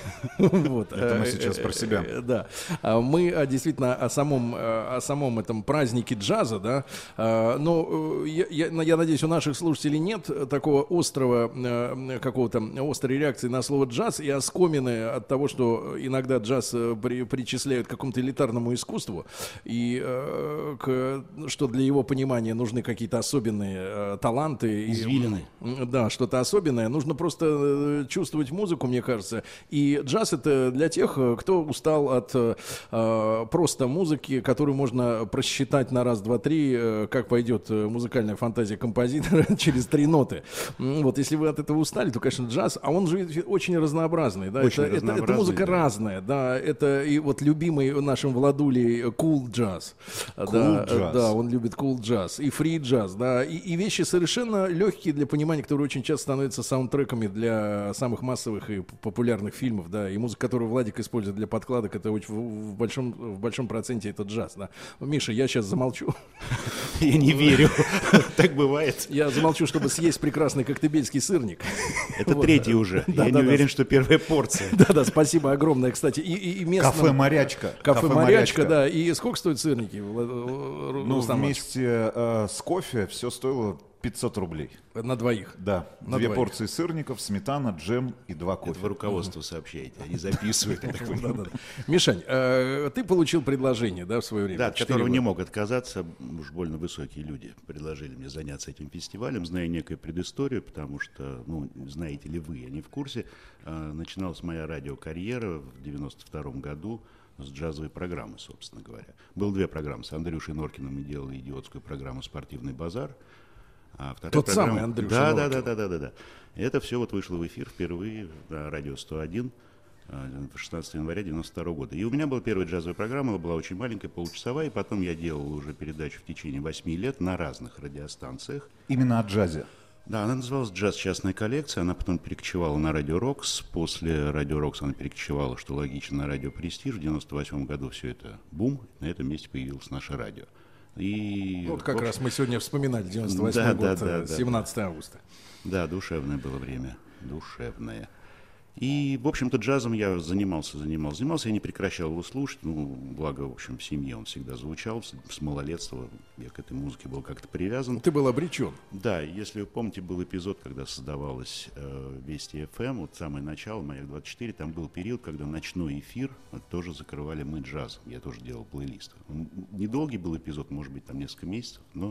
Это мы сейчас про себя. Да. Мы а, действительно о самом, о самом этом празднике джаза, да. А, но я, я, я надеюсь, у наших слушателей нет такого острого какого-то острой реакции на слово джаз и оскомины от того, что иногда джаз при, причисляют к какому-то элитарному искусству и к, что для его понимания нужны какие-то особенные таланты. Извилины. И, да, что-то особенное. Нужно просто чувствовать музыку, мне кажется. И джаз — это для тех, кто устал от э, просто музыки, которую можно просчитать на раз, два, три, э, как пойдет музыкальная фантазия композитора через три ноты. Вот, если вы от этого устали, то, конечно, джаз, а он же очень разнообразный. Да? Очень это, разнообразный, это, это музыка да. разная, да. Это и вот любимый нашим Владулей cool джаз. Cool да, jazz. да, он любит cool джаз и free джаз, да, и, и вещи совершенно легкие для понимания, которые очень часто становятся саундтреками для самых массовых и популярных фильмов, да, и музыка, которую Владик использует для подкладок, это очень в, в большом в большом проценте это джаз, да. Миша, я сейчас замолчу. Я не верю. Так бывает. Я замолчу, чтобы съесть прекрасный коктебельский сырник. Это Вот. третий уже. Да, Я да, не да. уверен, что первая порция. Да-да, спасибо огромное, кстати. И, и, и местным- Кафе «Морячка». Кафе, Кафе «Морячка», «Морячка». да. И сколько стоят сырники? Влад- Ну, Рустам Иванович? вместе э, с кофе все стоило пятьсот рублей. На двоих? Да. На Две двоих. порции сырников, сметана, джем и два кофе. Это вы руководству сообщаете, они записывают. Мишань, э, ты получил предложение, да, в свое время? Да, от Четыре которого не года. мог отказаться. Уж больно высокие люди предложили мне заняться этим фестивалем, зная некую предысторию, потому что, ну, знаете ли вы, я не в курсе, э, начиналась моя радиокарьера в девяносто втором году с джазовой программы, собственно говоря. Было две программы. С Андрюшей Норкиным мы делали идиотскую программу «Спортивный базар». А вторая Тот программа... самый Андрюша да, да, Норкин. да, да, да, да. И это все вот вышло в эфир впервые на радио сто один шестнадцатого января девяносто второго года. И у меня была первая джазовая программа, она была очень маленькая, получасовая, и потом я делал уже передачу в течение восьми лет на разных радиостанциях. Именно о джазе? Да, она называлась «Джаз. Частная коллекция», она потом перекочевала на радио «Рокс», после радио «Рокс» она перекочевала, что логично, на радио «Престиж», в девяносто восьмом году все это бум, на этом месте появилось наше радио. И, Вот как общем, раз мы сегодня вспоминали девяносто восьмой да, год, да, да, семнадцатого августа. Да, душевное было время, душевное. И, в общем-то, джазом я занимался, занимался, занимался, я не прекращал его слушать, ну, благо, в общем, в семье он всегда звучал, с, с малолетства я к этой музыке был как-то привязан. Ты был обречен. Да, если вы помните, был эпизод, когда создавалась э, Вести эф эм, вот самое начало, Маяк двадцать четыре, там был период, когда ночной эфир вот, тоже закрывали мы джазом, я тоже делал плейлист. Он недолгий был эпизод, может быть, там несколько месяцев, но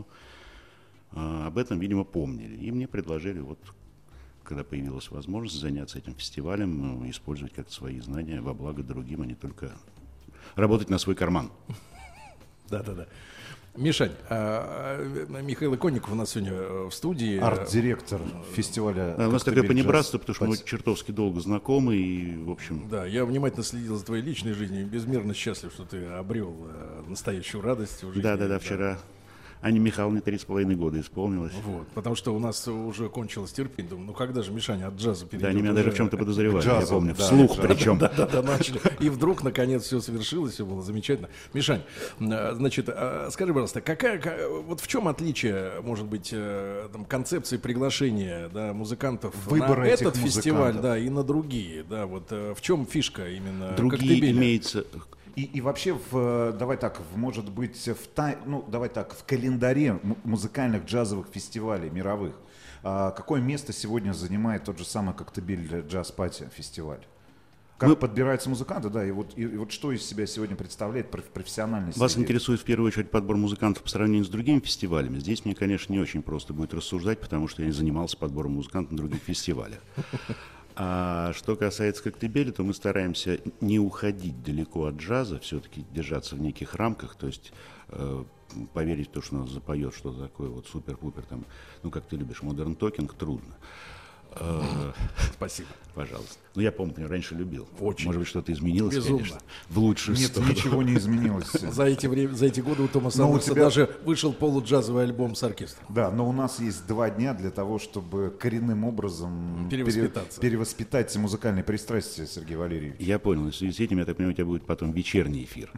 э, об этом, видимо, помнили, и мне предложили вот, когда появилась возможность заняться этим фестивалем, ну, использовать как-то свои знания во благо другим, а не только работать на свой карман. Да-да-да. Мишань, а, а, Михаил Иконников у нас сегодня в студии. Арт-директор фестиваля. Да, у нас такое «Коктебель понебратство, джаз». потому что мы чертовски долго знакомы, и, в общем... Да, я внимательно следил за твоей личной жизнью, и безмерно счастлив, что ты обрел э, настоящую радость в жизни. Да-да-да, вчера Анне Михайловне три с половиной года исполнилось. Вот, потому что у нас уже кончилось терпение. Думаю, ну когда же Мишаня от джаза перейдет? Да, они меня уже... даже в чем-то подозревали, Джазом, я помню, да, вслух да, причем. Да, да, да, начали. И вдруг, наконец, все совершилось, все было замечательно. Мишань, значит, скажи, пожалуйста, какая, вот в чем отличие, может быть, там, концепции приглашения, да, музыкантов Выбора на этих этот фестиваль, музыкантов. да, и на другие, да, вот в чем фишка именно Другие Коктебеля? имеется... И, и вообще, в, давай так, в, может быть, в, тай, ну, давай так, в календаре м- музыкальных джазовых фестивалей мировых, а, какое место сегодня занимает тот же самый Коктебель джаз-пати фестиваль? Как Мы- подбираются музыканты, да, и вот, и, и вот что из себя сегодня представляет проф- профессиональный Вас среде? интересует в первую очередь подбор музыкантов по сравнению с другими фестивалями. Здесь мне, конечно, не очень просто будет рассуждать, потому что я не занимался подбором музыкантов на других фестивалях. А что касается Коктебеля, то мы стараемся не уходить далеко от джаза, все-таки держаться в неких рамках, то есть э, поверить в то, что нас запоет что-то такое вот супер-пупер, там, ну, как ты любишь, модерн токинг, трудно. Э, Спасибо. Пожалуйста. Ну, я помню, раньше любил. Очень. Может быть, что-то изменилось, Безумно. конечно, в лучшую Нет, сторону. ничего не изменилось. За эти, время, за эти годы у Томаса Но у Андерса тебя- даже вышел полуджазовый альбом с оркестром. Да, но у нас есть два дня для того, чтобы коренным образом Перевоспитаться. пере- перевоспитать музыкальные пристрастия, Сергей Валерьевич. Я понял. В связи с этим, я так понимаю, у тебя будет потом вечерний эфир.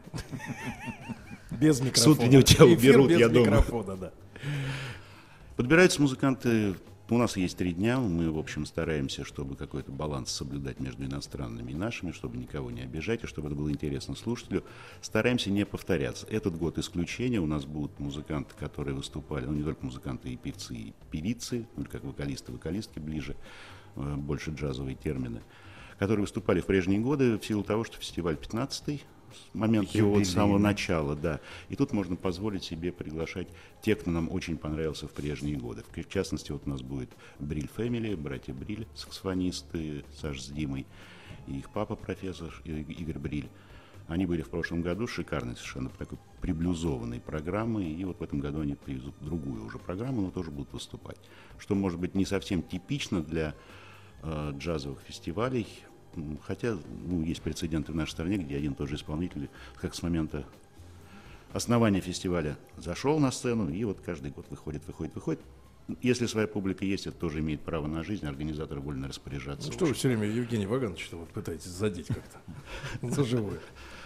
Без микрофона. С утреннего тебя Эфир уберут, без я думаю. микрофона, да. Подбираются музыканты. У нас есть три дня. Мы, в общем, стараемся, чтобы какой-то баланс соблюдать между иностранными и нашими, чтобы никого не обижать, и чтобы это было интересно слушателю. Стараемся не повторяться. Этот год исключение. У нас будут музыканты, которые выступали, ну, не только музыканты, и певцы, и певицы, ну, или как вокалисты, вокалистки ближе, э, больше джазовые термины, которые выступали в прежние годы в силу того, что фестиваль пятнадцатый, с момента его вот самого Юбилейный. начала, да. И тут можно позволить себе приглашать тех, кто нам очень понравился в прежние годы. В в частности, вот у нас будет Бриль Фэмили, братья Бриль, саксофонисты, Саш с Димой, и их папа, профессор И- Игорь Бриль. Они были в прошлом году шикарной, совершенно такой приблюзованной программой, и вот в этом году они привезут другую уже программу, но тоже будут выступать. Что может быть не совсем типично для э, джазовых фестивалей, м, хотя ну, есть прецеденты в нашей стране, где один и тот же исполнитель, как с момента основания фестиваля, зашел на сцену, и вот каждый год выходит, выходит, выходит. Если своя публика есть, это тоже имеет право на жизнь, организаторы вольно распоряжаться. Ну, что вы все время Евгений Ваганович вот пытаетесь задеть как-то за живое?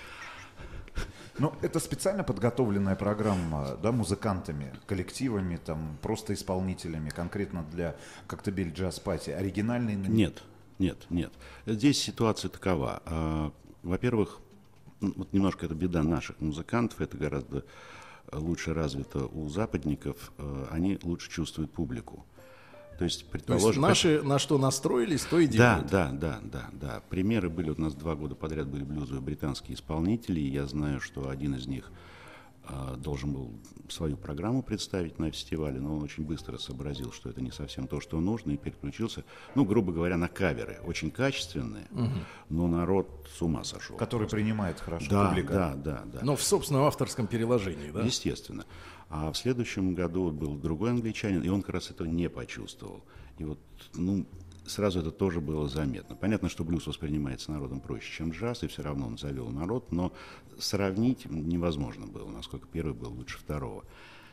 Ну, это специально подготовленная программа, да, музыкантами, коллективами, там, просто исполнителями, конкретно для Коктебель джаз-пати. Оригинальный? Нет, нет, нет. Здесь ситуация такова. А, Во-первых, ну, вот немножко это беда наших музыкантов, это гораздо лучше развито у западников, э, они лучше чувствуют публику. То есть, То есть наши на что настроились, то и делают. Да, да, да, да, да. Примеры были, вот у нас два года подряд были блюзовые британские исполнители, и я знаю, что один из них э, должен был свою программу представить на фестивале, но он очень быстро сообразил, что это не совсем то, что нужно, и переключился, ну, грубо говоря, на каверы, очень качественные, угу. но народ с ума сошел. Который принимает хорошо да, публика. Да, да, да. Но в собственном авторском переложении, да? Естественно. А в следующем году был другой англичанин, и он как раз этого не почувствовал. И вот, ну, сразу это тоже было заметно. Понятно, что блюз воспринимается народом проще, чем джаз, и все равно он завел народ, но сравнить невозможно было, насколько первый был лучше второго.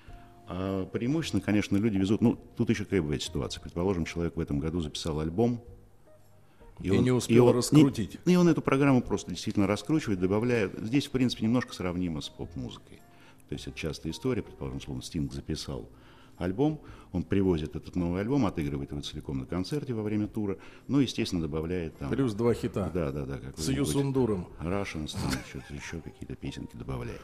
А преимущественно, конечно, люди везут, ну, тут еще какая бывает ситуация. Предположим, человек в этом году записал альбом, и, и он, не успел и он, раскрутить. И, и он эту программу просто действительно раскручивает, добавляет. Здесь, в принципе, немножко сравнимо с поп-музыкой. То есть это частая история, предположим, словно Стинг записал альбом, он привозит этот новый альбом, отыгрывает его целиком на концерте во время тура, ну, естественно, добавляет там... Плюс два хита. Да, да, да. С Юсундуром. Russians, там что-то еще, какие-то песенки добавляет.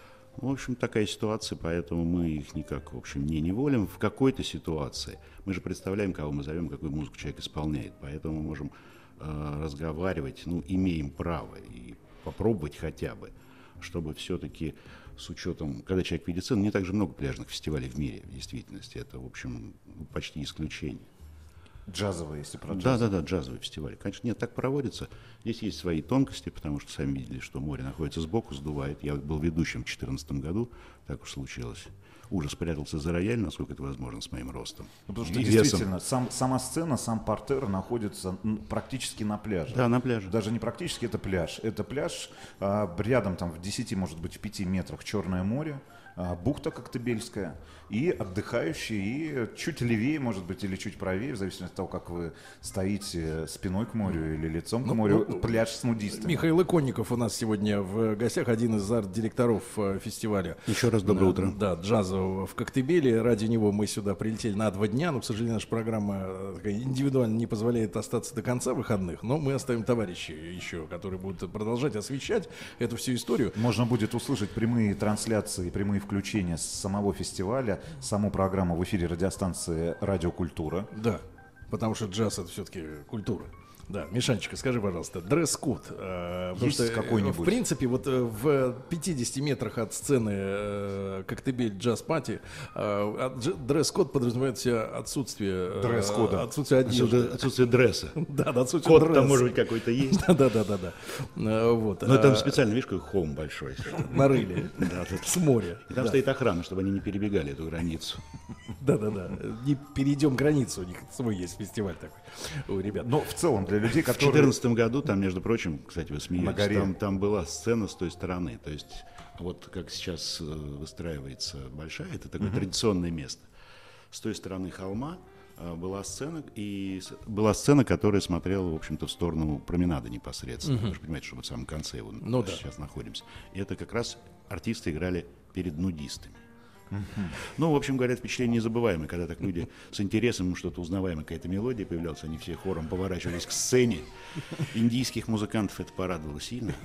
В общем, такая ситуация, поэтому мы их никак, в общем, не неволим. В какой-то ситуации мы же представляем, кого мы зовем, какую музыку человек исполняет, поэтому мы можем э, разговаривать, ну, имеем право и попробовать хотя бы, чтобы все-таки... С учетом, когда человек видит сцену, не так же много пляжных фестивалей в мире, в действительности. Это, в общем, почти исключение. Джазовые, если про джаз. Да, да, да, джазовые фестивали. Конечно, нет, так проводится. Здесь есть свои тонкости, потому что сами видели, что море находится сбоку, сдувает. Я был ведущим в две тысячи четырнадцатом году, так уж случилось. Ужас прятался за рояль, насколько это возможно, с моим ростом. Ну, потому что действительно, сам, сама сцена, сам партер находится практически на пляже. Да, на пляже. Даже не практически, это пляж. Это пляж, а, рядом там в десяти, может быть, в пяти метрах Черное море, а, бухта Коктебельская, и отдыхающие, и чуть левее, может быть, или чуть правее, в зависимости от того, как вы стоите спиной к морю или лицом к морю, ну, пляж с нудистами. Михаил Иконников у нас сегодня в гостях, один из арт-директоров фестиваля. Еще раз доброе утро. Да, джазового в Коктебеле. Ради него мы сюда прилетели на два дня, но, к сожалению, наша программа индивидуально не позволяет остаться до конца выходных, но мы оставим товарищей еще, которые будут продолжать освещать эту всю историю. Можно будет услышать прямые трансляции, прямые включения с самого фестиваля, саму программу в эфире радиостанции «Радио Культура». Да, потому что джаз — это все-таки культура. Да, Мишанечка, скажи, пожалуйста, дресс-код. Э, Есть какой-нибудь? В принципе, вот э, в пятидесяти метрах от сцены э, Коктебель джаз-пати э, дресс-код подразумевает в себе отсутствие... Дресс-кода. Э, отсутствие одежды. Отсутствие дресса. Да, да, отсутствие дресса. Код там, может быть, какой-то есть. Да-да-да. Вот. Но там специально, видишь, какой холм большой. Нарыли. С моря. Там стоит охрана, чтобы они не перебегали эту границу. Да-да-да. Не перейдем границу. У них свой есть фестиваль такой у ребят. Но в целом для людей, которые... В две тысячи четырнадцатом году, там, между прочим, кстати, вы смеетесь, там, там была сцена с той стороны. То есть, вот как сейчас выстраивается большая, это такое uh-huh. традиционное место. С той стороны холма была сцена, и была сцена, которая смотрела, в общем-то, в сторону променада непосредственно. Uh-huh. Вы же понимаете, что мы в самом конце его ну, сейчас да. находимся. И это как раз артисты играли перед нудистами. Uh-huh. Ну, в общем говоря, впечатление незабываемое, когда так люди с интересом, что-то узнаваемое, какая-то мелодия появлялась, они все хором поворачивались к сцене. Индийских музыкантов это порадовало сильно.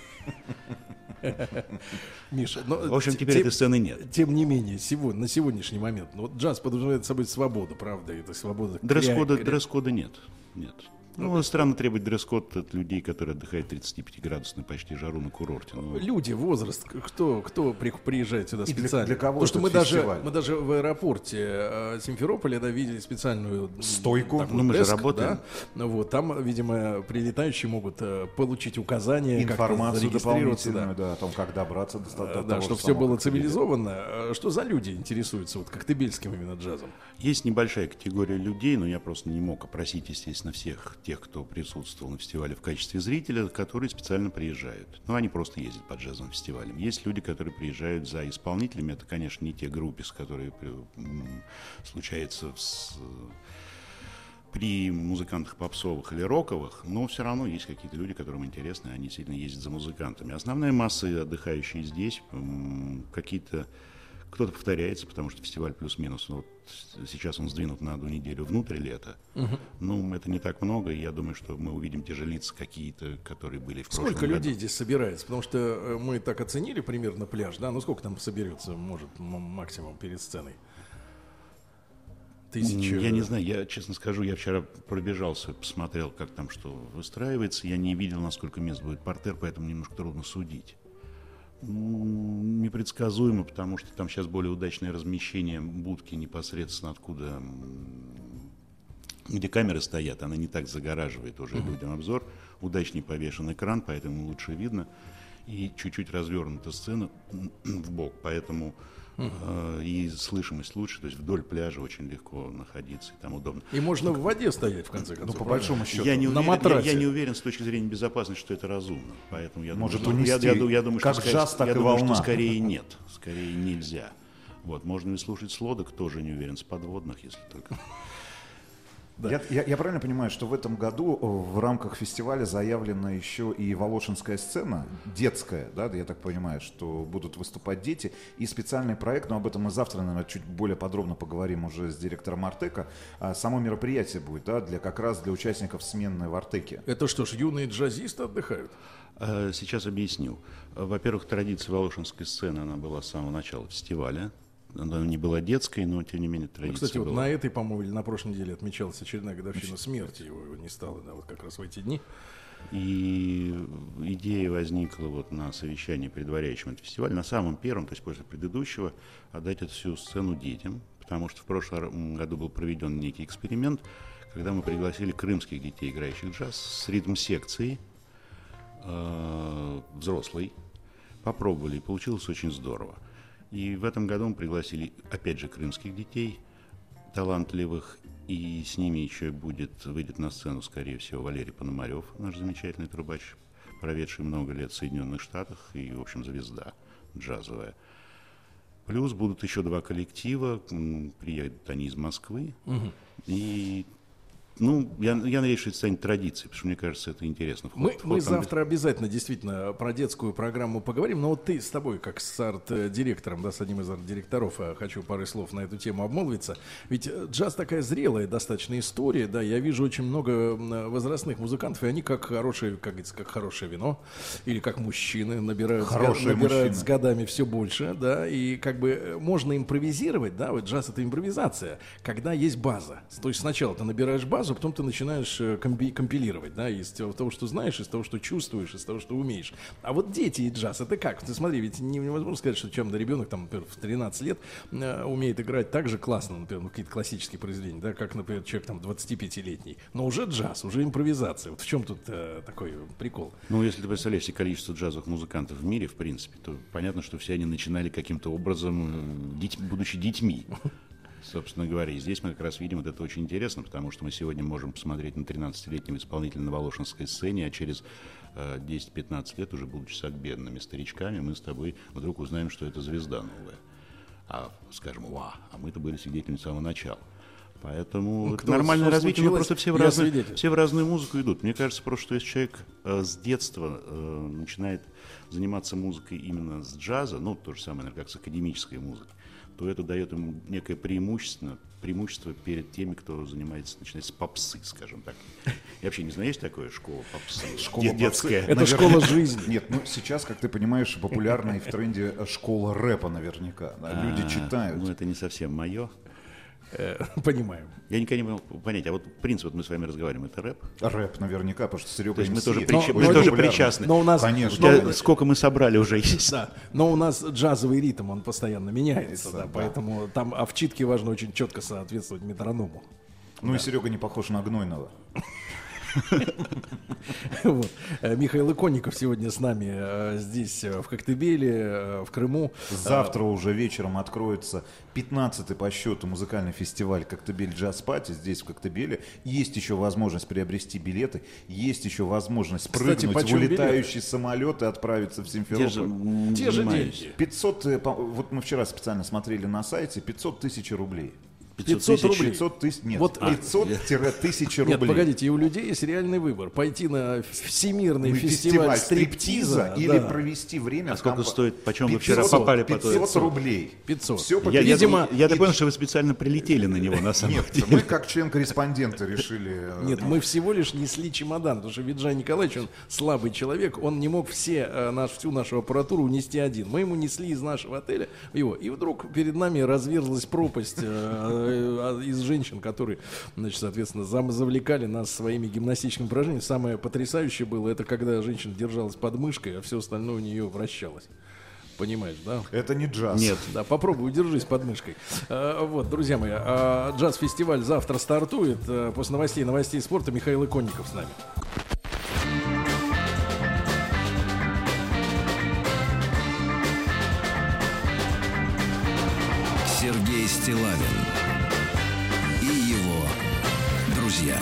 Миша, но в общем, теперь тем, этой сцены нет. Тем не менее, сегодня, на сегодняшний момент, ну, вот джаз подразумевает собой свободу, правда? Это свобода. Дресс-кода, кря... дресс-кода нет. Нет. Ну, странно требовать дресс-код от людей, которые отдыхают в тридцатипятиградусной почти жару на курорте. Ну, люди, возраст, кто, кто приезжает сюда и специально? Для, для кого Потому что мы даже, мы даже в аэропорте э, Симферополя да, видели специальную стойку. Такую, ну, мы деск, же работаем. Да? Вот, там, видимо, прилетающие могут э, получить указания, информацию дополнительную, да. Да, о том, как добраться до, до да, чтобы все было цивилизованно. Что за люди интересуются вот коктебельским именно джазом? Есть небольшая категория людей, но я просто не мог опросить, естественно, всех тех, кто присутствовал на фестивале в качестве зрителя, которые специально приезжают. Ну, они просто ездят по джазовым фестивалям. Есть люди, которые приезжают за исполнителями. Это, конечно, не те группы, с которыми случается с, при музыкантах попсовых или роковых, но все равно есть какие-то люди, которым интересно, они сильно ездят за музыкантами. Основная масса отдыхающие здесь, какие-то Кто-то повторяется, потому что фестиваль плюс-минус. Вот сейчас он сдвинут на одну неделю внутрь лета. Угу. Ну, это не так много, и я думаю, что мы увидим те же лица какие-то, которые были в прошлом Сколько году. людей здесь собирается? Потому что мы так оценили примерно пляж, да? Ну, сколько там соберется, может, максимум перед сценой? Тысячу... Я не знаю, я, честно скажу, я вчера пробежался, посмотрел, как там что выстраивается. Я не видел, насколько мест будет партер, поэтому немножко трудно судить. Непредсказуемо, потому что там сейчас более удачное размещение будки непосредственно откуда, где камеры стоят, она не так загораживает уже uh-huh. людям обзор. Удачнее повешен экран, поэтому лучше видно. И чуть-чуть развернута сцена в бок, поэтому uh-huh. э, и слышимость лучше, то есть вдоль пляжа очень легко находиться, и там удобно. И можно в воде стоять, в конце концов. Ну, по большому счету. Я не, на уверен, я, я не уверен с точки зрения безопасности, что это разумно. Поэтому я Может думаю, унести, я, я, я думаю, как что, джаз, скорее, так я и думаю, волна. что скорее нет, скорее нельзя. Вот, можно ли слушать с лодок, тоже не уверен, с подводных, если только... Да. Я, я, я правильно понимаю, что в этом году в рамках фестиваля заявлена еще и Волошинская сцена, детская, да, я так понимаю, что будут выступать дети, и специальный проект, но об этом мы завтра, наверное, чуть более подробно поговорим уже с директором Артека. А само мероприятие будет, да, для, как раз для участников смены в Артеке. Это что ж, юные джазисты отдыхают? Сейчас объясню. Во-первых, традиция Волошинской сцены, она была с самого начала фестиваля. Она не была детской, но тем не менее традиция ну, кстати, была. вот на этой, по-моему, или на прошлой неделе отмечалась очередная годовщина смерти его, его не стало, да, вот как раз в эти дни. И идея возникла вот на совещании, предваряющем этот фестиваль, на самом первом, то есть после предыдущего, отдать эту всю сцену детям, потому что в прошлом году был проведен некий эксперимент, когда мы пригласили крымских детей, играющих джаз, с ритм-секцией э, взрослой, попробовали, и получилось очень здорово. И в этом году мы пригласили, опять же, крымских детей, талантливых, и с ними еще будет, выйдет на сцену, скорее всего, Валерий Пономарев, наш замечательный трубач, проведший много лет в Соединенных Штатах и, в общем, звезда джазовая. Плюс будут еще два коллектива, приедут они из Москвы, угу. и... Ну, я, я надеюсь, что это станет традицией, потому что мне кажется, это интересно. Вход, мы вход мы там... завтра обязательно действительно про детскую программу поговорим, но вот ты с тобой, как с арт-директором, да, с одним из арт-директоров, хочу пару слов на эту тему обмолвиться. Ведь джаз такая зрелая достаточно история, да, я вижу очень много возрастных музыкантов, и они как хорошие, как говорится, как хорошее вино, или как мужчины набирают, Хорошие набирают мужчины. С годами все больше, да, и как бы можно импровизировать, да, вот джаз — это импровизация, когда есть база. То есть сначала ты набираешь базу, потом ты начинаешь комби- компилировать, да, из того, что знаешь, из того, что чувствуешь, из того, что умеешь. А вот дети и джаз, это как? Ты смотри, ведь невозможно сказать, что чем-то ребенок, там, например, в тринадцать лет э, умеет играть так же классно, например, ну, какие-то классические произведения, да, как, например, человек там двадцатипятилетний. Но уже джаз, уже импровизация. Вот в чем тут э, такой прикол? Ну, если ты представляешь себе количество джазовых музыкантов в мире, в принципе, то понятно, что все они начинали каким-то образом, деть, будучи детьми. Собственно говоря, и здесь мы как раз видим, вот это очень интересно, потому что мы сегодня можем посмотреть на тринадцатилетнего исполнителя на Волошинской сцене, а через э, десять-пятнадцать лет, уже будучи сагбенными старичками, мы с тобой вдруг узнаем, что это звезда новая. А скажем, ва, а мы-то были свидетелями с самого начала. Поэтому ну, это нормальное развитие, мы просто все в, разную, все в разную музыку идут. Мне кажется просто, что если человек э, с детства э, начинает заниматься музыкой именно с джаза, ну, то же самое, наверное, как с академической музыкой, то это дает ему некое преимущество, преимущество перед теми, кто занимается, начинает с попсы, скажем так. Я вообще не знаю, есть такое школа попсы? Школа Это детская. Наверное, школа жизни. Нет, ну сейчас, как ты понимаешь, популярна и в тренде школа рэпа наверняка. Да, люди А, читают. Ну, это не совсем мое. Понимаем. Я никогда не могу понять, а вот принцип, вот мы с вами разговариваем, это рэп? Рэп наверняка, потому что Серега То есть мы эм си. тоже, Но- прича- но мы это тоже популярно. причастны. Но у нас- Конечно. Я- но- сколько мы собрали уже есть. Да, но у нас джазовый ритм, он постоянно меняется, да, Да. поэтому там, а в читке важно очень четко соответствовать метроному. Ну и Серега не похож на Гнойного. Вот. Э, Михаил Иконников сегодня с нами э, здесь, э, в Коктебеле, э, в Крыму. Завтра уже вечером откроется пятнадцатый по счету музыкальный фестиваль «Коктебель Джаз Пати» здесь, в Коктебеле. Есть еще возможность приобрести билеты, есть еще возможность Кстати, прыгнуть в почем улетающий билеты? самолет и отправиться в Те же, Симферополь. м, Те же занимаюсь. деньги. пятьсот, э, по- вот мы вчера специально смотрели на сайте, пятьсот тысяч рублей. пятьсот рублей. пятьсот тысяч, нет, вот, пятьсот-тысяча рублей. Нет, погодите, и у людей есть реальный выбор. Пойти на всемирный Мы фестиваль, фестиваль стриптиза, или да. провести время. А сколько комп... стоит, почем вы пятьсот, вчера попали по пятьсот рублей. пятьсот. Все по я, Видимо, я, я так понял, что вы специально прилетели на него, на самом Нет, деле. мы как член-корреспондента решили... Нет, мы всего лишь несли чемодан, потому что Виджай Николаевич, он слабый человек, он не мог все, э, наш, всю нашу аппаратуру унести один. Мы ему несли из нашего отеля его, и вдруг перед нами разверзлась пропасть э, э, из женщин, которые, значит, соответственно, зам- завлекали нас своими гимнастическими упражнениями. Самое потрясающее было, это когда женщина держалась под мышкой, а все остальное у нее вращалось. Понимаешь, да? Это не джаз. Нет. Да, попробуй, удержись под мышкой. А, вот, друзья мои, а, джаз-фестиваль завтра стартует. А, после новостей, новостей спорта Михаил Иконников с нами. Сергей Стиллавин и его друзья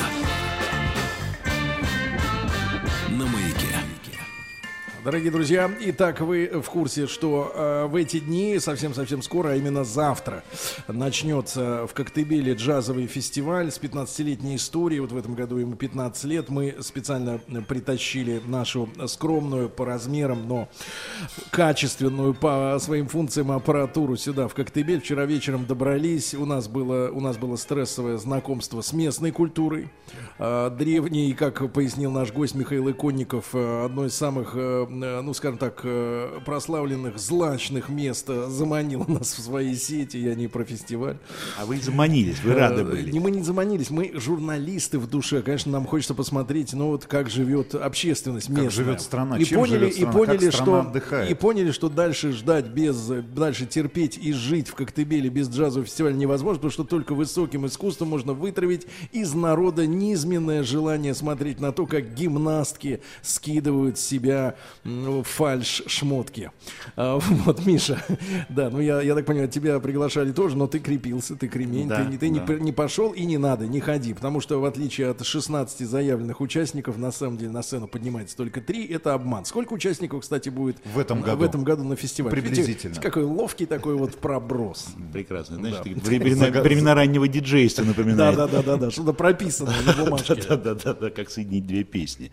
на Маяке. Дорогие друзья, итак, вы в курсе, что э, в эти дни, совсем-совсем скоро, а именно завтра, начнется в Коктебеле джазовый фестиваль с пятнадцатилетней историей. Вот в этом году ему пятнадцать лет. Мы специально притащили нашу скромную по размерам, но качественную по своим функциям аппаратуру сюда, в Коктебель. Вчера вечером добрались. У нас было, у нас было стрессовое знакомство с местной культурой. Э, древней, как пояснил наш гость Михаил Иконников, э, одной из самых... Э, ну, скажем так, прославленных злачных мест заманил нас в свои сети. Я не про фестиваль. А вы заманились, вы рады были. Не, мы не заманились, мы журналисты в душе. Конечно, нам хочется посмотреть, ну вот как живет общественность местная. Как живет страна, и чем поняли, живет страна, и поняли, как страна что, отдыхает. и поняли, что дальше ждать без, дальше терпеть и жить в Коктебеле без джазового фестиваля невозможно, потому что только высоким искусством можно вытравить из народа низменное желание смотреть на то, как гимнастки скидывают с себя фальш-шмотки. А, вот, Миша, да, ну я, я так понимаю, тебя приглашали тоже, но ты крепился, ты кремень, да, ты, ты да. не, не пошел и не надо, не ходи, потому что в отличие от шестнадцати заявленных участников, на самом деле на сцену поднимается только три, это обман. Сколько участников, кстати, будет в этом году, в этом году на фестивале? Приблизительно. Видите, какой ловкий такой вот проброс. Прекрасно. Знаешь, да. времена, времена раннего диджейства напоминает. Да, да, да, да, что-то прописано на бумажке. Да, да, да, да, как соединить две песни.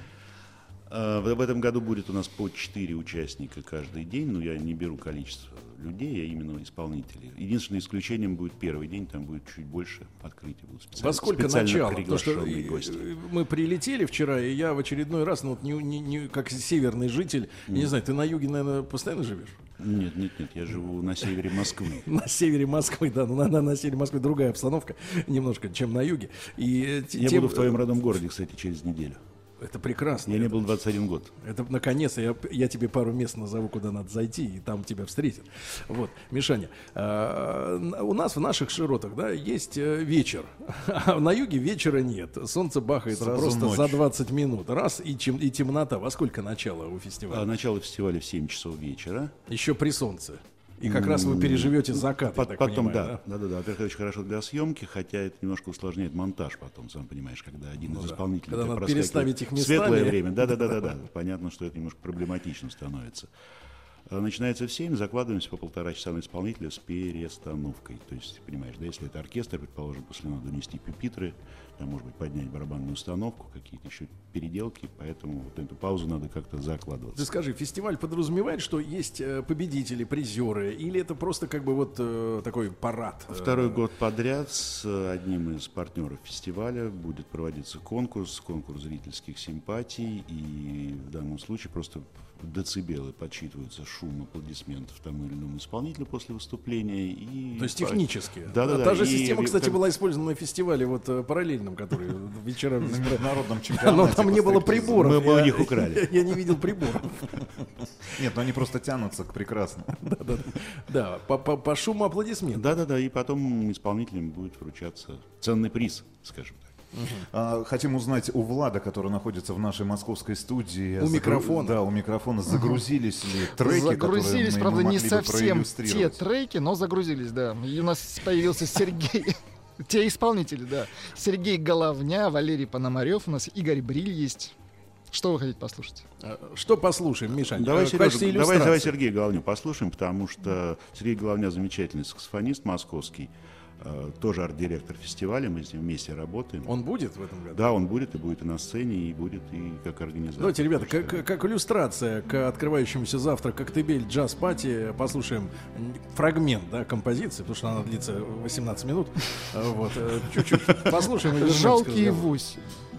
В этом году будет у нас по четыре участника каждый день, но я не беру количество людей, а именно исполнителей. Единственным исключением будет первый день, там будет чуть больше открытий. Будут специально, во сколько специально начало? Потому что гости. Мы прилетели вчера, и я в очередной раз, ну вот не, не, не, как северный житель, mm. я не знаю, ты на юге, наверное, постоянно живешь? Нет, нет, нет, я живу на севере Москвы. На севере Москвы, да, ну на, на, на севере Москвы другая обстановка немножко, чем на юге. И, я тем... буду в твоем родном городе, кстати, через неделю. Это прекрасно. Я это, не был двадцать один год. Это наконец-то я, я тебе пару мест назову, куда надо зайти, и там тебя встретят. Вот, Мишаня, а, у нас в наших широтах, да, есть вечер, а на юге вечера нет. Солнце бахается сразу просто ночь. За двадцать минут. Раз и, чем, и темнота. Во сколько начало у фестиваля? А, начало фестиваля в семь часов вечера. Еще при солнце. И как раз вы переживете закат, Под, я так потом, понимаю, да, да, да, да. Во-первых, это очень хорошо для съемки, хотя это немножко усложняет монтаж потом, сам понимаешь, когда один ну, из да. исполнителей когда надо переставить их местами. Светлое время, да, да, да, да, да. Понятно, что это немножко проблематично становится. Начинается в семь, закладываемся по полтора часа на исполнителя с перестановкой. То есть, понимаешь, да, если это оркестр, предположим, после надо донести пюпитры, там, может быть, поднять барабанную установку, какие-то еще переделки, поэтому вот эту паузу надо как-то закладываться. Ты скажи, фестиваль подразумевает, что есть победители, призеры, или это просто как бы вот э, такой парад? Второй год подряд с одним из партнеров фестиваля будет проводиться конкурс, конкурс зрительских симпатий, и в данном случае просто децибелы подсчитываются, шум аплодисментов тому или иному исполнителю после выступления. И то есть технически. Да, да, да. Та же и, система, и, кстати, как... была использована на фестивале вот параллельном, который вечером на международном чемпионате. Но там не было приборов. Мы, мы у них украли. Я не видел приборов. Нет, но они просто тянутся к прекрасному. Да, по шуму аплодисментов. Да, да, да. И потом исполнителям будет вручаться ценный приз, скажем так. Uh-huh. Хотим узнать у Влада, который находится в нашей московской студии. У загру... микрофона. Да, у микрофона. Загрузились uh-huh. ли треки, загрузились, которые правда, мы не могли совсем бы те треки, но загрузились, да. И у нас появился Сергей. Те исполнители, да. Сергей Головня, Валерий Пономарев, у нас Игорь Бриль есть. Что вы хотите послушать? Что послушаем, Миша? Давай, Сережа, давай, давай Сергея Головню послушаем, потому что Сергей Головня замечательный саксофонист московский. э, тоже арт-директор фестиваля, мы с ним вместе работаем. Он будет в этом году? Да, он будет, и будет и на сцене, и будет и как организатор. Давайте, ребята, как, как иллюстрация к открывающемуся завтра «Коктебель джаз-пати» послушаем фрагмент, да, композиции, потому что она длится восемнадцать минут. Вот, чуть-чуть послушаем и вернемся к разговору. Жалкие вусь.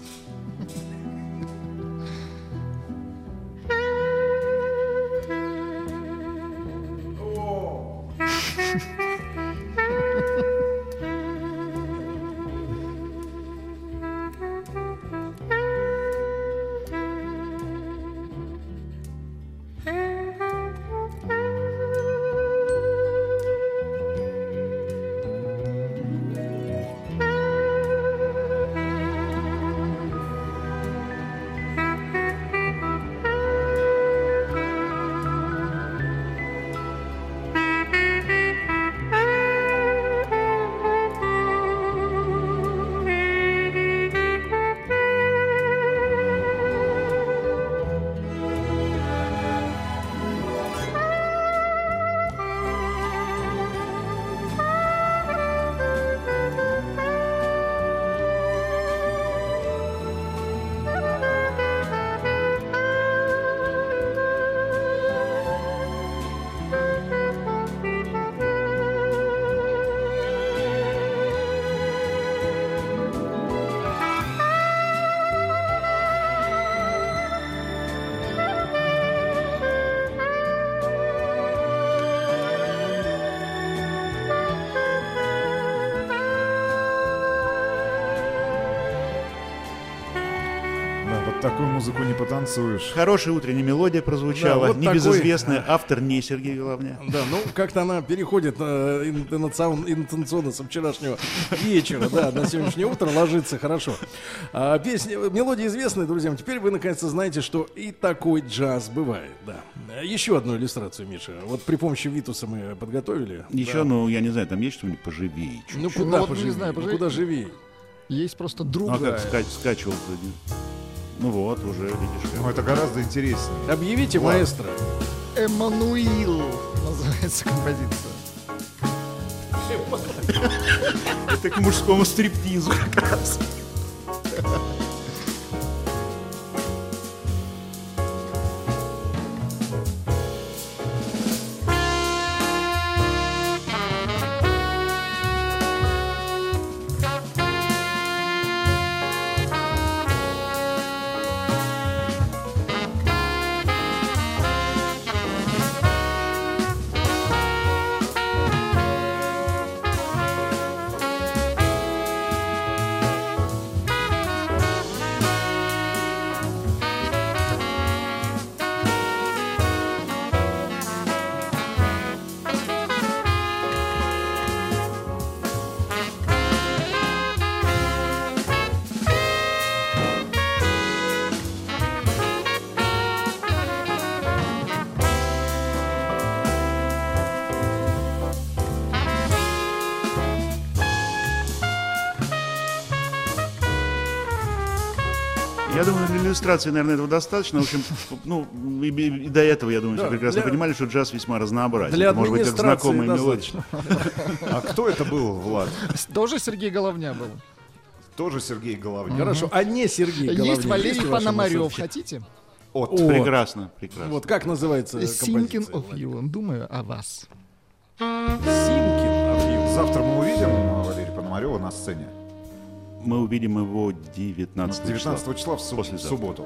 Такую музыку не потанцуешь. Хорошая утренняя мелодия прозвучала, Да, вот небезызвестная, такой... автор не Сергей Головня. Да, ну как-то она переходит э, интонационно со вчерашнего вечера, да, на сегодняшнее утро ложится хорошо. А, песня, мелодия известная, друзья, теперь вы наконец-то знаете, что и такой джаз бывает, да. Еще одну иллюстрацию, Миша, вот при помощи Витуса мы подготовили. Еще, да. ну, я не знаю, там есть что-нибудь поживее? Ну куда ну, вот поживее? Не знаю, ну, куда живее? Есть просто Ну, другая. а как ска- скачивал? Ну вот, уже, видишь. Ну, это гораздо интереснее. Объявите, Ладно. Маэстро. Эммануил называется композиция. Это к мужскому стриптизу как раз. Я думаю, для иллюстрации, наверное, этого достаточно. В общем, ну, и, и до этого, я думаю, Да, все прекрасно для- понимали, что джаз весьма разнообразен. Для Это может быть как администрации знакомые мелодии. достаточно. А кто это был, Влад? Тоже Сергей Головня был. Тоже Сергей Головня. Хорошо, а не Сергей Головня. Есть Валерий в вашем Пономарев, наследстве? хотите? От. О, Прекрасно, прекрасно. Вот как называется Thinking композиция? of you. Думаю о вас. Thinking of you. Завтра мы увидим Валерия Пономарева на сцене. Мы увидим его девятнадцатого числа. девятнадцатого числа в суб- Послезавтра. субботу.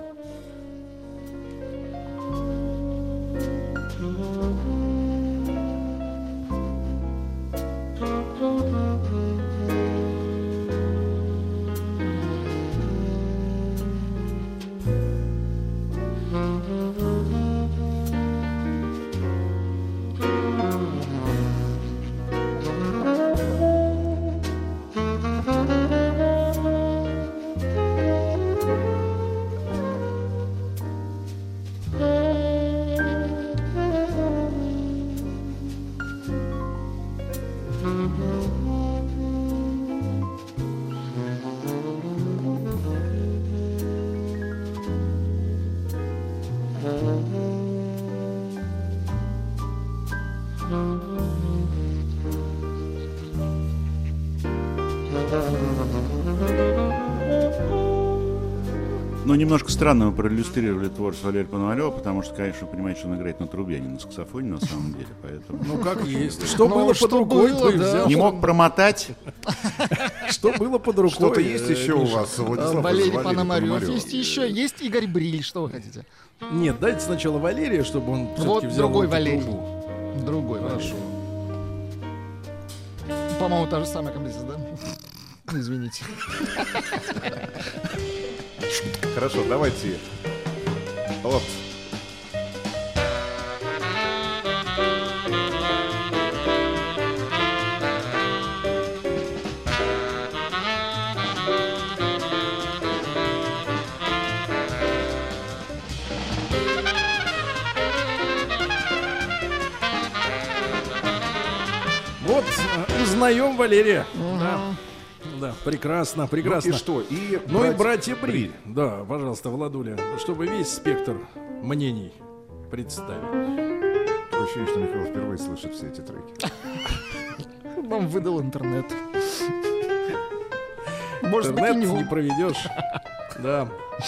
Ну, немножко странно мы проиллюстрировали творчество Валерия Пономарева, потому что, конечно, понимаете, что он играет на трубе, а не на саксофоне на самом деле, поэтому... Ну, как есть. Что было под рукой, то и взял. Не мог промотать. Что было под рукой. Что-то есть еще у вас, Владислав? Валерий Пономарев. Есть еще, есть Игорь Бриль, что вы хотите? Нет, дайте сначала Валерия, чтобы он Вот все-таки взял другой эту Валерий. трубу. Другой, хорошо. По-моему, та же самая композиция, да? Извините. Хорошо, давайте. Вот. Вот, узнаем Валерия. Да. Да, прекрасно, прекрасно. Ну и что? И ну и братья братья Бриль. Бриль. Да, пожалуйста, Владуля, чтобы весь спектр мнений представить. Такое ощущение, что Михаил впервые слышит все эти треки. Нам выдал интернет. Может быть, Интернет и не не он. проведешь. Да.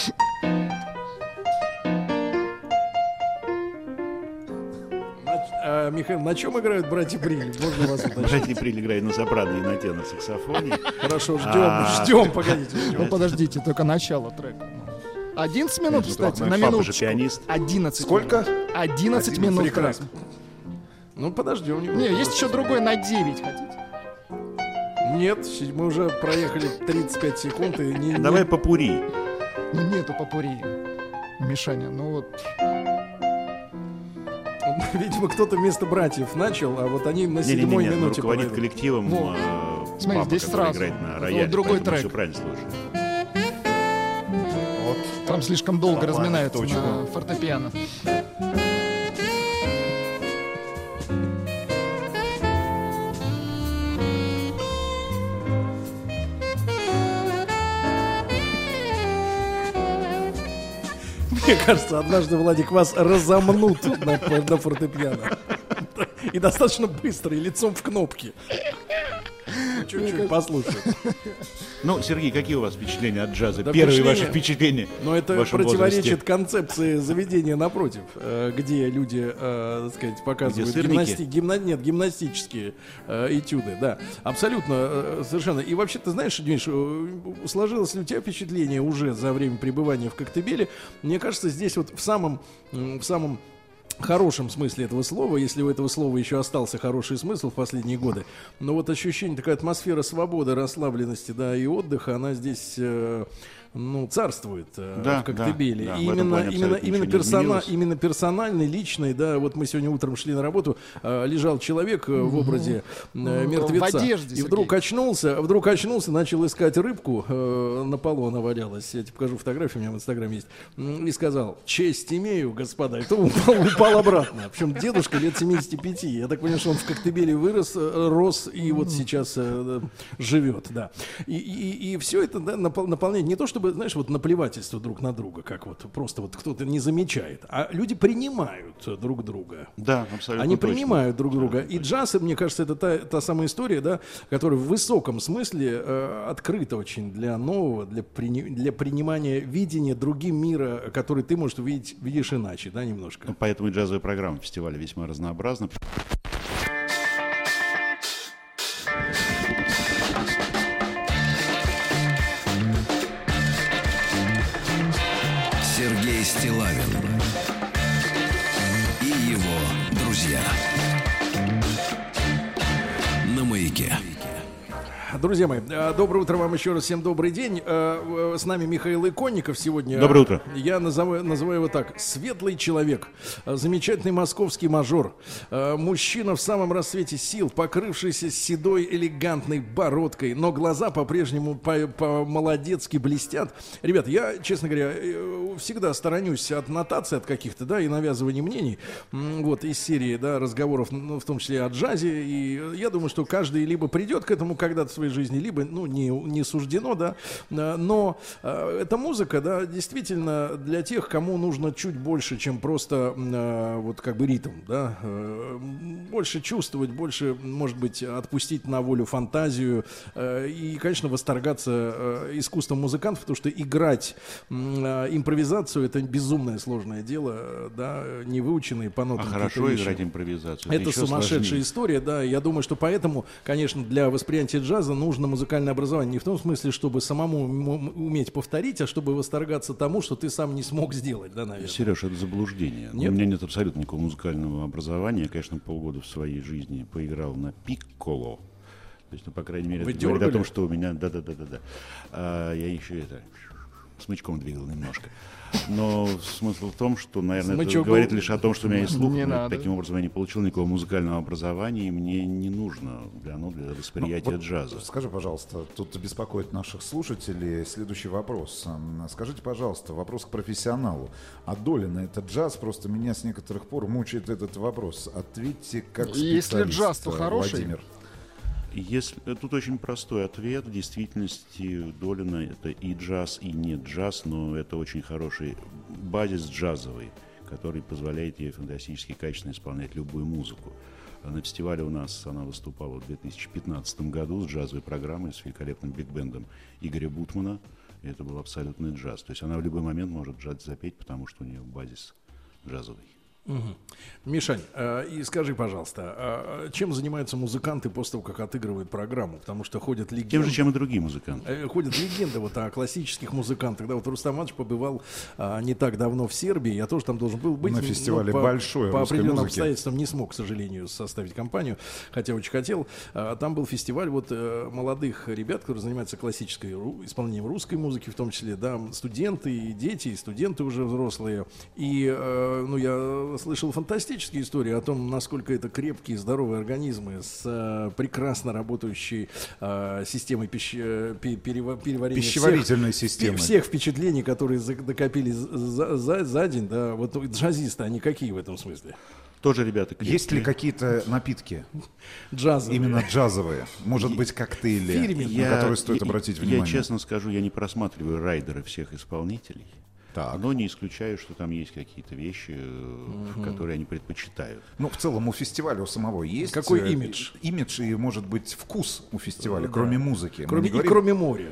А, Михаил, на чем играют братья Бриль? Можно вас уточнить? Братья Бриль играет на сопрано и на тенор-саксофоне. Хорошо, ждем, А, ждем, погодите. ждем. Ну подождите, только начало трека. одиннадцать минут, Ну, кстати, папа на же минуточку. пианист. одиннадцать. Сколько? минут. одиннадцать минут. Прекрасно. Ну, подождем. трека. Не, есть еще другой на девять, хотите? Нет, мы уже проехали тридцать пять секунд. И не, Давай не... попури. Ну нету попури. Мишаня, ну вот. Видимо, кто-то вместо братьев начал, а вот они на седьмой Не-не-не, минуте руководит подойдут. коллективом Во. э, Смотри, папа, здесь который сразу. играет на Вот рояле, другой поэтому трек. все правильно слушаем. Вот. Там слишком долго Попали в разминается точку. на фортепиано. Мне кажется, однажды, Владик, вас разомнут на, на фортепиано. И достаточно быстро, и лицом в кнопки. Чуть-чуть послушать. Ну, Сергей, какие у вас впечатления от джаза? Да, Первые впечатления- ваши впечатления Но в это вашем противоречит возрасте? концепции заведения напротив, э, где люди, э, так сказать, показывают Где сырники? гимнасти- гимна- нет, гимнастические э, этюды. Да, абсолютно, э, совершенно. И вообще, ты знаешь, Денис, э, сложилось ли у тебя впечатление уже за время пребывания в Коктебеле? Мне кажется, здесь вот в самом, м, в самом хорошем смысле этого слова, если у этого слова еще остался хороший смысл в последние годы, но вот ощущение, такая атмосфера свободы, расслабленности, да, и отдыха, она здесь, э, ну, царствует э, Да, в Коктебеле. да, да, И в этом именно, плане именно, абсолютно именно, ничего не персона, изменилось. именно персональный, личный, да, вот мы сегодня утром шли на работу, э, лежал человек э, в образе э, мертвеца, В одежде, и вдруг очнулся, вдруг очнулся, начал искать рыбку, э, на полу она валялась, я тебе покажу фотографию, у меня в Инстаграме есть, м, и сказал: честь имею, господа, и то упал, упал обратно. Причем дедушка лет семидесяти пяти, я так понимаю, что он в Коктебеле вырос, э, рос и вот сейчас э, живет, да. И, и, и все это, да, напол- наполняет не то, чтобы, знаешь, вот наплевательство друг на друга, как вот просто вот кто-то не замечает, а люди принимают друг друга. Да, абсолютно Они точно. принимают друг друга. И джаз, мне кажется, это та, та самая история, да, которая в высоком смысле э, открыта очень для нового, для, прини- для принимания видения другим мира, который ты, может, увидеть, видишь иначе, да, немножко. Ну, поэтому и джазовая программа фестиваля весьма разнообразна. Сергей Стиллавин и его друзья на Маяке. Друзья мои, э, доброе утро вам еще раз, всем добрый день. Э, э, С нами Михаил Иконников сегодня. Доброе утро. Я называю, называю его так: светлый человек, э, замечательный московский мажор, э, мужчина в самом расцвете сил, покрывшийся седой элегантной бородкой, но глаза по-прежнему по- по-молодецки блестят. Ребят, я, честно говоря, э, всегда сторонюсь от нотаций, от каких-то, да, и навязывания мнений, м, вот, из серии, да, разговоров, ну, в том числе о джазе, и я думаю, что каждый либо придет к этому когда-то в своей жизни, либо, ну, не, не суждено, да, но э, эта музыка, да, действительно для тех, кому нужно чуть больше, чем просто э, вот как бы ритм, да, э, больше чувствовать, больше, может быть, отпустить на волю фантазию э, и, конечно, восторгаться э, искусством музыкантов, потому что играть э, импровизацию — это безумное сложное дело, да, не выученные по нотам. А хорошо вещи. Играть импровизацию. Это, это сумасшедшая сложнее. История, да. Я думаю, что поэтому, конечно, для восприятия джаза нужно музыкальное образование. Не в том смысле, чтобы самому уметь повторить, а чтобы восторгаться тому, что ты сам не смог сделать, да, наверное. Сереж, это заблуждение. Нет? У меня нет абсолютно никакого музыкального образования. Я, конечно, полгода в своей жизни поиграл на пикколо. То есть, ну, по крайней мере, Вы это говорит о том, что у меня... Да-да-да-да-да. А, я еще это... смычком двигал немножко. Но смысл в том, что, наверное, Смычок это говорит лишь о том, что у меня есть слух. Таким образом, я не получил никакого музыкального образования, и мне не нужно для, ну, для восприятия ну, вот джаза. Скажи, пожалуйста, тут беспокоит наших слушателей следующий вопрос. Скажите, пожалуйста, вопрос к профессионалу. А Долина — это джаз? Просто меня с некоторых пор мучает этот вопрос. Ответьте как специалист, если джаз, то хороший. Владимир. Если, тут очень простой ответ. В действительности Долина — это и джаз, и не джаз, но это очень хороший базис джазовый, который позволяет ей фантастически качественно исполнять любую музыку. На фестивале у нас она выступала в две тысячи пятнадцатом году с джазовой программой, с великолепным биг-бендом Игоря Бутмана. И это был абсолютный джаз. То есть она в любой момент может джаз запеть, потому что у нее базис джазовый. Угу. Мишань, э, и скажи, пожалуйста, э, чем занимаются музыканты после того, как отыгрывают программу? Потому что ходят легенды. Тем же, чем и другие музыканты. Э, ходят легенды вот о классических музыкантах. Да, вот Рустам Иванович побывал э, не так давно в Сербии. Я тоже там должен был быть. На фестивале по, большой по определенным музыки. обстоятельствам не смог, к сожалению, составить компанию, хотя очень хотел. Э, там был фестиваль вот э, молодых ребят, которые занимаются классической ру, исполнением русской музыки, в том числе, да, студенты и дети, и студенты уже взрослые. И, э, ну, я слышал фантастические истории о том, насколько это крепкие, здоровые организмы с э, прекрасно работающей э, системой пищи, пи, перева, переварения пищеварительной всех, системы. Всех впечатлений, которые за, накопили за, за, за день. Да, вот джазисты, они какие в этом смысле? Тоже ребята крепкие. Есть ли какие-то напитки? Джазовые. Именно джазовые. Может быть, коктейли, я, на которые стоит я, обратить я, внимание? Я честно скажу, я не просматриваю райдеры всех исполнителей. Так. Но не исключаю, что там есть какие-то вещи, угу. которые они предпочитают. Ну, в целом, у фестиваля у самого есть... Какой имидж? Имидж и, может быть, вкус у фестиваля, да. кроме музыки. Кроме, и говорим... кроме моря.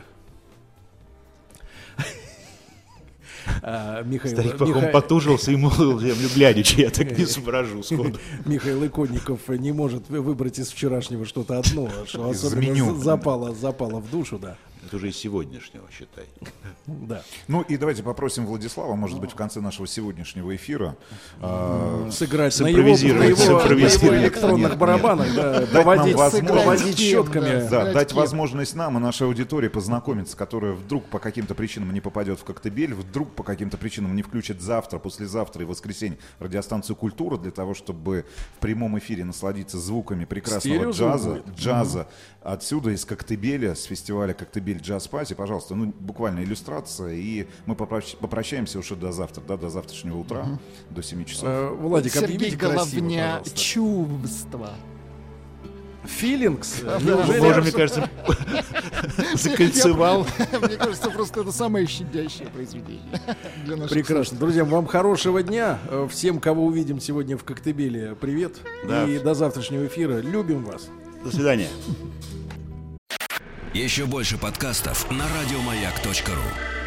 А, Михаил, Старик Миха... Пахом потужился и молвил, землю глядячи, я так не соображу сходу. Михаил Иконников не может выбрать из вчерашнего что-то одно, что особенно запало, запало в душу, да. Это уже из сегодняшнего, считай. Да. Ну и давайте попросим Владислава, может быть, в конце нашего сегодняшнего эфира э, сыграть на его, на его, на его электронных нет, барабанах, нет. Да, поводить, поводить щетками. Да, дать возможность нам и нашей аудитории познакомиться, которая вдруг по каким-то причинам не попадет в Коктебель, вдруг по каким-то причинам не включит завтра, послезавтра и воскресенье радиостанцию «Культура» для того, чтобы в прямом эфире насладиться звуками прекрасного джаза, джаза угу. отсюда, из Коктебеля, с фестиваля «Коктебель Джаз-пати». Пожалуйста, ну буквально иллюстрация, и мы попрощ... попрощаемся уже до завтра, да, до завтрашнего утра, угу. до семи часов. Э, Владик, Сергей Головня, чувства. Филингс? Боже, мне кажется, закольцевал. Мне кажется, просто это самое щадящее произведение. Прекрасно. Друзья, вам хорошего дня. Всем, кого увидим сегодня в Коктебеле, привет. И до завтрашнего эфира. Любим вас. До свидания. Еще больше подкастов на радиомаяк точка ру.